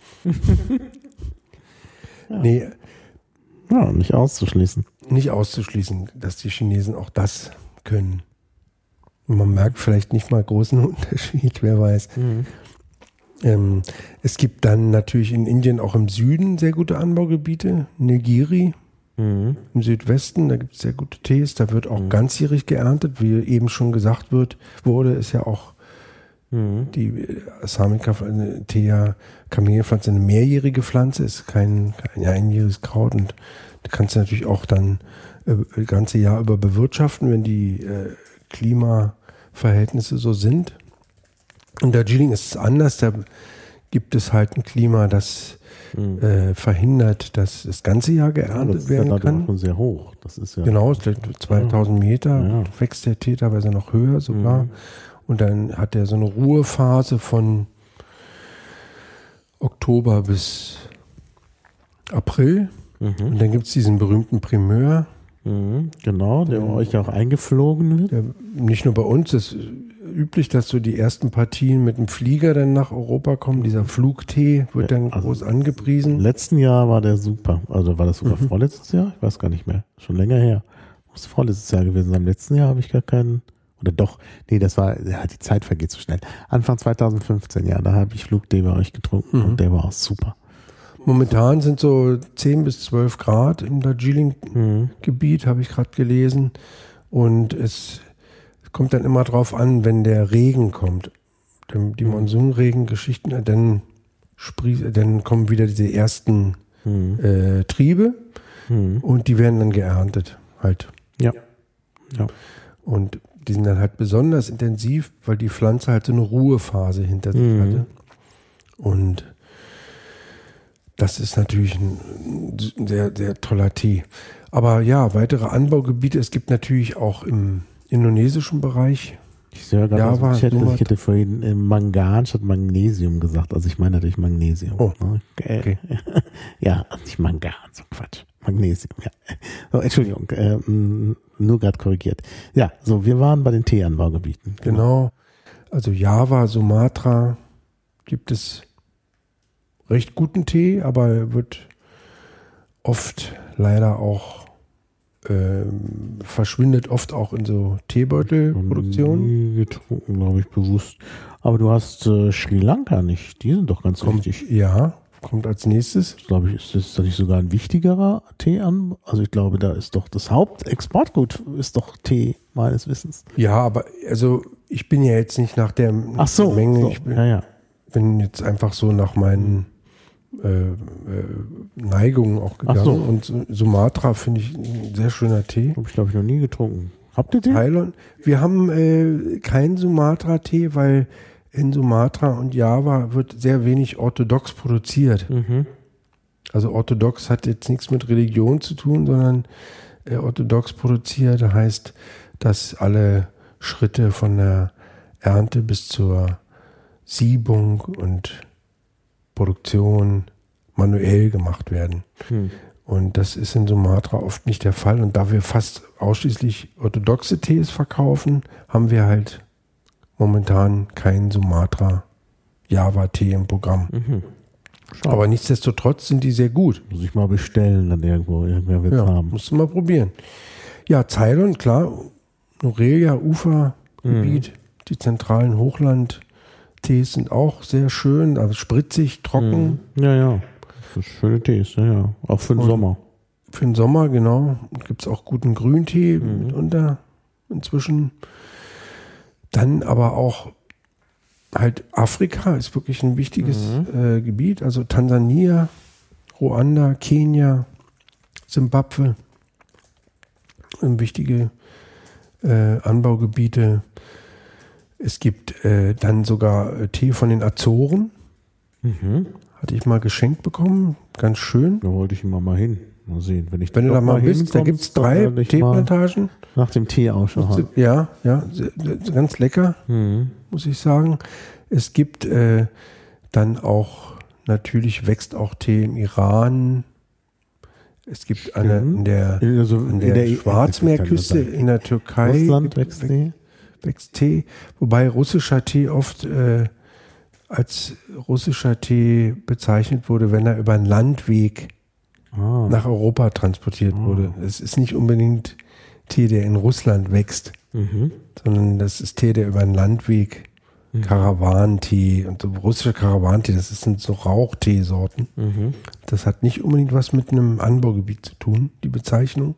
Ja. Nee, Ja, nicht auszuschließen. nicht auszuschließen, dass die Chinesen auch das können. Und man merkt vielleicht nicht mal großen Unterschied, wer weiß. Mhm. Ähm, es gibt dann natürlich in Indien auch im Süden sehr gute Anbaugebiete. Nilgiri Mhm. im Südwesten, da gibt es sehr gute Tees. Da wird auch ganzjährig geerntet. Wie eben schon gesagt wird, wurde, ist ja auch Mhm. die Assamica Thea Kamelienpflanze eine mehrjährige Pflanze, ist kein, kein einjähriges Kraut und da kannst du natürlich auch dann äh, das ganze Jahr über bewirtschaften, wenn die äh, Klimaverhältnisse so sind. In Darjeeling ist es anders, da gibt es halt ein Klima, das Mhm. äh, verhindert, dass das ganze Jahr Ja, geerntet das ist ja werden dadurch kann. auch schon sehr hoch. Das ist ja Genau, es liegt zweitausend Meter, Ja. wächst der Tee teilweise noch höher sogar. Mhm. Und dann hat er so eine Ruhephase von Oktober bis April. Mhm. Und dann gibt es diesen berühmten Primeur. Mhm. Genau, der bei euch auch eingeflogen wird. Der, nicht nur bei uns, es ist üblich, dass so die ersten Partien mit dem Flieger dann nach Europa kommen. Dieser Flugtee wird dann also groß angepriesen. Im letzten Jahr war der super. Also war das sogar Mhm. vorletztes Jahr? Ich weiß gar nicht mehr. Schon länger her. Muss vorletztes Jahr gewesen sein. Im letzten Jahr habe ich gar keinen. Oder doch, nee, das war, ja, die Zeit vergeht so schnell. Anfang zweitausendfünfzehn, ja, da habe ich Flugtee bei euch getrunken Mhm. und der war auch super. Momentan sind so zehn bis zwölf Grad im Darjeeling-Gebiet, Mhm. habe ich gerade gelesen. Und es kommt dann immer drauf an, wenn der Regen kommt, die die Monsunregen-Geschichten, dann, sprieß, dann kommen wieder diese ersten Mhm. äh, Triebe Mhm. und die werden dann geerntet halt. Ja. Ja. Und die sind dann halt besonders intensiv, weil die Pflanze halt so eine Ruhephase hinter sich Mhm. hatte. Und das ist natürlich ein sehr, sehr toller Tee. Aber ja, weitere Anbaugebiete. Es gibt natürlich auch im indonesischen Bereich. Ich sehe gerade, Ja, also war ich, hätte, Nummer- ich hätte vorhin äh, Mangan statt Magnesium gesagt. Also ich meine natürlich Magnesium. Oh, ne? Äh, okay. Ja, nicht Mangan, so Quatsch. Magnesium, ja. So, Entschuldigung, äh, mh, nur gerade korrigiert. Ja, so, wir waren bei den Teeanbaugebieten. Genau. Also Java, Sumatra gibt es recht guten Tee, aber er wird oft leider auch ähm, verschwindet oft auch in so Teebeutelproduktion. Nie getrunken, glaube ich, bewusst. Aber du hast äh, Sri Lanka nicht. Die sind doch ganz Kommt, wichtig. ja, kommt als nächstes. Glaube ich, ist das ist nicht sogar ein wichtigerer Tee an. Also ich glaube, da ist doch das Hauptexportgut ist doch Tee, meines Wissens. Ja, aber also ich bin ja jetzt nicht nach der Ach so, Menge, so. ich bin, ja, ja. bin jetzt einfach so nach meinen äh, äh, Neigungen auch gegangen. Ach so. Und Sumatra finde ich ein sehr schöner Tee. Habe ich, glaube ich, noch nie getrunken. Habt ihr den? Ceylon. Wir haben äh, keinen Sumatra-Tee, weil in Sumatra und Java wird sehr wenig orthodox produziert. Mhm. Also orthodox hat jetzt nichts mit Religion zu tun, sondern äh, orthodox produziert heißt, dass alle Schritte von der Ernte bis zur Siebung und Produktion manuell gemacht werden. Hm. Und das ist in Sumatra oft nicht der Fall. Und da wir fast ausschließlich orthodoxe Tees verkaufen, haben wir halt momentan keinen Sumatra-Java-Tee im Programm. Mhm. Schade. Aber nichtsdestotrotz sind die sehr gut. Muss ich mal bestellen dann irgendwo. Irgendwer wird es Ja, haben. musst du mal probieren. Ja, Ceylon, klar. Norelia, Ufergebiet. Die zentralen Hochland-Tees sind auch sehr schön, also spritzig, trocken. Mhm. Ja, ja. Das ist schöne Tees, ja, ja. Auch für den Und Sommer. Für den Sommer, genau. Gibt es auch guten Grüntee Mhm. mitunter inzwischen. Dann aber auch halt Afrika ist wirklich ein wichtiges Mhm. äh, Gebiet. Also Tansania, Ruanda, Kenia, Simbabwe. Ähm, wichtige äh, Anbaugebiete. Es gibt äh, dann sogar äh, Tee von den Azoren. Mhm. Hatte ich mal geschenkt bekommen. Ganz schön. Da wollte ich immer mal hin. Mal sehen. Wenn, ich Wenn du doch da mal bist, da hinkomme, gibt es drei dann werde ich mal Teeplantagen. nach dem Tee Ausschau halten. Ja, ja, sehr- sehr- ganz lecker, Mhm. muss ich sagen. Es gibt äh, dann auch, natürlich wächst auch Tee im Iran. Es gibt eine in der, Also in der, Schwarzmeerküste in der Türkei Russland gibt- wächst Tee. wächst Tee, wobei russischer Tee oft äh, als russischer Tee bezeichnet wurde, wenn er über einen Landweg Ah. nach Europa transportiert wurde. Es ist nicht unbedingt Tee, der in Russland wächst, Mhm. sondern das ist Tee, der über einen Landweg, Karawanentee und so russischer Karawanentee, das sind so Rauchteesorten. Mhm. Das hat nicht unbedingt was mit einem Anbaugebiet zu tun, die Bezeichnung.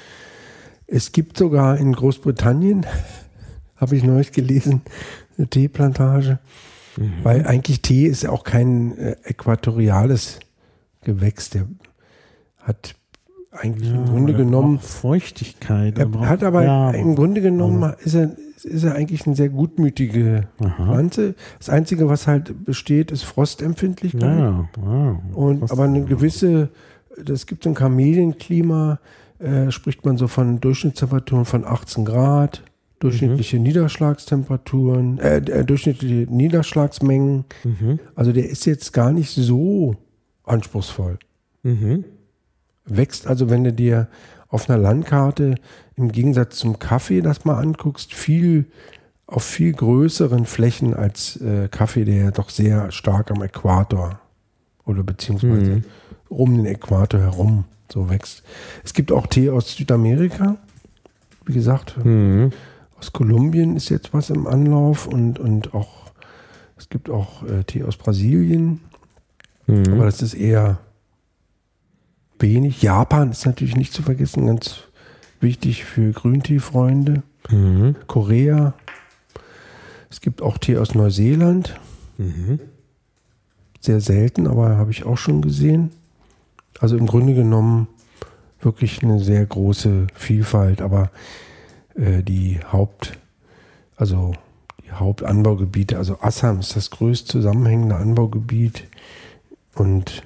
Es gibt sogar in Großbritannien, habe ich neulich gelesen, eine Teeplantage, Mhm. weil eigentlich Tee ist ja auch kein äh, äquatoriales Gewächs, der hat eigentlich im Grunde der genommen, braucht Feuchtigkeit. er braucht hat aber Wärme. im Grunde genommen ist er, ist er eigentlich eine sehr gutmütige Aha. Pflanze. Das Einzige, was halt besteht, ist Frostempfindlichkeit. Ja, ja. Und, Was- aber eine gewisse, das gibt so ein Kamelienklima, äh, spricht man so von Durchschnittstemperaturen von achtzehn Grad, durchschnittliche Niederschlagstemperaturen, äh, äh, durchschnittliche Niederschlagsmengen. Mhm. Also der ist jetzt gar nicht so anspruchsvoll. Mhm. Wächst also, wenn du dir auf einer Landkarte im Gegensatz zum Kaffee das mal anguckst, viel auf viel größeren Flächen als äh, Kaffee, der ja doch sehr stark am Äquator oder beziehungsweise Mhm. um den Äquator herum so wächst. Es gibt auch Tee aus Südamerika. Wie gesagt, Mhm. aus Kolumbien ist jetzt was im Anlauf und, und auch, es gibt auch äh, Tee aus Brasilien, Mhm. aber das ist eher wenig. Japan ist natürlich nicht zu vergessen, ganz wichtig für Grünteefreunde. Mhm. Korea. Es gibt auch Tee aus Neuseeland. Mhm. Sehr selten, aber habe ich auch schon gesehen. Also im Grunde genommen wirklich eine sehr große Vielfalt, aber äh, die Haupt, also die Hauptanbaugebiete, also Assam ist das größte zusammenhängende Anbaugebiet und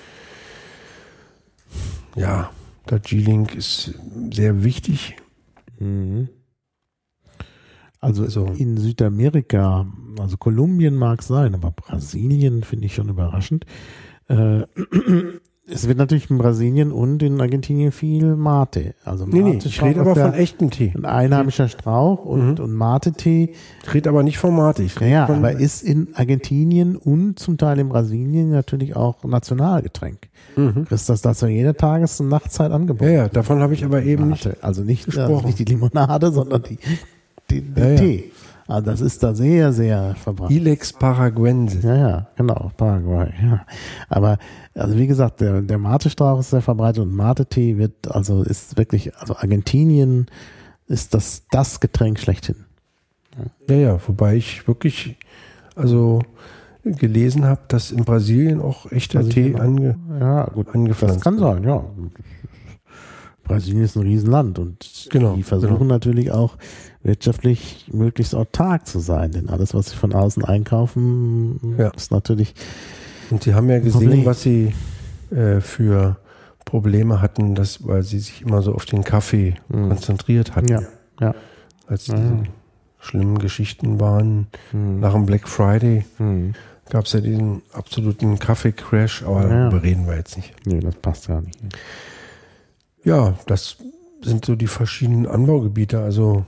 ja, Darjeeling ist sehr wichtig. Mhm. Also, Also- in Südamerika, also Kolumbien mag sein, aber Brasilien finde ich schon überraschend. Äh, es wird natürlich in Brasilien und in Argentinien viel Mate. Also Nee, nee, Mate ich rede aber von echtem Tee. ein einheimischer Strauch und, und Mate-Tee. Ich rede aber nicht von Mate. Ich rede Ja, von, aber ist in Argentinien und zum Teil in Brasilien natürlich auch Nationalgetränk. Mhm. Kriegst das da zu jeder Tages- und Nachtzeit Ja, angeboten. ja, davon habe ich aber eben nicht. Mate. Also nicht, also gesprochen. nicht die Limonade, sondern die, die, den Ja, ja. Tee. Also das ist da sehr, sehr verbreitet. Ilex paraguensis. Ja, ja, genau, Paraguay. Ja. Aber also wie gesagt, der, der Mate-Strauch ist sehr verbreitet und Mate-Tee wird, also ist wirklich, also Argentinien ist das, das Getränk schlechthin. Ja, ja, wobei ich wirklich, also gelesen habe, dass in Brasilien auch echter Also Tee genau. ange, Ja, gut, angepflanzt das kann wird. sein, ja. Brasilien ist ein Riesenland und Genau, die versuchen genau. natürlich auch wirtschaftlich möglichst autark zu sein, denn alles, was sie von außen einkaufen, Ja. ist natürlich Und sie haben ja gesehen, Problem. was sie äh, für Probleme hatten, dass, weil sie sich immer so auf den Kaffee Mhm. konzentriert hatten. ja, ja. Als Ja, diese ja. schlimmen Geschichten waren. Mhm. Nach dem Black Friday Mhm. gab es ja diesen absoluten Kaffee-Crash, aber Ja. darüber reden wir jetzt nicht. Nee, das passt ja nicht. Ja, das sind so die verschiedenen Anbaugebiete. Also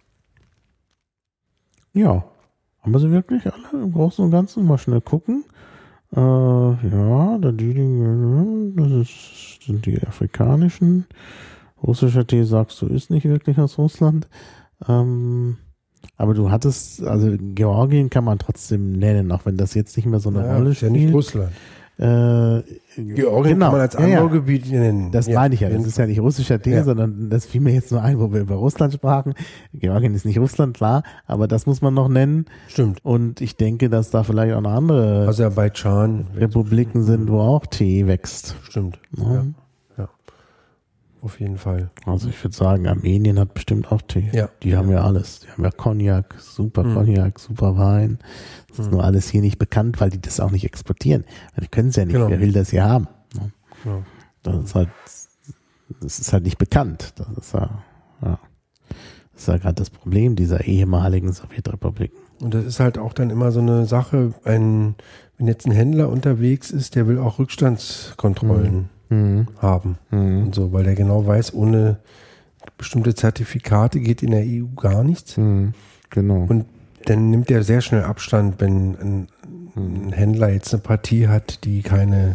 Ja, haben wir sie wirklich alle im Großen und Ganzen? Mal schnell gucken. Äh, ja, da die, die, das ist, sind die afrikanischen. Russischer Tee, sagst du, ist nicht wirklich aus Russland. Ähm, aber du hattest, also Georgien kann man trotzdem nennen, auch wenn das jetzt nicht mehr so eine ja, Rolle ist ja spielt. nicht Russland. Äh, Georgien genau. kann man als Ja, ja. Anbaugebiet nennen. Das Ja, meine ich ja, auf das jeden ist ja nicht russischer Tee, Ja. sondern das fiel mir jetzt nur ein, wo wir über Russland sprachen. Georgien ist nicht Russland, klar, aber das muss man noch nennen. Fall. Stimmt. Und ich denke, dass da vielleicht auch noch andere Aserbaidschan. Republiken sind, wo auch Tee wächst. Stimmt. Ja. Ja. Ja. Auf jeden Fall. Also ich würde sagen, Armenien hat bestimmt auch Tee. Ja. Die haben ja alles. Die haben ja Cognac, super Mhm. Cognac, super Wein. Das ist Mhm. nur alles hier nicht bekannt, weil die das auch nicht exportieren. Die können es ja nicht. Genau. Wer will das hier haben? Ne? Ja. Das ist halt, das ist halt nicht bekannt. Das ist ja, ja. Das ist ja gerade das Problem dieser ehemaligen Sowjetrepubliken. Und das ist halt auch dann immer so eine Sache, ein, wenn jetzt ein Händler unterwegs ist, der will auch Rückstandskontrollen Mhm. haben Mhm. und so, weil der genau weiß, ohne bestimmte Zertifikate geht in der E U gar nichts. Mhm. Genau. Und dann nimmt er sehr schnell Abstand, wenn ein, ein Händler jetzt eine Partie hat, die keine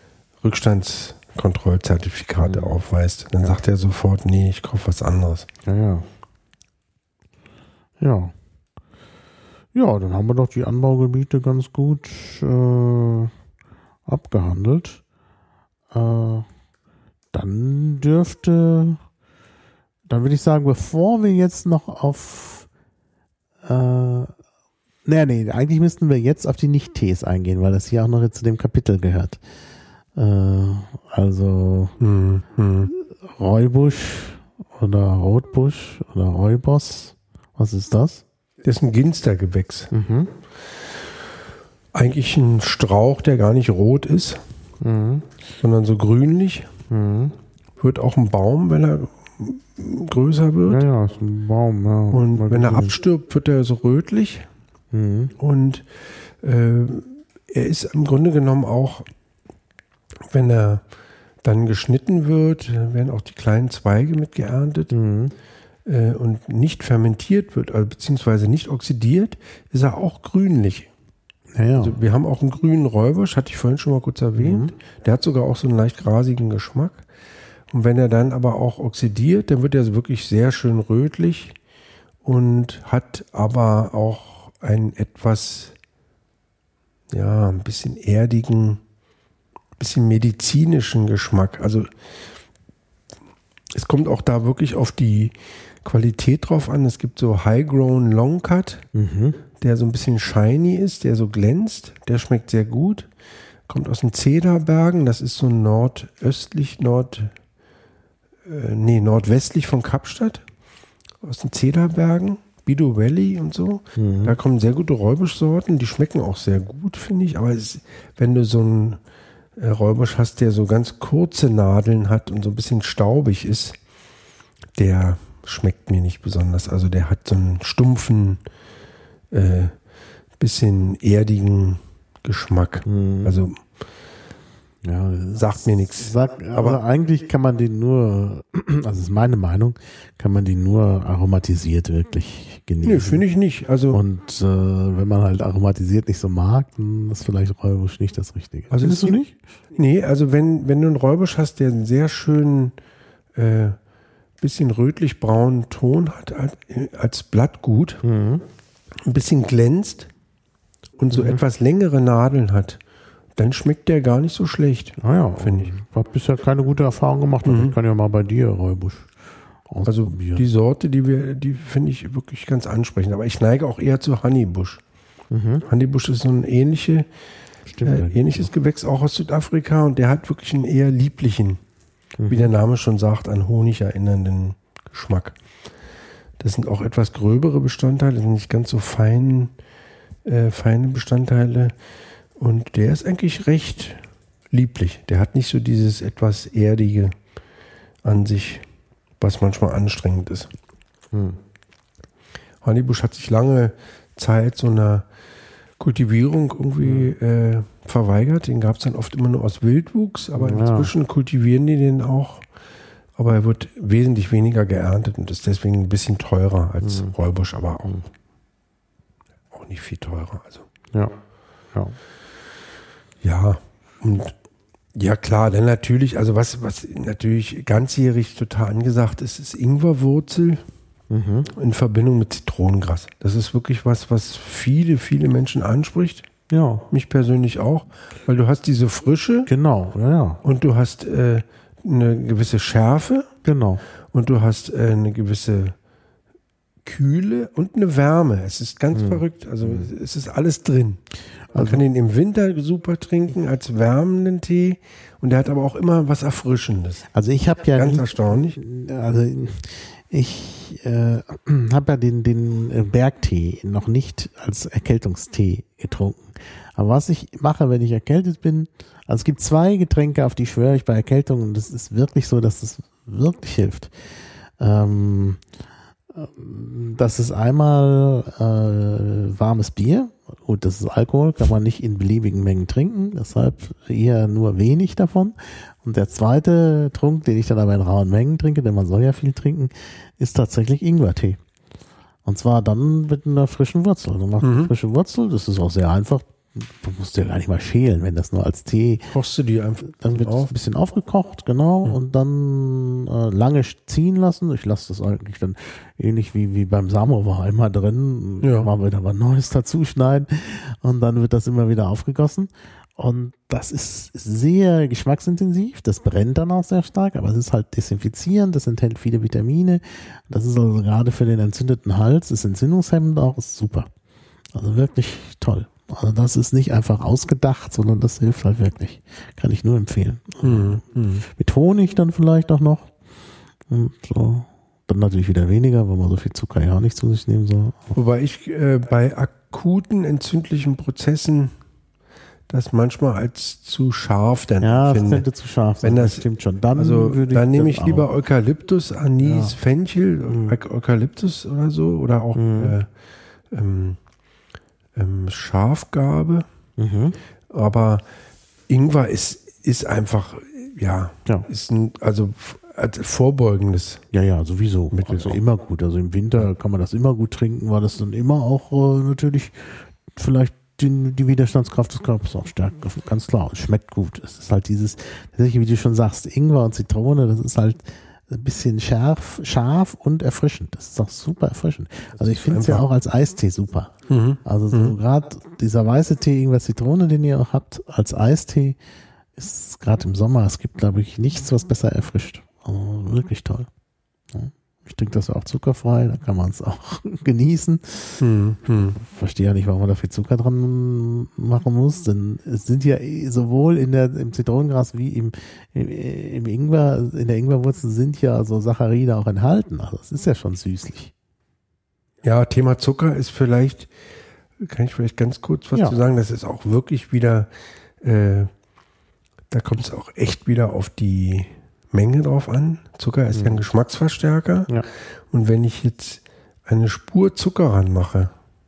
Rückstandskontrollzertifikate Mhm. aufweist. Dann Ja. sagt er sofort, nee, ich kaufe was anderes. Ja, ja. Ja. Ja, dann haben wir doch die Anbaugebiete ganz gut äh, abgehandelt. Äh, dann dürfte, dann würde ich sagen, bevor wir jetzt noch auf, äh, nee, nee, eigentlich müssten wir jetzt auf die Nicht-Tees eingehen, weil das hier auch noch zu dem Kapitel gehört. Äh, also Hm, hm. Räubusch oder Rotbusch oder Räubos. Was ist das? Das ist ein Ginstergewächs. Mhm. Eigentlich ein Strauch, der gar nicht rot ist, Mhm. sondern so grünlich. Mhm. Wird auch ein Baum, wenn er größer Ja, wird. ja, ist ein Baum. Ja. Und Mal wenn er gesehen. abstirbt, wird er so rötlich. Mhm. Und äh, er ist im Grunde genommen auch, wenn er dann geschnitten wird, werden auch die kleinen Zweige mit geerntet Mhm. äh, und nicht fermentiert wird, also beziehungsweise nicht oxidiert, ist er auch grünlich. Ja, ja. Also wir haben auch einen grünen Räubusch, hatte ich vorhin schon mal kurz erwähnt. Mhm. Der hat sogar auch so einen leicht grasigen Geschmack. Und wenn er dann aber auch oxidiert, dann wird er wirklich sehr schön rötlich und hat aber auch einen etwas, ja, ein bisschen erdigen, bisschen medizinischen Geschmack. Also es kommt auch da wirklich auf die Qualität drauf an. Es gibt so High-Grown Long Cut, Mhm. der so ein bisschen shiny ist, der so glänzt. Der schmeckt sehr gut. Kommt aus den Zederbergen. Das ist so nordöstlich, nord, äh, nee, nordwestlich von Kapstadt. Aus den Zederbergen. Bido Valley und so. Mhm. Da kommen sehr gute Räubuschsorten. Die schmecken auch sehr gut, finde ich. Aber es, wenn du so einen äh, Räubusch hast, der so ganz kurze Nadeln hat und so ein bisschen staubig ist, der schmeckt mir nicht besonders. Also der hat so einen stumpfen, äh, bisschen erdigen Geschmack. Mhm. Also Ja, das sagt mir nichts. Sag, aber eigentlich kann man die nur, also ist meine Meinung, kann man die nur aromatisiert wirklich genießen. Nee, finde ich nicht. Also, Und äh, wenn man halt aromatisiert nicht so mag, dann ist vielleicht Räubusch nicht das Richtige. Also Findest es du gibt- nicht? nee, also wenn, wenn du einen Räubusch hast, der einen sehr schönen, äh, bisschen rötlich-braunen Ton hat als, als Blattgut, Mhm. ein bisschen glänzt und so Mhm. etwas längere Nadeln hat, dann schmeckt der gar nicht so schlecht, Naja, finde ich. Ich habe bisher keine gute Erfahrung gemacht, aber Mhm. ich kann ja mal bei dir, Räubusch, Also ausprobieren. die Sorte, die wir, die finde ich wirklich ganz ansprechend. Aber ich neige auch eher zu Honeybush. Mhm. Honeybush ist so ein ähnliche, Stimmt. äh, ähnliches Gewächs auch aus Südafrika und der hat wirklich einen eher lieblichen, Mhm. wie der Name schon sagt, an Honig erinnernden Geschmack. Das sind auch etwas gröbere Bestandteile, sind nicht ganz so fein, äh, feine Bestandteile. Und der ist eigentlich recht lieblich. Der hat nicht so dieses etwas Erdige an sich, was manchmal anstrengend ist. Mhm. Honeybush hat sich lange Zeit so einer Kultivierung irgendwie äh, verweigert. Den gab es dann oft immer nur aus Wildwuchs, aber Ja. inzwischen kultivieren die den auch. Aber er wird wesentlich weniger geerntet und ist deswegen ein bisschen teurer als Mhm. Räubusch, aber auch, Mhm. auch nicht viel teurer. Also Ja. Ja. ja, und ja klar, dann natürlich, also was, was natürlich ganzjährig total angesagt ist, ist Ingwerwurzel Mhm. in Verbindung mit Zitronengras. Das ist wirklich was, was viele, viele Menschen anspricht. Ja, Mich persönlich auch, weil du hast diese Frische genau, ja, ja, und du hast äh, eine gewisse Schärfe genau. und du hast äh, eine gewisse Kühle und eine Wärme. Es ist ganz Mhm. verrückt. Also es ist alles drin. Man Also- kann den im Winter super trinken als wärmenden Tee und der hat aber auch immer was Erfrischendes. Also ich habe ja Ganz nie- erstaunlich. Also ich äh, habe ja den, den äh, Bergtee noch nicht als Erkältungstee getrunken. Aber was ich mache, wenn ich erkältet bin, also es gibt zwei Getränke, auf die schwöre ich bei Erkältung und das ist wirklich so, dass das wirklich hilft. Ähm, das ist einmal äh, warmes Bier. Gut, das ist Alkohol, kann man nicht in beliebigen Mengen trinken, deshalb eher nur wenig davon. Und der zweite Trunk, den ich dann aber in rauen Mengen trinke, denn man soll ja viel trinken, ist tatsächlich Ingwertee. Und zwar dann mit einer frischen Wurzel. Du machst eine frische Wurzel, das ist auch sehr einfach. Du musst ja gar nicht mal schälen, wenn das nur als Tee. Kochst du die einfach Dann wird es auf? ein bisschen aufgekocht, genau, Mhm. und dann äh, lange ziehen lassen. Ich lasse das eigentlich dann ähnlich wie, wie beim Samovar immer drin. Ja. Mal wieder was Neues dazu schneiden und dann wird das immer wieder aufgegossen. Und das ist sehr geschmacksintensiv, das brennt dann auch sehr stark, aber es ist halt desinfizierend, das enthält viele Vitamine. Das ist also gerade für den entzündeten Hals, ist entzündungshemmend auch, ist super. Also wirklich toll. Also das ist nicht einfach ausgedacht, sondern das hilft halt wirklich. Kann ich nur empfehlen. Mhm. Mhm. Mit Honig dann vielleicht auch noch. Und so. Dann natürlich wieder weniger, weil man so viel Zucker ja auch nicht zu sich nehmen soll. Wobei ich äh, bei akuten entzündlichen Prozessen das manchmal als zu scharf dann Ja, das finde. könnte zu scharf sein. Wenn das- stimmt schon. Dann Also würde dann nehme das ich lieber auch. Eukalyptus, Anis, Ja. Fenchel, Mhm. Eu- Eukalyptus oder so oder auch Mhm. äh, ähm, ähm, Schafgarbe. Mhm. Aber Ingwer ist, ist einfach, ja, Ja. ist ein, also f- als vorbeugendes. Ja, ja, sowieso. Mittel Also auch. immer gut. Also im Winter kann man das immer gut trinken, weil das dann immer auch äh, natürlich vielleicht die, die Widerstandskraft des Körpers auch stärkt. Ganz klar. Es schmeckt gut. Es ist halt dieses, tatsächlich, wie du schon sagst, Ingwer und Zitrone, das ist halt ein bisschen scharf, scharf und erfrischend. Das ist auch super erfrischend. Also ich finde es ja einfach- auch als Eistee super. Mhm. Also so gerade dieser weiße Tee, Ingwer Zitrone, den ihr auch habt, als Eistee, ist gerade im Sommer, es gibt, glaube ich, nichts, was besser erfrischt. Also wirklich toll. Ja. Ich trinke das auch zuckerfrei, da kann man es auch genießen. Mhm. Mhm. Verstehe ja nicht, warum man da viel Zucker dran machen muss, denn es sind ja sowohl in der, im Zitronengras wie im, im, im Ingwer, in der Ingwerwurzel sind ja so Saccharide auch enthalten. Also es ist ja schon süßlich. Ja, Thema Zucker ist vielleicht, kann ich vielleicht ganz kurz was Ja. zu sagen, das ist auch wirklich wieder, äh, da kommt es auch echt wieder auf die Menge drauf an. Zucker ist ja ein Geschmacksverstärker. Ja. Und wenn ich jetzt eine Spur Zucker ranmache,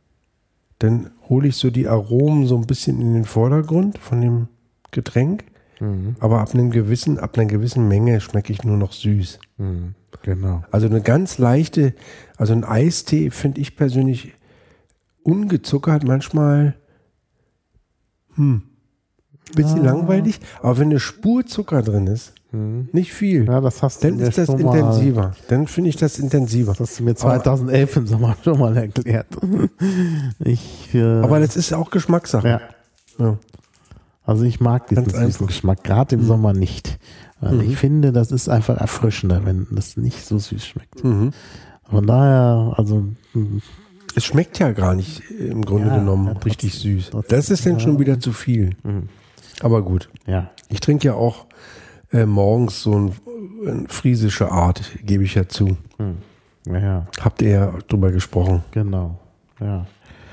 dann hole ich so die Aromen so ein bisschen in den Vordergrund von dem Getränk. Mhm. Aber ab einem gewissen, ab einer gewissen Menge schmecke ich nur noch süß. Mhm. Genau. Also eine ganz leichte, also ein Eistee finde ich persönlich ungezuckert manchmal hm, ein bisschen Ja. langweilig. Aber wenn eine Spur Zucker drin ist, Hm. Nicht viel. Ja, das hast du Dann mir ist das schon mal, intensiver. Dann finde ich das intensiver. das hast du mir zweitausendelf im Sommer schon mal erklärt. Ich, äh, Aber das ist auch Geschmackssache. ja. Ja. Also ich mag diesen Ganz süßen einfach. Geschmack, gerade im Mhm. Sommer nicht. Weil Mhm. ich finde, das ist einfach erfrischender, wenn das nicht so süß schmeckt. Mhm. Von daher, also mh, Es schmeckt ja gar nicht äh, im Grunde Ja, genommen ja, trotzdem, richtig süß. trotzdem. Das ist dann schon wieder zu viel. Mhm. Aber gut. ja. Ich trinke ja auch äh, morgens so ein, eine friesische Art, gebe ich ja zu. Hm. Ja, ja, Habt ihr ja drüber gesprochen. genau. Ja,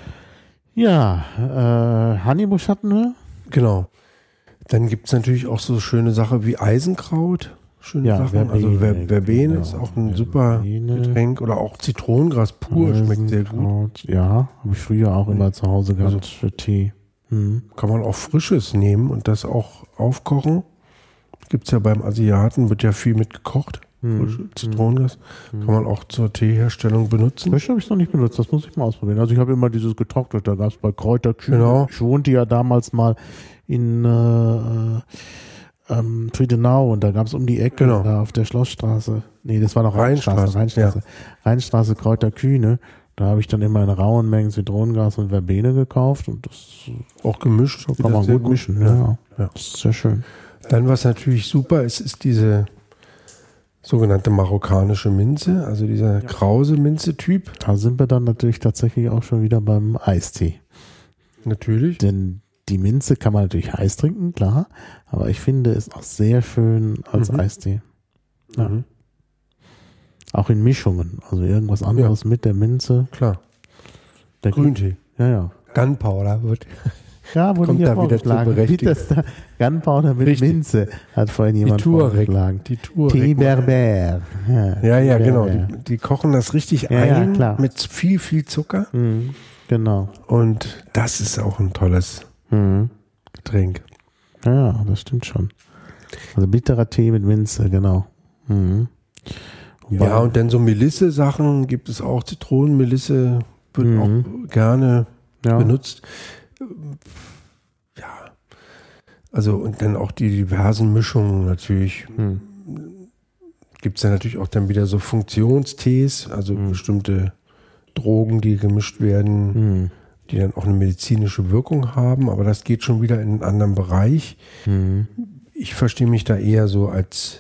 ja äh, Honeybush hatten wir. Genau. Dann gibt es natürlich auch so schöne Sachen wie Eisenkraut. Schöne Ja, Sachen. Verbene, also Ver Verbene genau. ist auch ein super Verbene. Getränk. Oder auch Zitronengras pur schmeckt sehr gut. Eisenkraut. Ja, habe ich früher auch immer zu Hause gehabt Also- für Tee. Hm. Kann man auch Frisches nehmen und das auch aufkochen. Gibt es ja beim Asiaten, wird ja viel mit gekocht. Hm. Frische Zitronengas. Kann man auch zur Teeherstellung benutzen. Frisch habe ich noch nicht benutzt, das muss ich mal ausprobieren. Also ich habe immer dieses getrocknet, da gab es bei Kräuterkühe. Genau. Ich wohnte ja damals mal in äh, ähm, Friedenau und da gab es um die Ecke, Genau. da auf der Schlossstraße. Nee, das war noch Rheinstraße. Rheinstraße, Rheinstraße, Rheinstraße Kräuterkühne. Da habe ich dann immer in rauen Mengen Zitronengas und Verbene gekauft und das Auch gemischt. kann Geht man das sehr gut mischen. Ja. Ja. Ja. Das ist sehr schön. Dann, was natürlich super ist, ist diese sogenannte marokkanische Minze, also dieser krause Minze-Typ. Da sind wir dann natürlich tatsächlich auch schon wieder beim Eistee. Natürlich. Denn die Minze kann man natürlich heiß trinken, klar. Aber ich finde es auch sehr schön als Mhm. Eistee. Ja. Mhm. Auch in Mischungen. Also irgendwas anderes mit der Minze. Klar. Der Grüntee. Ja, ja. Gunpowder wird. Ja, wurde Kommt hier da wieder zur vorgeschlagen. Berechtigung. Peter Gunpowder mit Richtig. Minze hat vorhin Die jemand Tuareg. vorgeschlagen. Die Tuareg. Tee Berber. Ja, ja, Tee genau. Berber. Die, die kochen das richtig Ja, ja, ein klar. mit viel, viel Zucker. Mhm, genau. Und das ist auch ein tolles Mhm. Getränk. Ja, ja, das stimmt schon. Also bitterer Tee mit Minze, genau. Mhm. Wobei- Ja, und dann so Melisse-Sachen gibt es auch. Zitronenmelisse wird Mhm. auch gerne ja. benutzt. Ja. Also, und dann auch die diversen Mischungen natürlich. Mhm. Gibt es ja natürlich auch dann wieder so Funktionstees, also Mhm. bestimmte Drogen, die gemischt werden, Mhm. die dann auch eine medizinische Wirkung haben, aber das geht schon wieder in einen anderen Bereich. Mhm. Ich verstehe mich da eher so als,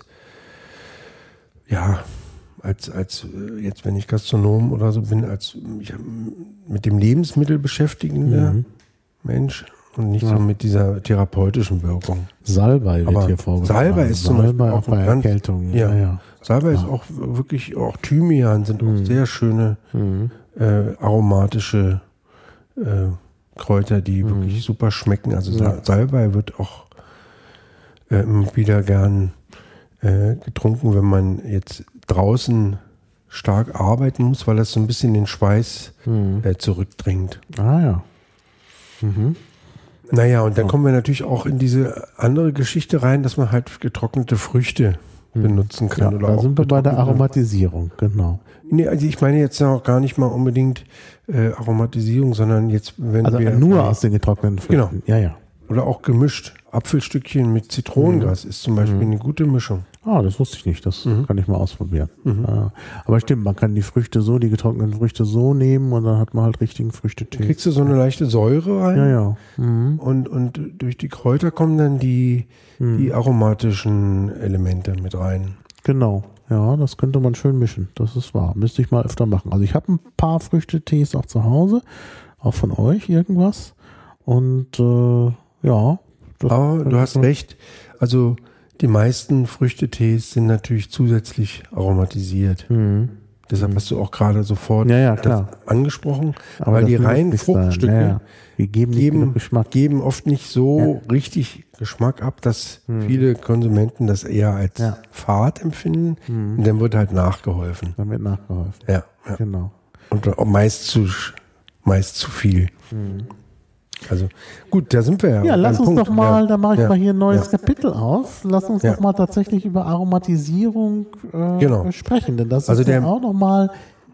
ja, als, als äh, jetzt, wenn ich Gastronom oder so bin, als ich, mit dem Lebensmittel beschäftigender Mhm. Mensch und nicht Ja. so mit dieser therapeutischen Wirkung. Salbei wird Aber hier vorgeschlagen. Salbei ist zum Beispiel Salbei auch auch bei ein ganz- Erkältungen. ja. Ja, ja. Salbei ist auch wirklich, auch Thymian sind auch Mhm. sehr schöne Mhm. äh, aromatische äh, Kräuter, die Mhm. wirklich super schmecken. Also Sa- Ja. Salbei wird auch äh, immer wieder gern äh, getrunken, wenn man jetzt draußen stark arbeiten muss, weil das so ein bisschen den Schweiß Mhm. äh, zurückdrängt. Ah ja. Mhm. Naja, und dann kommen wir natürlich auch in diese andere Geschichte rein, dass man halt getrocknete Früchte benutzen Mhm. Ja, kann. oder da auch sind wir bei der getrocknete- Aromatisierung, genau. Nee, also ich meine jetzt auch gar nicht mal unbedingt äh, Aromatisierung, sondern jetzt, wenn Also wir nur aus den getrockneten Früchten. Genau. Ja, ja. oder auch gemischt. Apfelstückchen mit Zitronengas ist zum Beispiel eine gute Mischung. Ah, das wusste ich nicht. Das Mhm. kann ich mal ausprobieren. Ja. Aber stimmt, man kann die Früchte so, die getrockneten Früchte so nehmen und dann hat man halt richtigen Früchtetee. Kriegst du so eine leichte Säure rein Ja, ja. Mhm. und, und durch die Kräuter kommen dann die, die aromatischen Elemente mit rein. Genau. Ja, das könnte man schön mischen. Das ist wahr. Müsste ich mal öfter machen. Also ich habe ein paar Früchtetees auch zu Hause. Auch von euch irgendwas. Und äh, ja. das Aber könnte du hast man- recht, also die meisten Früchtetees sind natürlich zusätzlich aromatisiert. Mhm. Deshalb hast du auch gerade sofort Ja, ja, das klar. angesprochen, Aber weil das die muss reinen nicht sein. Fruchtstücke Ja, ja. Die geben nicht genug geben, Geschmack. geben oft nicht so richtig Geschmack ab, dass viele Konsumenten das eher als Ja. fad empfinden. Und dann wird halt nachgeholfen. Dann wird nachgeholfen. Ja, ja. Genau. Und auch meist zu, sch- meist zu viel. Also gut, da sind wir ja. Ja, lass beim uns Punkt. doch mal, ja. da mache ich ja. mal hier ein neues Ja. Kapitel auf. Lass uns Ja. doch mal tatsächlich über Aromatisierung äh, Genau. sprechen, denn das Also ist ja der- auch nochmal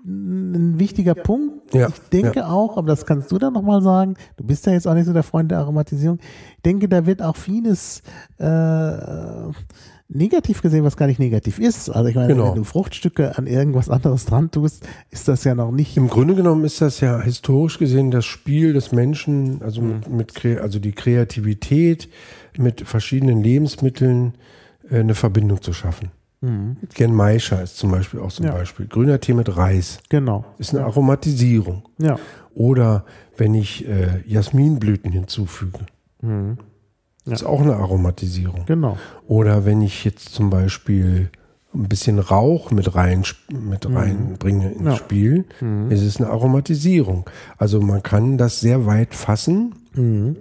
ein wichtiger Punkt. Ja, Ich denke auch, aber das kannst du dann nochmal sagen, du bist ja jetzt auch nicht so der Freund der Aromatisierung. Ich denke, da wird auch vieles äh, negativ gesehen, was gar nicht negativ ist. Also ich meine, Genau. wenn du Fruchtstücke an irgendwas anderes dran tust, ist das ja noch nicht. Im Grunde genommen ist das ja historisch gesehen das Spiel des Menschen, also Mhm. mit, mit Kre- also die Kreativität mit verschiedenen Lebensmitteln äh, eine Verbindung zu schaffen. Mhm. Genmaisha ist zum Beispiel auch so ein Ja. Beispiel. Grüner Tee mit Reis Genau. ist eine Aromatisierung. Ja. Oder wenn ich äh, Jasminblüten hinzufüge, Mhm. ist auch eine Aromatisierung. Genau. Oder wenn ich jetzt zum Beispiel ein bisschen Rauch mit rein mit reinbringe ins Ja. Spiel, Mhm. ist es eine Aromatisierung. Also man kann das sehr weit fassen. Mhm.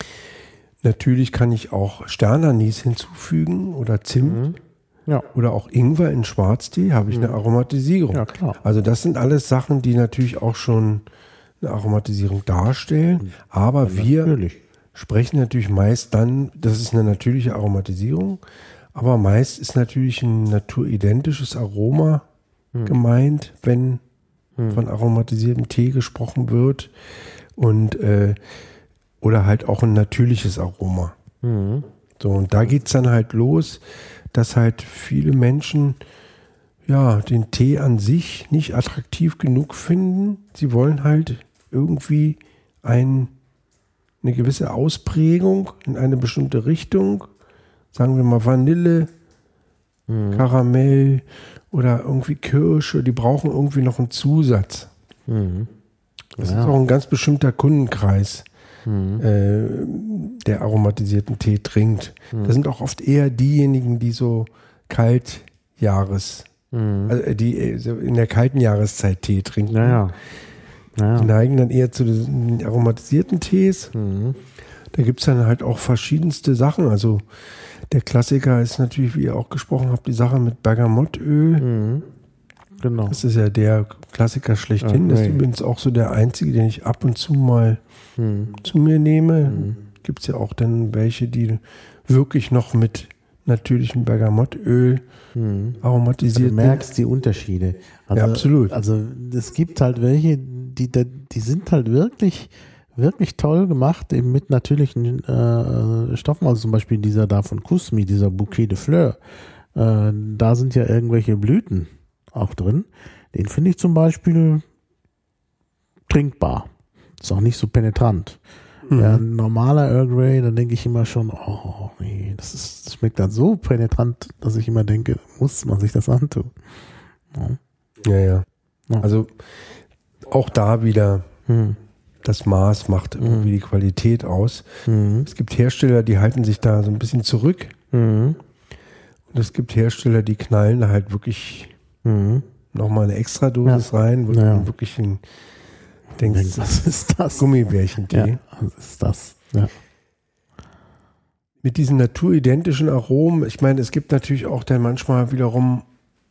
Natürlich kann ich auch Sternanis hinzufügen oder Zimt Mhm. Ja. oder auch Ingwer in Schwarztee, habe ich eine Aromatisierung. Ja, klar. Also das sind alles Sachen, die natürlich auch schon eine Aromatisierung darstellen. Aber wir Natürlich. sprechen natürlich meist dann, das ist eine natürliche Aromatisierung, aber meist ist natürlich ein naturidentisches Aroma gemeint, wenn von aromatisiertem Tee gesprochen wird und äh, oder halt auch ein natürliches Aroma. Mhm. So, und da geht's dann halt los, dass halt viele Menschen ja den Tee an sich nicht attraktiv genug finden. Sie wollen halt irgendwie ein eine gewisse Ausprägung in eine bestimmte Richtung, sagen wir mal Vanille, Mhm. Karamell oder irgendwie Kirsche, die brauchen irgendwie noch einen Zusatz. Mhm. Das Ja. ist auch ein ganz bestimmter Kundenkreis, Mhm. äh, der aromatisierten Tee trinkt. Das sind auch oft eher diejenigen, die so Kaltjahres, Mhm. also äh, die äh, so in der kalten Jahreszeit Tee trinken. Naja. Die Naja. neigen dann eher zu den aromatisierten Tees. Mhm. Da gibt es dann halt auch verschiedenste Sachen. Also der Klassiker ist natürlich, wie ihr auch gesprochen habt, die Sache mit Bergamottöl. Mhm. Genau. Das ist ja der Klassiker schlechthin. Ja, Das ist nee. übrigens auch so der einzige, den ich ab und zu mal Mhm. zu mir nehme. Gibt es ja auch dann welche, die wirklich noch mit natürlichem Bergamottöl Mhm. aromatisiert Du merkst die Unterschiede. Also, Ja, absolut. Also es gibt halt welche, die, da- die sind halt wirklich, wirklich toll gemacht, eben mit natürlichen äh, Stoffen. Also zum Beispiel dieser da von Kusmi, dieser Bouquet de Fleurs. Äh, da sind ja irgendwelche Blüten auch drin. Den finde ich zum Beispiel trinkbar. Ist auch nicht so penetrant. Mhm. Ja, ein normaler Earl Grey, da denke ich immer schon, oh nee, das, ist, das schmeckt dann so penetrant, dass ich immer denke, muss man sich das antun. Ja. Ja, ja. Ja. Also auch da wieder Hm. das Maß macht irgendwie die Qualität aus. Mhm. Es gibt Hersteller, die halten sich da so ein bisschen zurück. Mhm. Und es gibt Hersteller, die knallen da halt wirklich Mhm. nochmal eine Extradosis rein, wo Ja. du wirklich ein, denkst, Was ist das? Gummibärchentee. Ja, was ist das? Ja. Mit diesen naturidenttischen Aromen, ich meine, es gibt natürlich auch dann manchmal wiederum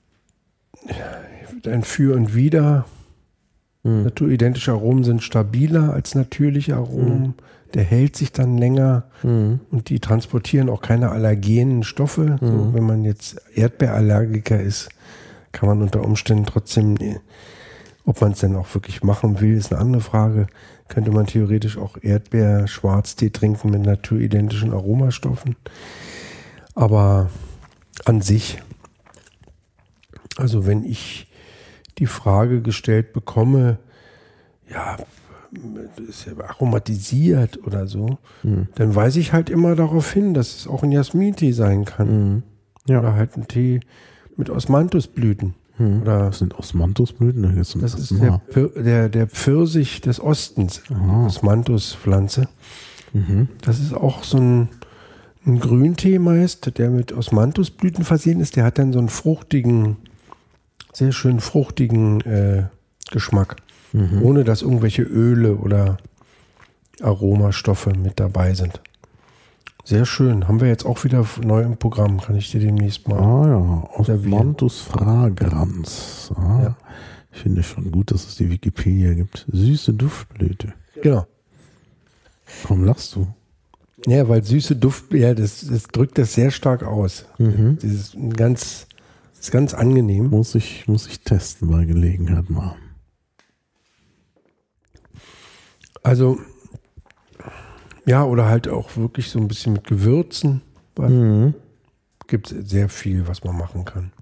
ein Für und Wider. Mhm. Naturidentische Aromen sind stabiler als natürliche Aromen. Der hält sich dann länger Mhm. und die transportieren auch keine allergenen Stoffe. So, wenn man jetzt Erdbeerallergiker ist, kann man unter Umständen trotzdem, ob man es denn auch wirklich machen will, ist eine andere Frage. Könnte man theoretisch auch Erdbeer-Schwarztee trinken mit naturidentischen Aromastoffen. Aber an sich, also wenn ich die Frage gestellt bekomme, ja, das ist ja aromatisiert oder so, dann weise ich halt immer darauf hin, dass es auch ein Jasmintee sein kann. Mhm. Ja. Oder halt ein Tee mit Osmanthusblüten. Mhm. Oder Das sind Osmanthusblüten. Das, ist das ist der, Pir- der, der Pfirsich des Ostens, Osmanthus-Pflanze. Mhm. Das ist auch so ein, ein Grüntee meist, der mit Osmanthusblüten versehen ist. Der hat dann so einen fruchtigen, sehr schön fruchtigen äh, Geschmack. Ohne dass irgendwelche Öle oder Aromastoffe mit dabei sind. Sehr schön. Haben wir jetzt auch wieder neu im Programm. Kann ich dir demnächst mal. Ah ja, servieren. Osmanthus fragrans. Ah, Ja. Ich finde schon gut, dass es die Wikipedia gibt. Süße Duftblüte. Genau. Warum lachst du? Ja, weil süße Duft, ja, das, das drückt das sehr stark aus. Mhm. Das ist ein ganz, das ist ganz angenehm. Muss ich, muss ich testen bei Gelegenheit mal. Also, ja, oder halt auch wirklich so ein bisschen mit Gewürzen. Weil Mhm. gibt es sehr viel, was man machen kann.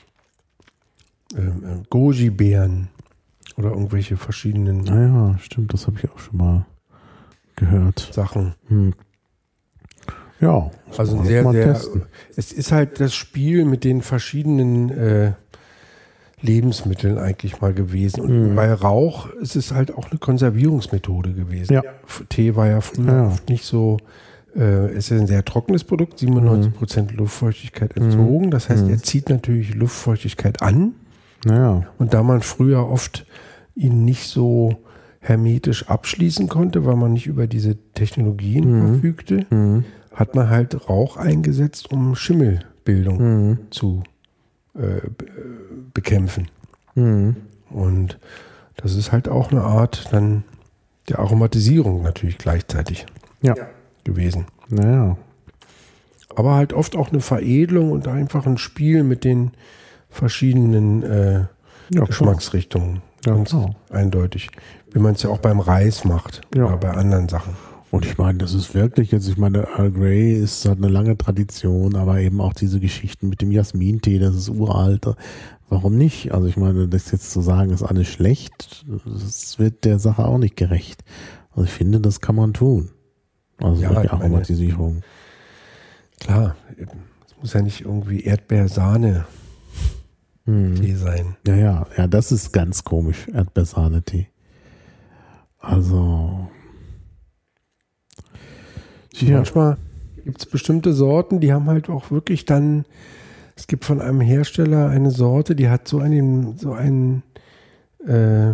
Ähm, äh, Goji-Beeren oder irgendwelche verschiedenen Naja, stimmt, das habe ich auch schon mal gehört. Sachen. Hm. Ja, Also ein das sehr, mal sehr, testen. es ist halt das Spiel mit den verschiedenen äh, Lebensmitteln eigentlich mal gewesen. Und Mhm. bei Rauch ist es halt auch eine Konservierungsmethode gewesen. Ja. F- Tee war ja früher Ja. oft nicht so, äh, es ist ein sehr trockenes Produkt, siebenundneunzig Prozent Luftfeuchtigkeit entzogen. Das heißt, Mhm. er zieht natürlich Luftfeuchtigkeit an. Naja, Und da man früher oft ihn nicht so hermetisch abschließen konnte, weil man nicht über diese Technologien Mhm. verfügte, mhm. hat man halt Rauch eingesetzt, um Schimmelbildung Mhm. zu äh, be- bekämpfen. Mhm. Und das ist halt auch eine Art dann der Aromatisierung natürlich gleichzeitig Ja. gewesen. Naja. Aber halt oft auch eine Veredelung und einfach ein Spiel mit den verschiedenen äh, Ja, Geschmacksrichtungen. Ja, Ganz klar. eindeutig. Wie man es ja auch beim Reis macht Ja. oder bei anderen Sachen. Und ich meine, das ist wirklich jetzt, ich meine, Earl Grey ist halt eine lange Tradition, aber eben auch diese Geschichten mit dem Jasmintee, das ist uralt. Warum nicht? Also ich meine, das jetzt zu sagen, ist alles schlecht, das wird der Sache auch nicht gerecht. Also ich finde, das kann man tun. Also Ja, solche ich meine- Aromatisierung. Klar, es muss ja nicht irgendwie Erdbeersahne Hm. Tee sein. Ja, ja, ja, das ist ganz komisch, Erdbeersahne-Tee. Also. Tja. Manchmal gibt es bestimmte Sorten, die haben halt auch wirklich dann, es gibt von einem Hersteller eine Sorte, die hat so einen, so einen, äh,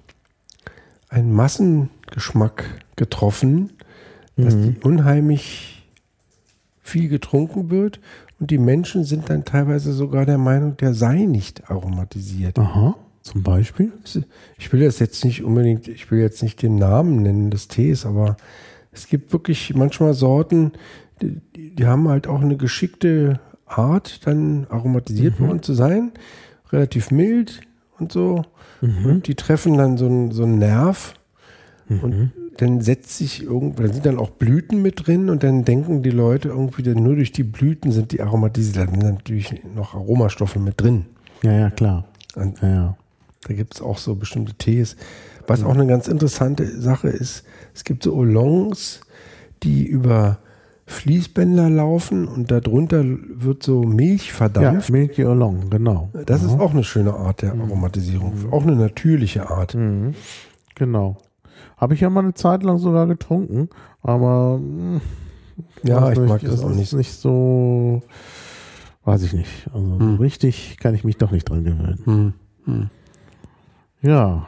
einen Massengeschmack getroffen, dass Mhm. die unheimlich viel getrunken wird und die Menschen sind dann teilweise sogar der Meinung, der sei nicht aromatisiert. Aha, zum Beispiel? Ich will das jetzt nicht unbedingt, ich will jetzt nicht den Namen nennen des Tees, aber es gibt wirklich manchmal Sorten, die, die, die haben halt auch eine geschickte Art, dann aromatisiert Mhm. worden zu sein. Relativ mild und so. Mhm. Und die treffen dann so einen, so einen Nerv Mhm. und dann setzt sich irgendwo, dann sind dann auch Blüten mit drin und dann denken die Leute irgendwie, dann nur durch die Blüten sind die aromatisiert. Da sind natürlich noch Aromastoffe mit drin. Ja, ja, klar. Und Ja, ja. da gibt es auch so bestimmte Tees. Was auch eine ganz interessante Sache ist, es gibt so Oolongs, die über Fließbänder laufen und darunter wird so Milch Ja, verdampft. Milky Oolong, genau. Das ist Aha. auch eine schöne Art der Aromatisierung. Auch eine natürliche Art. Mhm. Genau. Habe ich ja mal eine Zeit lang sogar getrunken, aber mh, Ja, weiß ich nicht, mag das es auch ist nicht. nicht so, weiß ich nicht. Also Hm. richtig kann ich mich doch nicht dran gewöhnen. Hm. Hm. Ja,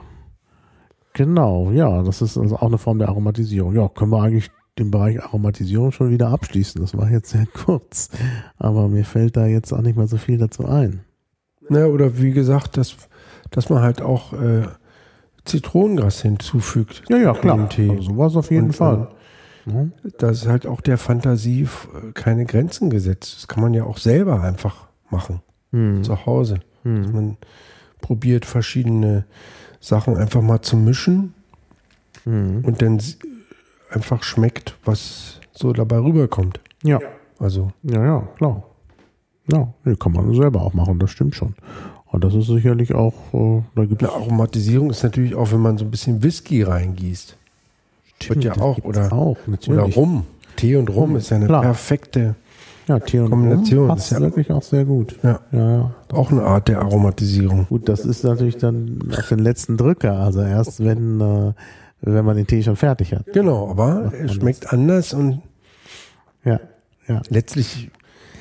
genau. Ja, das ist also auch eine Form der Aromatisierung. Ja, können wir eigentlich den Bereich Aromatisierung schon wieder abschließen. Das war jetzt sehr kurz, aber mir fällt da jetzt auch nicht mehr so viel dazu ein. Na, oder wie gesagt, dass, dass man halt auch äh, Zitronengras hinzufügt. Ja, ja, zu klar. dem Tee. Also sowas auf jeden Und, Fall. Ja. Da ist halt auch der Fantasie äh, keine Grenzen gesetzt. Das kann man ja auch selber einfach machen, Hm. zu Hause. Dass Hm. man probiert, verschiedene Sachen einfach mal zu mischen Hm. und dann s- einfach schmeckt, was so dabei rüberkommt. Ja. Also, Ja, ja, klar. Ja, nee, kann man selber auch machen, das stimmt schon. Und das ist sicherlich auch, äh, da gibt es eine Aromatisierung ist natürlich auch, wenn man so ein bisschen Whisky reingießt. Wird ja das auch, gibt's oder, auch, oder natürlich. Rum. Tee und Rum ist ja eine Klar. perfekte, Ja, Tee und Kombination, Rum passt ist ja- wirklich auch sehr gut. ja, Ja, ja. auch eine Art der Aromatisierung. Gut, das ist natürlich dann auf den letzten Drücker, also erst wenn, äh, wenn man den Tee schon fertig hat. Genau, aber er schmeckt anders und Ja, ja. letztlich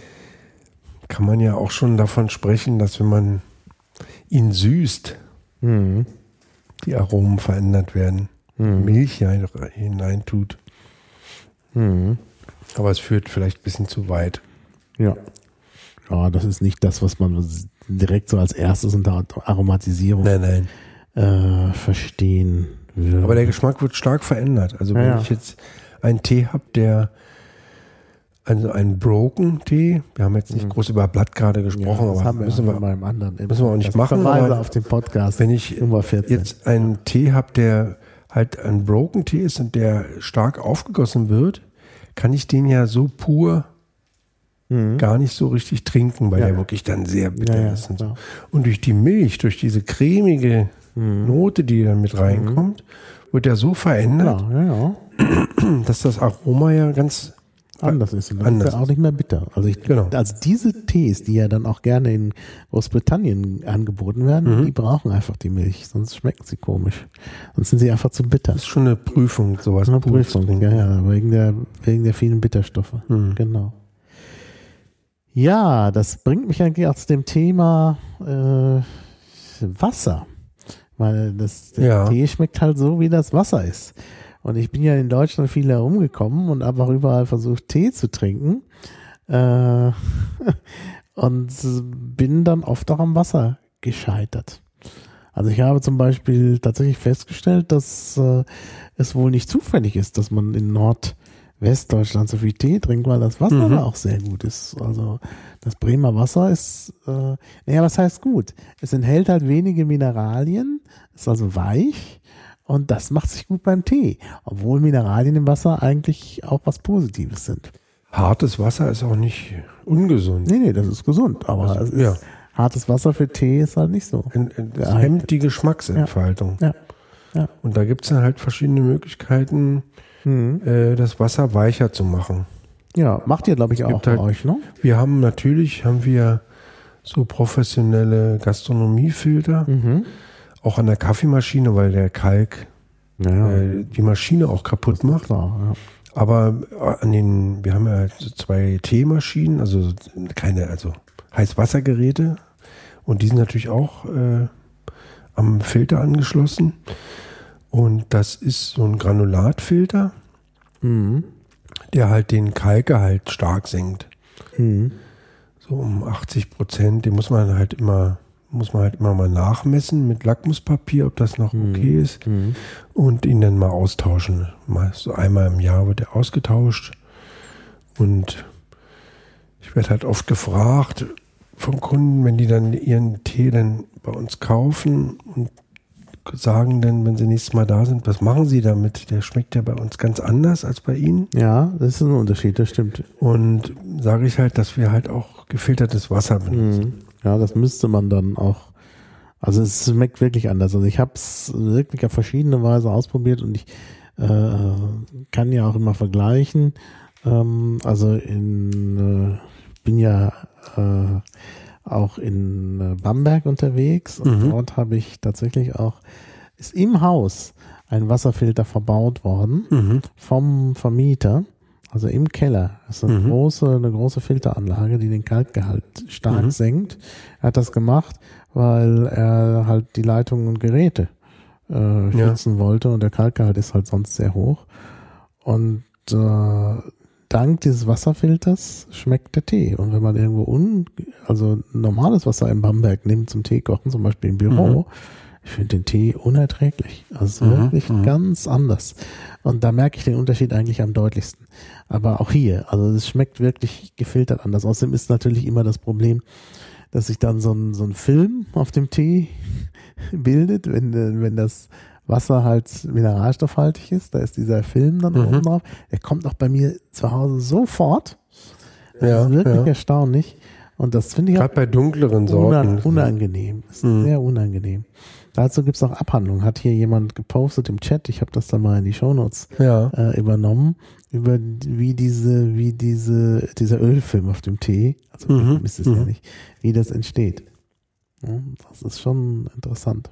kann man ja auch schon davon sprechen, dass wenn man ihn süßt, Mhm. die Aromen verändert werden. Mhm. Milch hinein, hineintut. Mhm. Aber es führt vielleicht ein bisschen zu weit. Ja. Ja, das ist nicht das, was man direkt so als erstes unter Aromatisierung Nein, nein. äh, verstehen würde. Aber der Geschmack wird stark verändert. Also wenn Ja, ja. ich jetzt einen Tee habe, der also einen Broken Tee, wir haben jetzt nicht groß über Blatt gerade ja, gesprochen, das aber haben wir müssen wir, beim anderen. müssen wir auch nicht Das machen, Verweise aber auf den Podcast. wenn ich Nummer vierzehn. jetzt einen Tee habe, der halt ein Broken Tee ist und der stark aufgegossen wird, kann ich den ja so pur mhm. gar nicht so richtig trinken, weil Ja. der wirklich dann sehr bitter Ja, ja, ist. Und, so. klar. Und durch die Milch, durch diese cremige Mhm. Note, die dann mit reinkommt, wird er so verändert, Ja, ja, ja. dass das Aroma ja ganz Anders ist. Und das Anders ist ja auch nicht mehr bitter. Also, ich, Genau. also diese Tees, die ja dann auch gerne in Großbritannien angeboten werden, Mhm. die brauchen einfach die Milch, sonst schmecken sie komisch. Sonst sind sie einfach zu bitter. Das ist schon eine Prüfung, sowas Eine pur zu Prüfung, trinken. ja, ja, wegen der, wegen der vielen Bitterstoffe. Mhm. Genau. Ja, das bringt mich eigentlich auch zu dem Thema äh, Wasser. Weil das, der Ja. Tee schmeckt halt so, wie das Wasser ist. Und ich bin ja in Deutschland viel herumgekommen und habe auch überall versucht, Tee zu trinken. Äh, und bin dann oft auch am Wasser gescheitert. Also ich habe zum Beispiel tatsächlich festgestellt, dass äh, es wohl nicht zufällig ist, dass man in Nordwestdeutschland so viel Tee trinkt, weil das Wasser Mhm. da auch sehr gut ist. Also das Bremer Wasser ist, äh, naja, was heißt gut? Es enthält halt wenige Mineralien, ist also weich und das macht sich gut beim Tee, obwohl Mineralien im Wasser eigentlich auch was Positives sind. Hartes Wasser ist auch nicht ungesund. Nee, nee, das ist gesund, aber Also, es ist, ja. hartes Wasser für Tee ist halt nicht so. En- en- Es Ja. hemmt die Geschmacksentfaltung. Ja. Ja. Und da gibt es dann halt verschiedene Möglichkeiten, Mhm. äh, das Wasser weicher zu machen. Ja, macht ihr, glaube ich, auch gibt bei halt- euch, ne? Wir haben natürlich, haben wir so professionelle Gastronomiefilter, Mhm. auch an der Kaffeemaschine, weil der Kalk Ja, äh, die Maschine auch kaputt macht. klar, Aber an den, wir haben ja halt so zwei Teemaschinen, also keine, also Heißwassergeräte, und die sind natürlich auch äh, am Filter angeschlossen. Und das ist so ein Granulatfilter, ja. Mhm. der halt den Kalkgehalt stark senkt. Mhm. So um achtzig Prozent. Den muss man halt immer, muss man halt immer mal nachmessen mit Lackmuspapier, ob das noch okay ist. Mhm. Und ihn dann mal austauschen. Mal so einmal im Jahr wird er ausgetauscht. Und ich werde halt oft gefragt von Kunden, wenn die dann ihren Tee dann bei uns kaufen und sagen dann, wenn sie nächstes Mal da sind, was machen sie damit? Der schmeckt ja bei uns ganz anders als bei ihnen. Ja, das ist ein Unterschied, das stimmt. Und sage ich halt, dass wir halt auch gefiltertes Wasser benutzen. Mhm. Ja, das müsste man dann auch, also es schmeckt wirklich anders. Also ich habe es wirklich auf verschiedene Weise ausprobiert und ich äh, kann ja auch immer vergleichen. Ähm, also in, äh, ich bin ja äh, auch in äh, Bamberg unterwegs und Mhm. dort habe ich tatsächlich auch, ist im Haus ein Wasserfilter verbaut worden Mhm. vom Vermieter, also im Keller. Das ist eine, Mhm. große, eine große Filteranlage, die den Kalkgehalt stark Mhm. senkt. Er hat das gemacht, weil er halt die Leitungen und Geräte äh, Ja. schützen wollte und der Kalkgehalt ist halt sonst sehr hoch. Und äh, dank dieses Wasserfilters schmeckt der Tee. Und wenn man irgendwo un, also normales Wasser in Bamberg nimmt zum Tee kochen, zum Beispiel im Büro, Mhm. ich finde den Tee unerträglich. Also Mhm, wirklich mhm. ganz anders. Und da merke ich den Unterschied eigentlich am deutlichsten. Aber auch hier, also es schmeckt wirklich gefiltert anders. Außerdem ist natürlich immer das Problem, dass sich dann so ein, so ein Film auf dem Tee bildet, wenn, äh, wenn das Wasser halt mineralstoffhaltig ist, da ist dieser Film dann Mhm. oben drauf. Der kommt auch bei mir zu Hause sofort. Das Ja, ist wirklich ja. erstaunlich. Und das finde ich auch Gerade bei dunkleren unan Sorten. unangenehm. Das ist Mhm. sehr unangenehm. Dazu gibt es auch Abhandlungen. Hat hier jemand gepostet im Chat. Ich habe das dann mal in die Shownotes Ja. äh, übernommen, über wie diese, wie diese, dieser Ölfilm auf dem Tee, also Mhm. Ölfilm ist es ja Mhm. nicht, wie das entsteht. Ja, das ist schon interessant.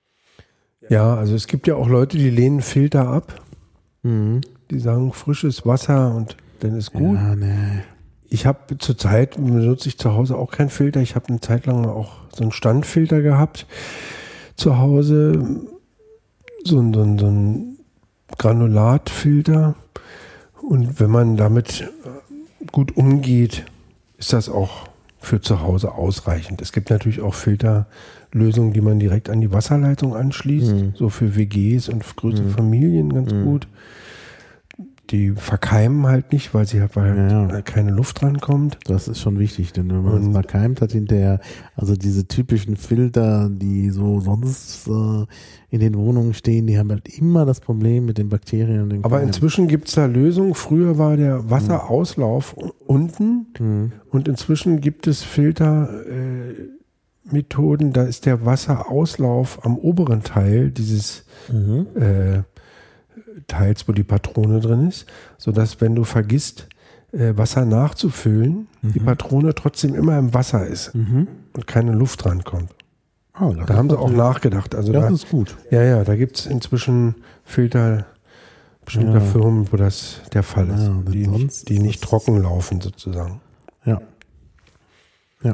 Ja, also es gibt ja auch Leute, die lehnen Filter ab. Mhm. Die sagen frisches Wasser und dann ist gut. Ja, ne. Ich habe zurzeit, benutze ich zu Hause auch keinen Filter. Ich habe eine Zeit lang auch so einen Standfilter gehabt zu Hause. So ein, so ein, so ein Granulatfilter. Und wenn man damit gut umgeht, ist das auch für zu Hause ausreichend. Es gibt natürlich auch Filterlösungen, die man direkt an die Wasserleitung anschließt. Mhm. So für W Gs und größere Mhm. Familien ganz Mhm. gut. die verkeimen halt nicht, weil sie halt, weil Ja. halt keine Luft rankommt. Das ist schon wichtig, denn wenn man Und- es verkeimt hat hinterher, also diese typischen Filter, die so sonst äh, in den Wohnungen stehen, die haben halt immer das Problem mit den Bakterien und den Aber Keim. inzwischen gibt es da Lösungen. Früher war der Wasserauslauf u- unten Mhm. und inzwischen gibt es Filtermethoden, äh, Methoden, da ist der Wasserauslauf am oberen Teil dieses Mhm. äh, Teils, wo die Patrone drin ist, sodass, wenn du vergisst, äh, Wasser nachzufüllen, die Patrone trotzdem immer im Wasser ist Mhm. und keine Luft rankommt. Oh, das Da ist haben sie auch natürlich- nachgedacht. Also Das da, ist gut. ja, ja, da gibt es inzwischen Filter bestimmter Ja. Firmen, wo das der Fall ist, Ja, denn die, sonst nicht, die ist nicht das- trocken laufen sozusagen. Ja. Ja.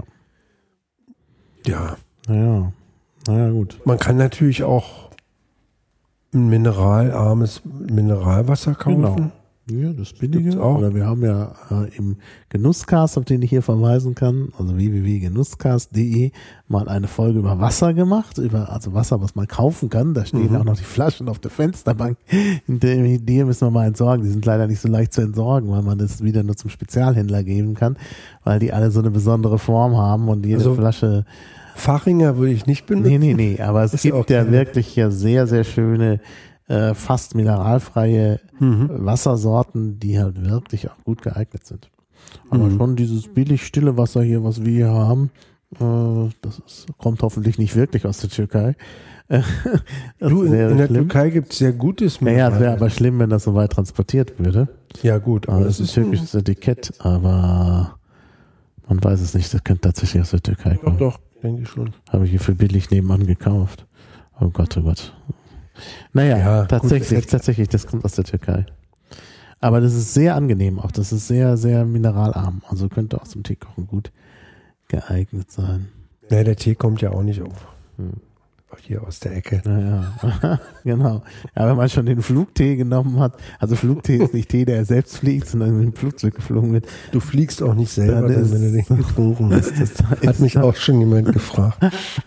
Ja, Naja. Naja, gut. man kann natürlich auch ein mineralarmes Mineralwasser kaufen. Genau. Ja, das Billige. Gibt's auch. Oder wir haben ja äh, im Genusscast, auf den ich hier verweisen kann, also w w w punkt genusscast punkt de, mal eine Folge über Wasser gemacht, über also Wasser, was man kaufen kann. Da stehen Mhm. auch noch die Flaschen auf der Fensterbank. Die, die müssen wir mal entsorgen. Die sind leider nicht so leicht zu entsorgen, weil man das wieder nur zum Spezialhändler geben kann, weil die alle so eine besondere Form haben und jede Also Flasche. Fachinger würde ich nicht benutzen. Nee, nee, nee, aber es Ist gibt auch ja keine- wirklich ja sehr, sehr schöne, äh, fast mineralfreie Mhm. Wassersorten, die halt wirklich auch gut geeignet sind. Aber Mhm. schon dieses billig stille Wasser hier, was wir hier haben, äh, das ist, kommt hoffentlich nicht wirklich aus der Türkei. Das Du, in, wäre in der schlimm. Türkei gibt es sehr gutes Naja, es wäre Mineralwasser. aber schlimm, wenn das so weit transportiert würde. Ja gut, aber Also das das ist ein ist türkisches Etikett, aber man weiß es nicht, das könnte tatsächlich aus der Türkei doch, kommen. doch, denke ich schon. Habe ich hier für billig nebenan gekauft. Oh Gott, oh Gott. Naja, Ja, gut, tatsächlich, das- tatsächlich, das kommt aus der Türkei. Aber das ist sehr angenehm auch. Das ist sehr, sehr mineralarm. Also könnte auch zum Teekochen gut geeignet sein. Ja, der Tee kommt ja auch nicht auf. Hm. Hier aus der Ecke. Naja, genau. Ja, wenn man schon den Flugtee genommen hat, also Flugtee ist nicht Tee, der selbst fliegt, sondern im Flugzeug geflogen wird. Du fliegst auch nicht selber, Dann dann, ist- wenn du den getrunken hast. Das Hat ist- mich auch schon jemand gefragt.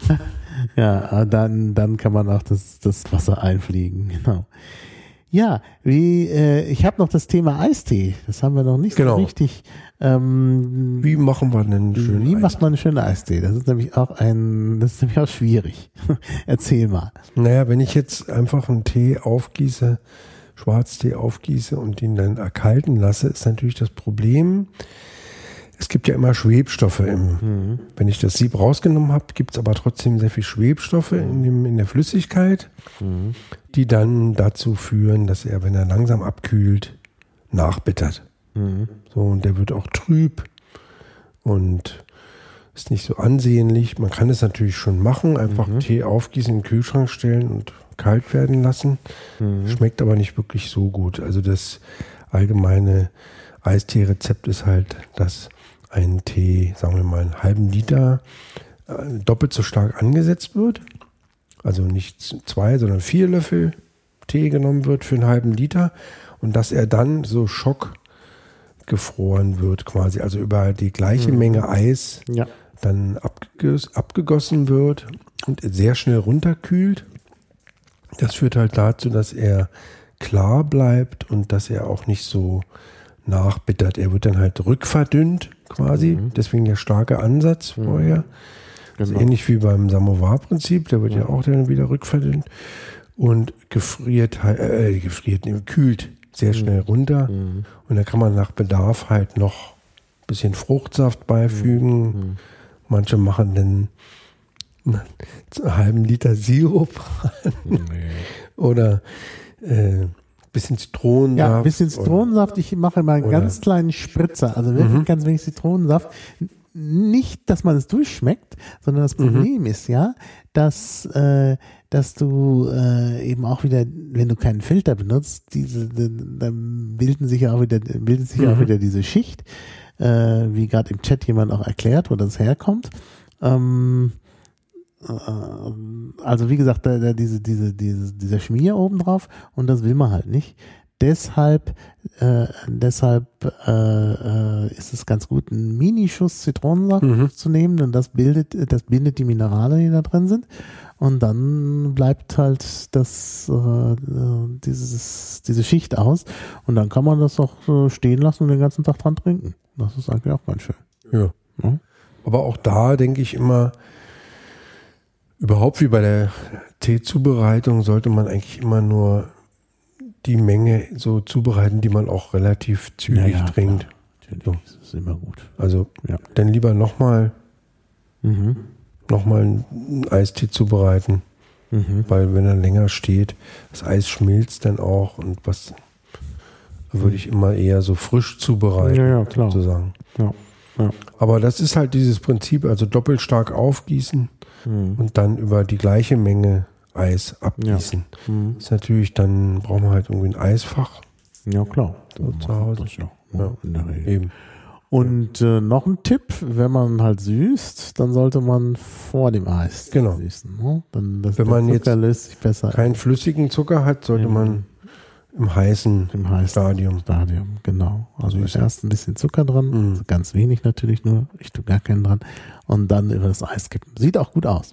Ja, dann, dann kann man auch das, das Wasser einfliegen, genau. Ja, wie, äh, ich habe noch das Thema Eistee. Das haben wir noch nicht Genau. so richtig. Ähm, Wie machen wir denn einen schönen wie Eis? macht man einen schönen Eistee? Das ist nämlich auch ein, das ist nämlich auch schwierig. Erzähl mal. Naja, wenn ich jetzt einfach einen Tee aufgieße, Schwarztee aufgieße und ihn dann erkalten lasse, ist natürlich das Problem, es gibt ja immer Schwebstoffe im, wenn ich das Sieb rausgenommen habe, gibt es aber trotzdem sehr viel Schwebstoffe in, dem, in der Flüssigkeit, die dann dazu führen, dass er, wenn er langsam abkühlt, nachbittert. So, und der wird auch trüb und ist nicht so ansehnlich. Man kann es natürlich schon machen, einfach Mhm. Tee aufgießen, in den Kühlschrank stellen und kalt werden lassen. Mhm. Schmeckt aber nicht wirklich so gut. Also das allgemeine Eistee-Rezept ist halt, dass ein Tee, sagen wir mal, einen halben Liter äh, doppelt so stark angesetzt wird. Also nicht z- zwei, sondern vier Löffel Tee genommen wird für einen halben Liter und dass er dann so schockgefroren wird quasi. Also über die gleiche Menge Eis Ja. dann abgegoss, abgegossen wird und sehr schnell runterkühlt. Das führt halt dazu, dass er klar bleibt und dass er auch nicht so nachbittert. Er wird dann halt rückverdünnt quasi, deswegen der starke Ansatz vorher. Das ist Genau. ähnlich wie beim Samovar-Prinzip, der wird ja auch dann wieder rückverdünnt und gefriert, halt- äh, gefriert, nee, kühlt sehr schnell runter und dann kann man nach Bedarf halt noch ein bisschen Fruchtsaft beifügen. Manche machen dann einen halben Liter Sirup rein oder äh, bisschen Zitronensaft. Ja, ein bisschen Zitronensaft. Ich mache mal einen Oder- ganz kleinen Spritzer. Also wirklich ganz wenig Zitronensaft. Nicht, dass man es durchschmeckt, sondern das Problem ist ja, dass, äh, dass du äh, eben auch wieder, wenn du keinen Filter benutzt, diese, dann bilden sich ja auch wieder, bildet sich ja auch wieder diese Schicht, äh, wie gerade im Chat jemand auch erklärt, wo das herkommt. Ähm, äh, also wie gesagt, da, da diese, diese, diese, dieser Schmier oben drauf und das will man halt nicht. deshalb, äh, deshalb äh, äh, ist es ganz gut, einen Minischuss Zitronensaft Mhm. zu nehmen, denn das bildet, das bindet die Minerale, die da drin sind. Und dann bleibt halt das, äh, dieses, diese Schicht aus. Und dann kann man das auch äh, stehen lassen und den ganzen Tag dran trinken. Das ist eigentlich auch ganz schön. Ja. Ja? Aber auch da denke ich immer, überhaupt wie bei der Teezubereitung sollte man eigentlich immer nur die Menge so zubereiten, die man auch relativ zügig Ja, ja, trinkt. klar. Natürlich, So. das ist immer gut. Also Ja. dann lieber nochmal Mhm. noch mal einen Eistee zubereiten, Mhm. weil wenn er länger steht, das Eis schmilzt dann auch und was da würde ich immer eher so frisch zubereiten, Ja, ja, klar. sozusagen. Ja. Ja. Aber das ist halt dieses Prinzip, also doppelt stark aufgießen Mhm. und dann über die gleiche Menge Eis abgießen. Mhm. Das ist natürlich, dann brauchen wir halt irgendwie ein Eisfach Ja, klar. so zu Hause. Das ja, Ja. in der Regel. Eben. Und äh, noch ein Tipp, wenn man halt süßt, dann sollte man vor dem Eis Genau. süßen. Ne? Dann das, Wenn der man Zucker jetzt löst sich besser Keinen flüssigen Zucker hat, sollte Mhm. man im heißen im heißen Stadium. Stadium. Genau. Also Süßen. erst ein bisschen Zucker dran, Mhm. also ganz wenig natürlich nur, ich tue gar keinen dran, und dann über das Eis kippen. Sieht auch gut aus.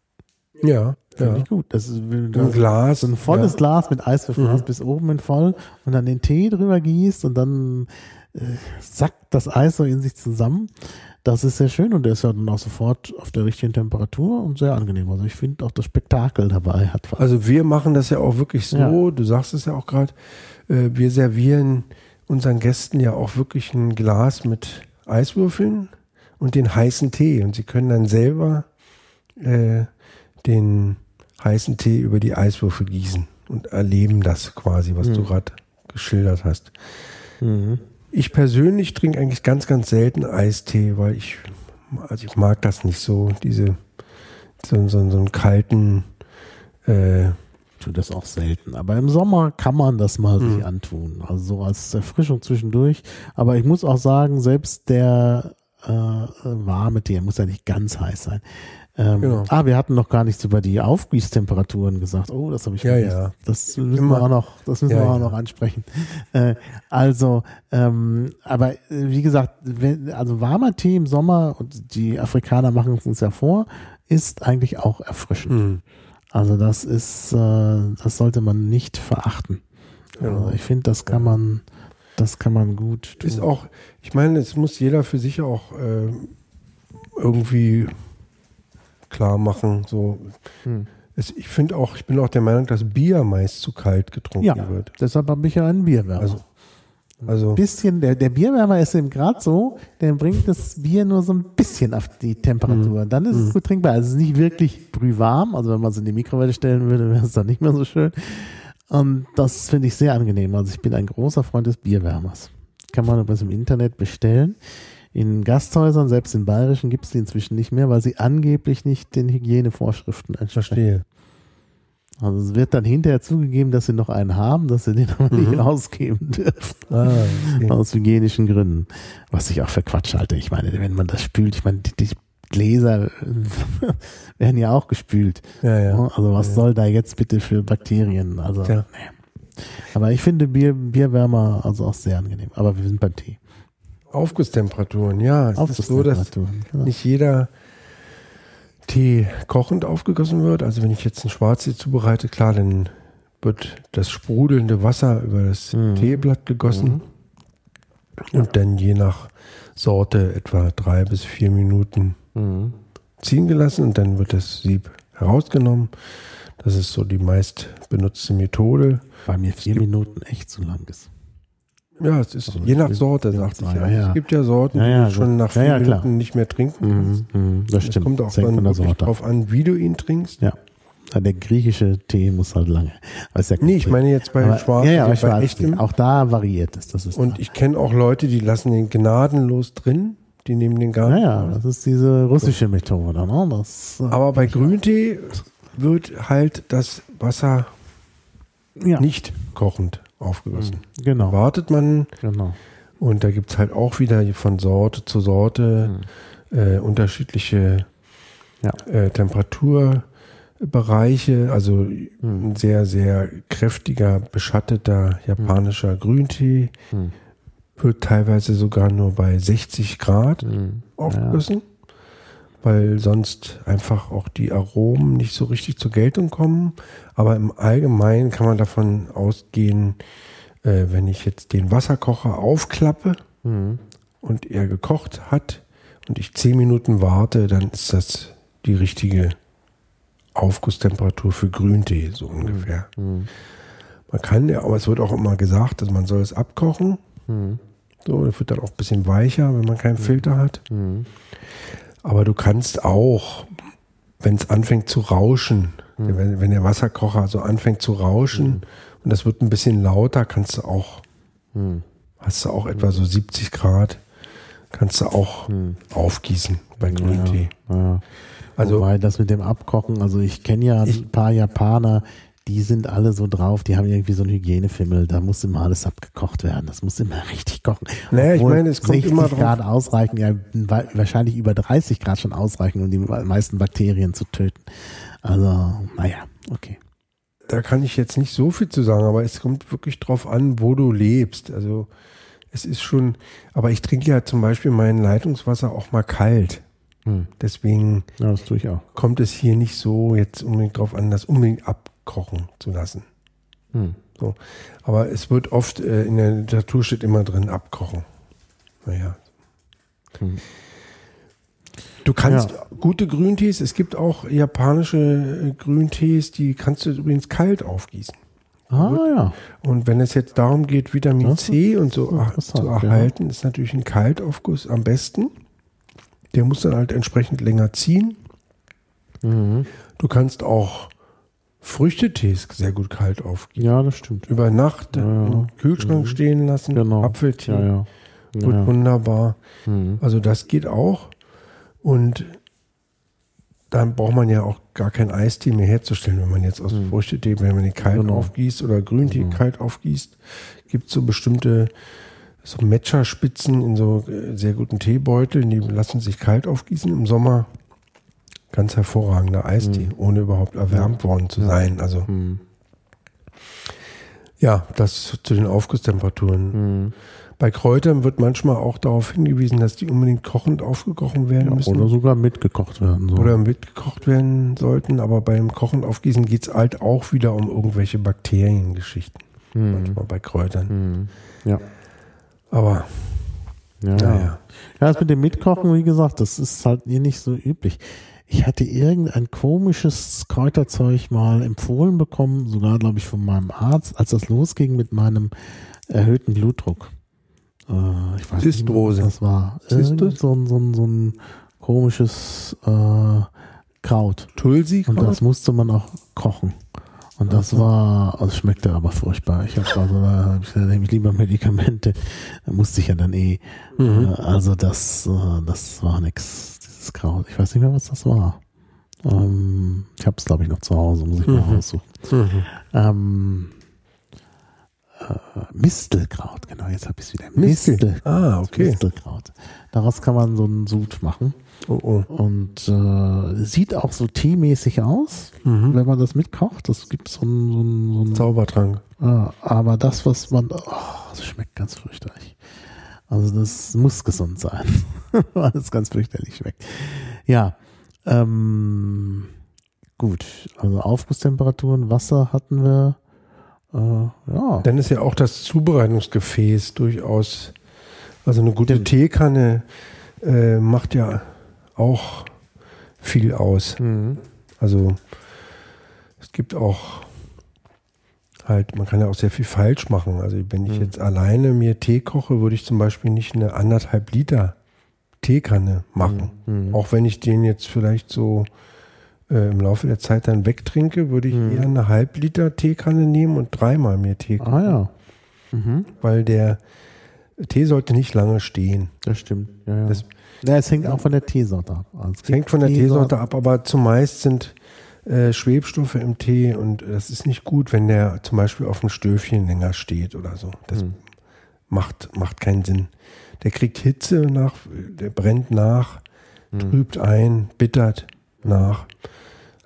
Ja, Finde ja. ich gut. Das ist Im Glas. so ein volles ja. Glas mit Eis Mhm. bis oben in voll und dann den Tee drüber gießt und dann äh, sackt das Eis so in sich zusammen. Das ist sehr schön und der ist ja dann auch sofort auf der richtigen Temperatur und sehr angenehm. Also ich finde auch das Spektakel dabei hat was. Also wir machen das ja auch wirklich so, Ja. du sagst es ja auch gerade, äh, wir servieren unseren Gästen ja auch wirklich ein Glas mit Eiswürfeln und den heißen Tee. Und sie können dann selber äh, den heißen Tee über die Eiswürfel gießen und erleben das quasi, was Mhm. du gerade geschildert hast. Mhm. Ich persönlich trinke eigentlich ganz, ganz selten Eistee, weil ich, also ich mag das nicht so, diese, so, so, so einen kalten, äh, Ich tue das auch selten. Aber im Sommer kann man das mal Mhm. sich antun. Also so als Erfrischung zwischendurch. Aber ich muss auch sagen, selbst der äh, warme Tee muss ja nicht ganz heiß sein. Ähm, Genau. Ah, wir hatten noch gar nichts über die Aufgießtemperaturen gesagt. Oh, das habe ich Ja, vergessen. ja. Das müssen Immer- wir auch noch, das müssen Ja, wir auch ja. noch ansprechen. Äh, also, ähm, aber äh, wie gesagt, wenn, also warmer Tee im Sommer, und die Afrikaner machen es uns ja vor, ist eigentlich auch erfrischend. mh. Also das ist, äh, das sollte man nicht verachten. Genau. Also ich finde, das kann man, das kann man gut tun. Ist auch, ich meine, es muss jeder für sich auch äh, irgendwie klar machen. So. Hm. Es, ich finde auch, ich bin auch der Meinung, dass Bier meist zu kalt getrunken Ja, wird. deshalb habe ich ja einen Bierwärmer. Also, also Ein bisschen, der, der Bierwärmer ist eben gerade so, der bringt das Bier nur so ein bisschen auf die Temperatur. Dann ist es gut trinkbar. Also es ist nicht wirklich brühwarm. Also wenn man es in die Mikrowelle stellen würde, wäre es dann nicht mehr so schön. Und das finde ich sehr angenehm. Also ich bin ein großer Freund des Bierwärmers. Kann man übrigens im Internet bestellen. In Gasthäusern, selbst in bayerischen, gibt es die inzwischen nicht mehr, weil sie angeblich nicht den Hygienevorschriften entsprechen. verstehe. Also es wird dann hinterher zugegeben, dass sie noch einen haben, dass sie den aber nicht Mhm. ausgeben dürfen. Ah, okay. Aus hygienischen Gründen. Was ich auch für Quatsch halte. Ich meine, wenn man das spült, ich meine, die, die Gläser werden ja auch gespült. Ja, ja. Also was Ja. soll da jetzt bitte für Bakterien? Also, Tja. nee. Aber ich finde Bier, Bierwärmer also auch sehr angenehm. Aber wir sind beim Tee. Aufgusstemperaturen, ja. Es ist so, dass Aufgusstemperaturen, genau. nicht jeder Tee kochend aufgegossen wird. Also wenn ich jetzt einen Schwarztee zubereite, klar, dann wird das sprudelnde Wasser über das Mhm. Teeblatt gegossen und dann je nach Sorte etwa drei bis vier Minuten Mhm. ziehen gelassen und dann wird das Sieb herausgenommen. Das ist so die meist benutzte Methode. Bei mir vier Minuten echt zu lang ist. Ja, es ist Also je nach ich- Sorte, ja, sagt ich ja, ja. ja. Es gibt ja Sorten, Ja, ja, die du schon gut. nach Ja, vier ja, klar. Minuten nicht mehr trinken kannst. Mhm. Mhm. Das Es stimmt. kommt auch Das hängt dann von der wirklich Sorte ab. drauf an, wie du ihn trinkst. Ja. Ja, der griechische Tee muss halt lange. Aber ist ja kein Nee, ich Problem. meine jetzt bei Aber, Schwarzen, ja, ja, bei bei Schwarzen. echtem. Auch da variiert es. Das ist Und ich kenne auch Leute, die lassen den gnadenlos drin. Die nehmen den gar nicht naja, raus. das ist diese russische Methode. Ne? Das, äh, Aber bei Grüntee wird halt das Wasser ja, nicht kochend aufgegossen. genau. Wartet man genau. und da gibt es halt auch wieder von Sorte zu Sorte äh, unterschiedliche Ja. äh, Temperaturstufen. Bereiche, also ein sehr, sehr kräftiger, beschatteter japanischer Grüntee Hm. wird teilweise sogar nur bei sechzig Grad Hm. aufgegossen, weil sonst einfach auch die Aromen nicht so richtig zur Geltung kommen. Aber im Allgemeinen kann man davon ausgehen, äh, wenn ich jetzt den Wasserkocher aufklappe Hm. und er gekocht hat und ich zehn Minuten warte, dann ist das die richtige Aufgusstemperatur für Grüntee, so ungefähr. Hm. Man kann ja, aber es wird auch immer gesagt, dass man soll es abkochen. Hm. So, das wird dann auch ein bisschen weicher, wenn man keinen Filter hat. Hm. Aber du kannst auch, wenn es anfängt zu rauschen, Hm. wenn, wenn der Wasserkocher so anfängt zu rauschen Hm. und das wird ein bisschen lauter, kannst du auch, Hm. hast du auch etwa so siebzig Grad, kannst du auch Hm. aufgießen bei Grüntee. Ja, ja. Also- Wobei das mit dem Abkochen, also ich kenne ja ein paar Japaner, die sind alle so drauf, die haben irgendwie so einen Hygienefimmel, da muss immer alles abgekocht werden, das muss immer richtig kochen. Naja, ich Obwohl meine, es kommt sechzig immer drauf- Grad ausreichen, ja wa- wahrscheinlich über dreißig Grad schon ausreichen, um die meisten Bakterien zu töten. Also, naja, okay. Da kann ich jetzt nicht so viel zu sagen, aber es kommt wirklich drauf an, wo du lebst. Also es ist schon, aber ich trinke ja zum Beispiel mein Leitungswasser auch mal kalt. Hm. Deswegen Ja, das tue ich auch. kommt es hier nicht so jetzt unbedingt drauf an, das unbedingt abkochen zu lassen. Hm. So. Aber es wird oft, äh, in der Literatur steht immer drin, abkochen. Naja. Hm. Du kannst Ja. gute Grüntees, es gibt auch japanische äh, Grüntees, die kannst du übrigens kalt aufgießen. Ah ja. Und wenn es jetzt darum geht, Vitamin Das C und so ist ach- interessant, zu ja. erhalten, ist natürlich ein Kaltaufguss am besten. Der muss dann halt entsprechend länger ziehen. Mhm. Du kannst auch Früchtetees sehr gut kalt aufgießen. Ja, das stimmt. Über Nacht Ja, ja. im Kühlschrank Mhm. stehen lassen. Genau. Apfeltee, Ja, ja. wird Ja. wunderbar. Mhm. Also das geht auch. Und dann braucht man ja auch gar kein Eistee mehr herzustellen, wenn man jetzt aus Mhm. Früchtetee, wenn man den kalt Genau. aufgießt oder Grüntee Mhm. kalt aufgießt, gibt es so bestimmte so Matcha-Spitzen in so äh, sehr guten Teebeuteln, die lassen sich kalt aufgießen im Sommer. Ganz hervorragender Eistee, Mhm. ohne überhaupt erwärmt worden zu Ja. sein. Also Mhm. ja, das zu den Aufgusstemperaturen. Mhm. Bei Kräutern wird manchmal auch darauf hingewiesen, dass die unbedingt kochend aufgekocht werden Ja, müssen. oder sogar mitgekocht werden. So. Oder mitgekocht werden sollten, aber beim Kochen aufgießen geht es halt auch wieder um irgendwelche Bakteriengeschichten. Mhm. Manchmal bei Kräutern. Mhm. Ja. Aber Ja, naja. ja. Ja, das mit dem Mitkochen, wie gesagt, das ist halt hier nicht so üblich. Ich hatte irgendein komisches Kräuterzeug mal empfohlen bekommen, sogar, glaube ich, von meinem Arzt, als das losging mit meinem erhöhten Blutdruck. Äh, ich weiß Zistrose. nicht, was das war. Zistus? Irgend so ein, so ein, so ein komisches äh, Kraut. Tulsi Und das musste man auch kochen. Und das war, also es schmeckte aber furchtbar. Ich habe also, da hab ich, da nehme ich lieber Medikamente. Da musste ich ja dann eh. Mhm. Äh, also das, äh, das war nix, dieses Kraut. Ich weiß nicht mehr, was das war. Ähm, ich habe es, glaube ich, noch zu Hause, muss ich mal Mhm. raussuchen. Mhm. Ähm, äh, Mistelkraut, genau, jetzt habe ich es wieder. Mistel. Mistel. Ah, okay. Mistelkraut. Daraus kann man so einen Sud machen. Oh, oh. Und äh, sieht auch so teemäßig aus, Mhm. wenn man das mitkocht. Das gibt so ein, so ein, so ein Zaubertrank. ah, aber das, was man, oh, das schmeckt ganz fürchterlich. Also das muss gesund sein, weil es ganz fürchterlich schmeckt. Ja, ähm, gut. Also Aufgusstemperaturen, Wasser hatten wir. Äh, ja. Dann ist ja auch das Zubereitungsgefäß durchaus, also eine gute Stimmt. Teekanne äh, macht ja auch viel aus. Mhm. Also es gibt auch halt, man kann ja auch sehr viel falsch machen. Also wenn ich Mhm. jetzt alleine mir Tee koche, würde ich zum Beispiel nicht eine anderthalb Liter Teekanne machen. Mhm. Auch wenn ich den jetzt vielleicht so äh, im Laufe der Zeit dann wegtrinke, würde ich Mhm. eher eine halb Liter Teekanne nehmen und dreimal mir Tee kochen. Ah ja. Mhm. Weil der Tee sollte nicht lange stehen. Das stimmt. Ja, ja. Das- ja, es hängt auch von der Teesorte ab. Also es Es hängt gibt von der Teesorten- Teesorte ab, aber zumeist sind äh, Schwebstoffe im Tee und das ist nicht gut, wenn der zum Beispiel auf dem Stöfchen länger steht oder so. Das Hm. macht, macht keinen Sinn. Der kriegt Hitze nach, der brennt nach, Hm. trübt ein, bittert nach.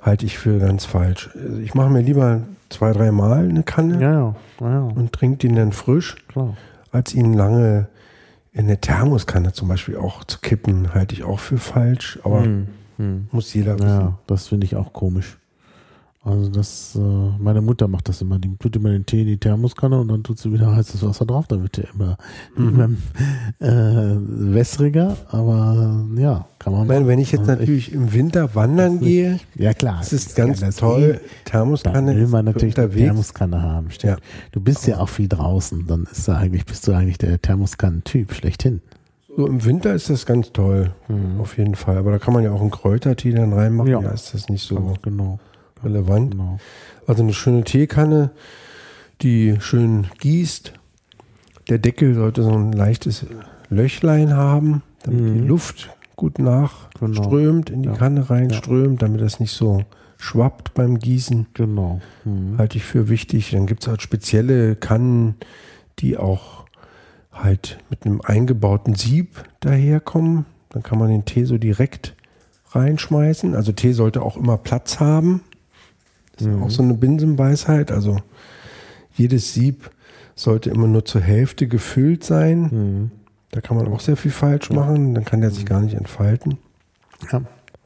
halte ich für ganz falsch. Also ich mache mir lieber zwei, dreimal eine Kanne Ja, ja, ja, ja. und trinke den dann frisch, Klar. als ihn lange in eine Thermoskanne zum Beispiel auch zu kippen, halte ich auch für falsch. Aber Hm, hm. muss jeder wissen. Ja, das finde ich auch komisch. Also das, äh, meine Mutter macht das immer. Die tut immer den Tee in die Thermoskanne und dann tut sie wieder heißes Wasser drauf. Da wird der immer, Mhm. immer äh, wässriger. Aber ja, kann man Ich meine, machen. wenn ich jetzt Also natürlich im Winter wandern gehe, ja klar, das ist das ganz das toll. Dann Thermoskanne will man für natürlich eine unterwegs. Thermoskanne haben. Stimmt. Ja. Du bist ja auch viel draußen. Dann ist da eigentlich, bist du eigentlich der Thermoskannen-Typ schlechthin. So im Winter ist das ganz toll, auf jeden Fall. Aber da kann man ja auch einen Kräutertee dann reinmachen. Ja. Ja, ist das nicht so Genau. relevant. genau. Also eine schöne Teekanne, die schön gießt. Der Deckel sollte so ein leichtes Löchlein haben, damit Mhm. die Luft gut nachströmt, in die Ja. Kanne reinströmt, damit das nicht so schwappt beim Gießen. Genau. Mhm. Halte ich für wichtig. Dann gibt es halt spezielle Kannen, die auch halt mit einem eingebauten Sieb daherkommen. Dann kann man den Tee so direkt reinschmeißen. Also Tee sollte auch immer Platz haben. Das ist Mhm. auch so eine Binsenweisheit. Also jedes Sieb sollte immer nur zur Hälfte gefüllt sein. Mhm. Da kann man auch sehr viel falsch machen. Dann kann der sich gar nicht entfalten. Ja.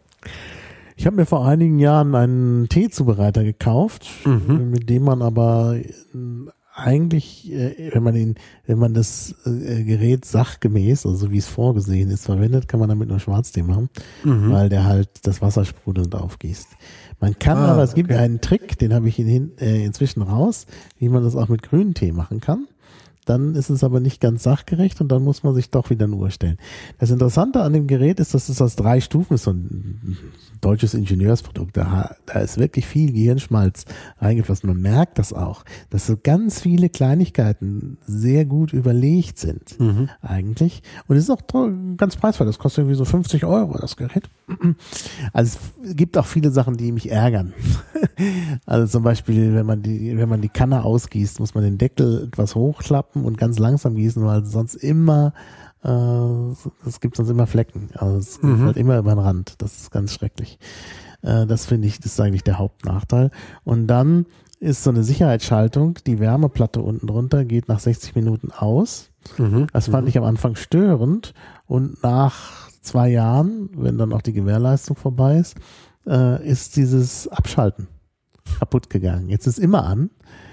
Ich habe mir vor einigen Jahren einen Teezubereiter gekauft, Mhm. mit dem man aber äh, eigentlich, äh, wenn man den, wenn man das äh, Gerät sachgemäß, also wie es vorgesehen ist, verwendet, kann man damit nur Schwarztee machen, Mhm. weil der halt das Wasser sprudelnd aufgießt. Man kann Ah, aber, es gibt okay. einen Trick, den habe ich in, äh, inzwischen raus, wie man das auch mit grünen Tee machen kann. Dann ist es aber nicht ganz sachgerecht und dann muss man sich doch wieder eine Uhr stellen. Das Interessante an dem Gerät ist, dass es aus drei Stufen ist, so ein deutsches Ingenieursprodukt. Da, da ist wirklich viel Gehirnschmalz reingeflossen. Man merkt das auch, dass so ganz viele Kleinigkeiten sehr gut überlegt sind, Mhm. eigentlich. Und es ist auch toll, ganz preiswert. Das kostet irgendwie so fünfzig Euro, das Gerät. Also es gibt auch viele Sachen, die mich ärgern. Also zum Beispiel, wenn man die, wenn man die Kanne ausgießt, muss man den Deckel etwas hochklappen und ganz langsam gießen, weil sonst immer, äh, es gibt sonst immer Flecken. Also es geht Mhm. halt immer über den Rand. Das ist ganz schrecklich. Äh, das finde ich, das ist eigentlich der Hauptnachteil. Und dann ist so eine Sicherheitsschaltung, die Wärmeplatte unten drunter geht nach sechzig Minuten aus. Mhm. Das fand ich am Anfang störend und nach zwei Jahren, wenn dann auch die Gewährleistung vorbei ist, äh, ist dieses Abschalten kaputt gegangen. Jetzt ist immer an.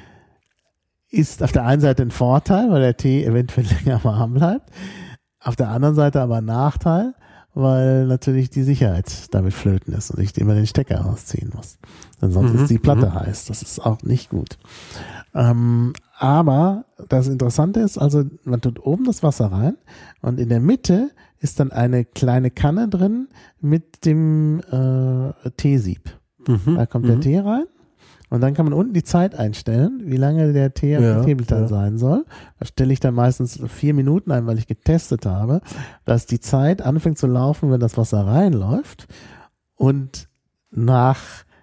Ist auf der einen Seite ein Vorteil, weil der Tee eventuell länger warm bleibt. Auf der anderen Seite aber ein Nachteil, weil natürlich die Sicherheit damit flöten ist und ich immer den Stecker rausziehen muss. Denn sonst Mhm. ist die Platte Mhm. heiß. Das ist auch nicht gut. Ähm, aber das Interessante ist, also man tut oben das Wasser rein und in der Mitte ist dann eine kleine Kanne drin mit dem äh, Teesieb. Mhm. Da kommt Mhm. der Tee rein und dann kann man unten die Zeit einstellen, wie lange der Tee auf Ja, dem Teeblättern ja. sein soll. Da stelle ich dann meistens vier Minuten ein, weil ich getestet habe, dass die Zeit anfängt zu laufen, wenn das Wasser reinläuft und nach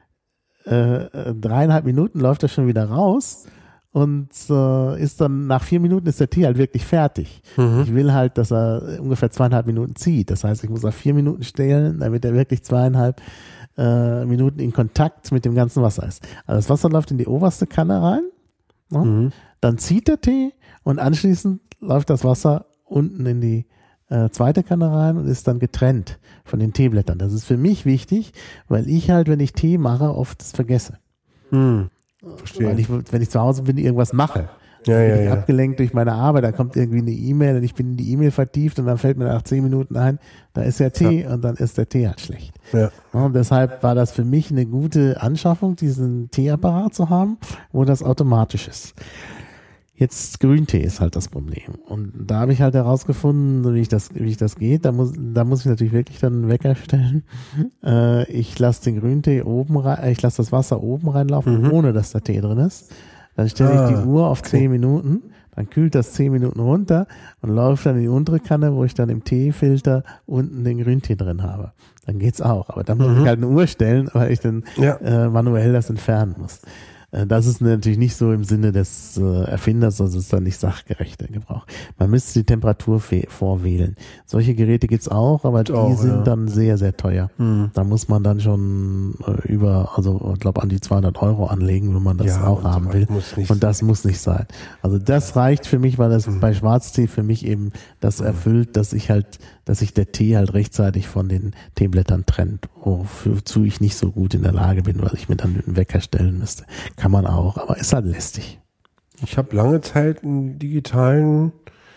äh, dreieinhalb Minuten läuft er schon wieder raus und äh, ist dann nach vier Minuten ist der Tee halt wirklich fertig. Mhm. Ich will halt, dass er ungefähr zweieinhalb Minuten zieht. Das heißt, ich muss auf vier Minuten stellen, damit er wirklich zweieinhalb äh, Minuten in Kontakt mit dem ganzen Wasser ist. Also das Wasser läuft in die oberste Kanne rein, ne? Mhm. Dann zieht der Tee und anschließend läuft das Wasser unten in die äh, zweite Kanne rein und ist dann getrennt von den Teeblättern. Das ist für mich wichtig, weil ich halt, wenn ich Tee mache, oft das vergesse. Mhm. Verstehe. Weil ich, wenn ich zu Hause bin, irgendwas mache. Ja, bin ja, ich ja. abgelenkt durch meine Arbeit, da kommt irgendwie eine E-Mail und ich bin in die E-Mail vertieft und dann fällt mir nach zehn Minuten ein, da ist der Tee und dann ist der Tee halt schlecht. Ja. Und deshalb war das für mich eine gute Anschaffung, diesen Teeapparat zu haben, wo das automatisch ist. Jetzt Grüntee ist halt das Problem. Und da habe ich halt herausgefunden, wie ich das, wie ich das geht. Da muss, da muss ich natürlich wirklich dann einen Wecker stellen. Äh, ich lasse den Grüntee oben rein, ich lasse das Wasser oben reinlaufen, Mhm. ohne dass da Tee drin ist. Dann stelle ich Ah, die Uhr auf zehn Minuten, dann kühlt das zehn Minuten runter und läuft dann in die untere Kanne, wo ich dann im Teefilter unten den Grüntee drin habe. Dann geht's auch. Aber dann muss Mhm. ich halt eine Uhr stellen, weil ich dann Ja. äh, manuell das entfernen muss. Das ist natürlich nicht so im Sinne des äh, Erfinders, also ist dann nicht sachgerechter Gebrauch. Man müsste die Temperatur fe- vorwählen. Solche Geräte gibt's auch, aber die auch, sind ja. dann sehr, sehr teuer. Hm. Da muss man dann schon äh, über, also ich glaube an die zweihundert Euro anlegen, wenn man das Ja, auch und haben so will. muss nicht Und das muss nicht sein. Also das reicht für mich, weil das Hm. bei Schwarztee für mich eben das erfüllt, dass ich halt, dass sich der Tee halt rechtzeitig von den Teeblättern trennt, wozu ich nicht so gut in der Lage bin, weil ich mir dann einen Wecker stellen müsste. Kann man auch, aber ist halt lästig. Ich habe lange Zeit einen digitalen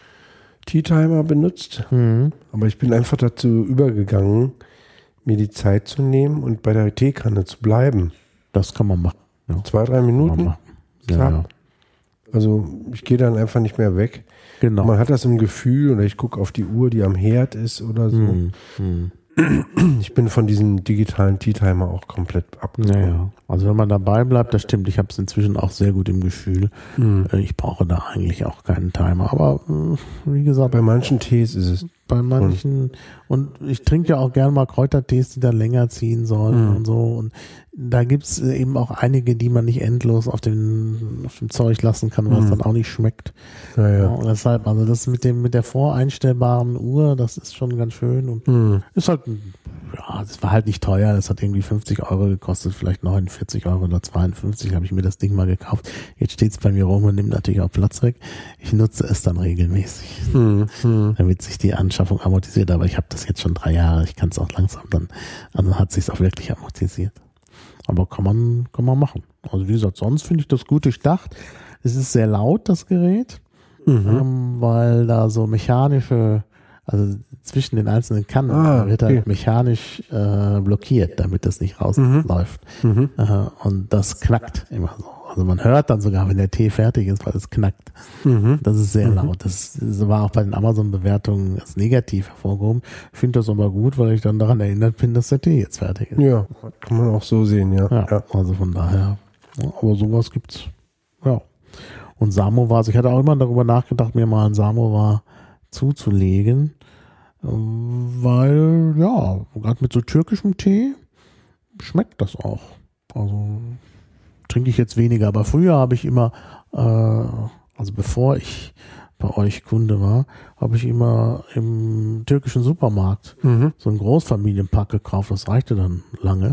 Tea-Timer benutzt, Mhm. aber ich bin einfach dazu übergegangen, mir die Zeit zu nehmen und bei der Teekanne zu bleiben. Das kann man machen. Ja, Zwei, drei kann man Minuten. machen. Ja, Zack. ja. Also ich gehe dann einfach nicht mehr weg. Genau. Man hat das im Gefühl oder ich gucke auf die Uhr, die am Herd ist oder so. Mhm. Mhm. Ich bin von diesem digitalen Tea-Timer auch komplett abgekommen. Naja, also wenn man dabei bleibt, das stimmt. Ich habe es inzwischen auch sehr gut im Gefühl. Mhm. Äh, Ich brauche da eigentlich auch keinen Timer. Aber mh, wie gesagt, Bei manchen Tees ist es. bei manchen, und ich trinke ja auch gerne mal Kräutertees, die dann länger ziehen sollen Mhm. und so. Und da gibt's eben auch einige, die man nicht endlos auf, den, auf dem Zeug lassen kann, weil es Mhm. dann auch nicht schmeckt. Naja. Ja, und deshalb, also das mit dem, mit der voreinstellbaren Uhr, das ist schon ganz schön und Mhm. ist halt, ein- ja, das war halt nicht teuer, das hat irgendwie fünfzig Euro gekostet, vielleicht neunundvierzig Euro oder zweiundfünfzig habe ich mir das Ding mal gekauft. Jetzt steht's bei mir rum und nimmt natürlich auch Platz weg. Ich nutze es dann regelmäßig, Mhm. Mhm. damit sich die Anschaffung amortisiert, aber ich habe das jetzt schon drei Jahre, ich kann es auch langsam dann, also hat sich's auch wirklich amortisiert. Aber kann man, kann man machen. Also wie gesagt, sonst finde ich das gut durchdacht. Es ist sehr laut, das Gerät, Mhm. ähm, weil da so mechanische, also zwischen den einzelnen Kannen Ah, da wird okay. halt mechanisch äh, blockiert, damit das nicht rausläuft. Mhm. Äh, und das knackt immer so. Also man hört dann sogar, wenn der Tee fertig ist, weil es knackt. Mhm. Das ist sehr laut. Das, das war auch bei den Amazon-Bewertungen als negativ hervorgehoben. Ich finde das aber gut, weil ich dann daran erinnert bin, dass der Tee jetzt fertig ist. Ja, kann man auch so sehen, ja. Ja, ja. also von daher. Ja, aber sowas gibt's. Ja. Und Samovar, ich hatte auch immer darüber nachgedacht, mir mal ein Samovar zuzulegen, ähm, weil, ja, gerade mit so türkischem Tee schmeckt das auch. Also trinke ich jetzt weniger, aber früher habe ich immer, äh, also bevor ich bei euch Kunde war, habe ich immer im türkischen Supermarkt Mhm. so ein Großfamilienpack gekauft, das reichte dann lange.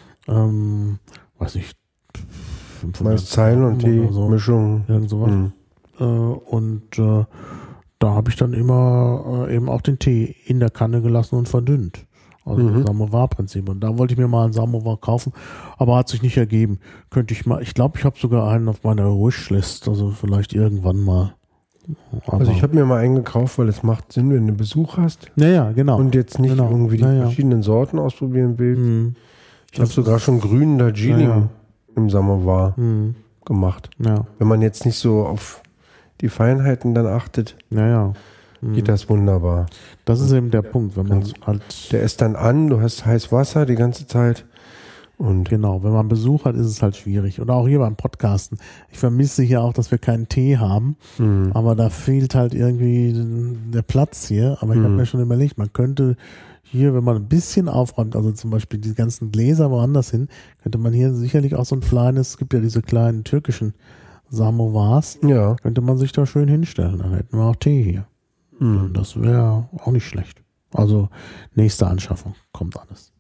Ähm, weiß nicht, fünfhundert Meist Zeilen und Gramm die oder so, Mischung. irgend sowas. Mhm. Äh, und äh, da habe ich dann immer äh, eben auch den Tee in der Kanne gelassen und verdünnt. Also Mhm. das Samovar-Prinzip. Und da wollte ich mir mal einen Samovar kaufen, aber hat sich nicht ergeben. Könnte ich mal, ich glaube, ich habe sogar einen auf meiner Wishlist, also vielleicht irgendwann mal. Aber, Also ich habe mir mal einen gekauft, weil es macht Sinn, wenn du Besuch hast naja, genau. und jetzt nicht Genau. irgendwie die Naja. verschiedenen Sorten ausprobieren willst. Hm, Ich habe sogar schon grünen Darjeeling Ja, ja. im Samovar hm, gemacht. ja, Wenn man jetzt nicht so auf die Feinheiten dann achtet, naja. Hm. geht das wunderbar. Das ist eben der Punkt, wenn man Ganz- halt, Der ist dann an, du hast heiß Wasser die ganze Zeit und genau, wenn man Besuch hat, ist es halt schwierig. Oder auch hier beim Podcasten. Ich vermisse hier auch, dass wir keinen Tee haben, Mhm. aber da fehlt halt irgendwie der Platz hier. Aber ich habe Mhm. mir schon überlegt, man könnte hier, wenn man ein bisschen aufräumt, also zum Beispiel die ganzen Gläser woanders hin, könnte man hier sicherlich auch so ein kleines, es gibt ja diese kleinen türkischen Samovars, ja. könnte man sich da schön hinstellen. Dann hätten wir auch Tee hier. Mhm. Das wäre auch nicht schlecht. Also nächste Anschaffung, kommt alles.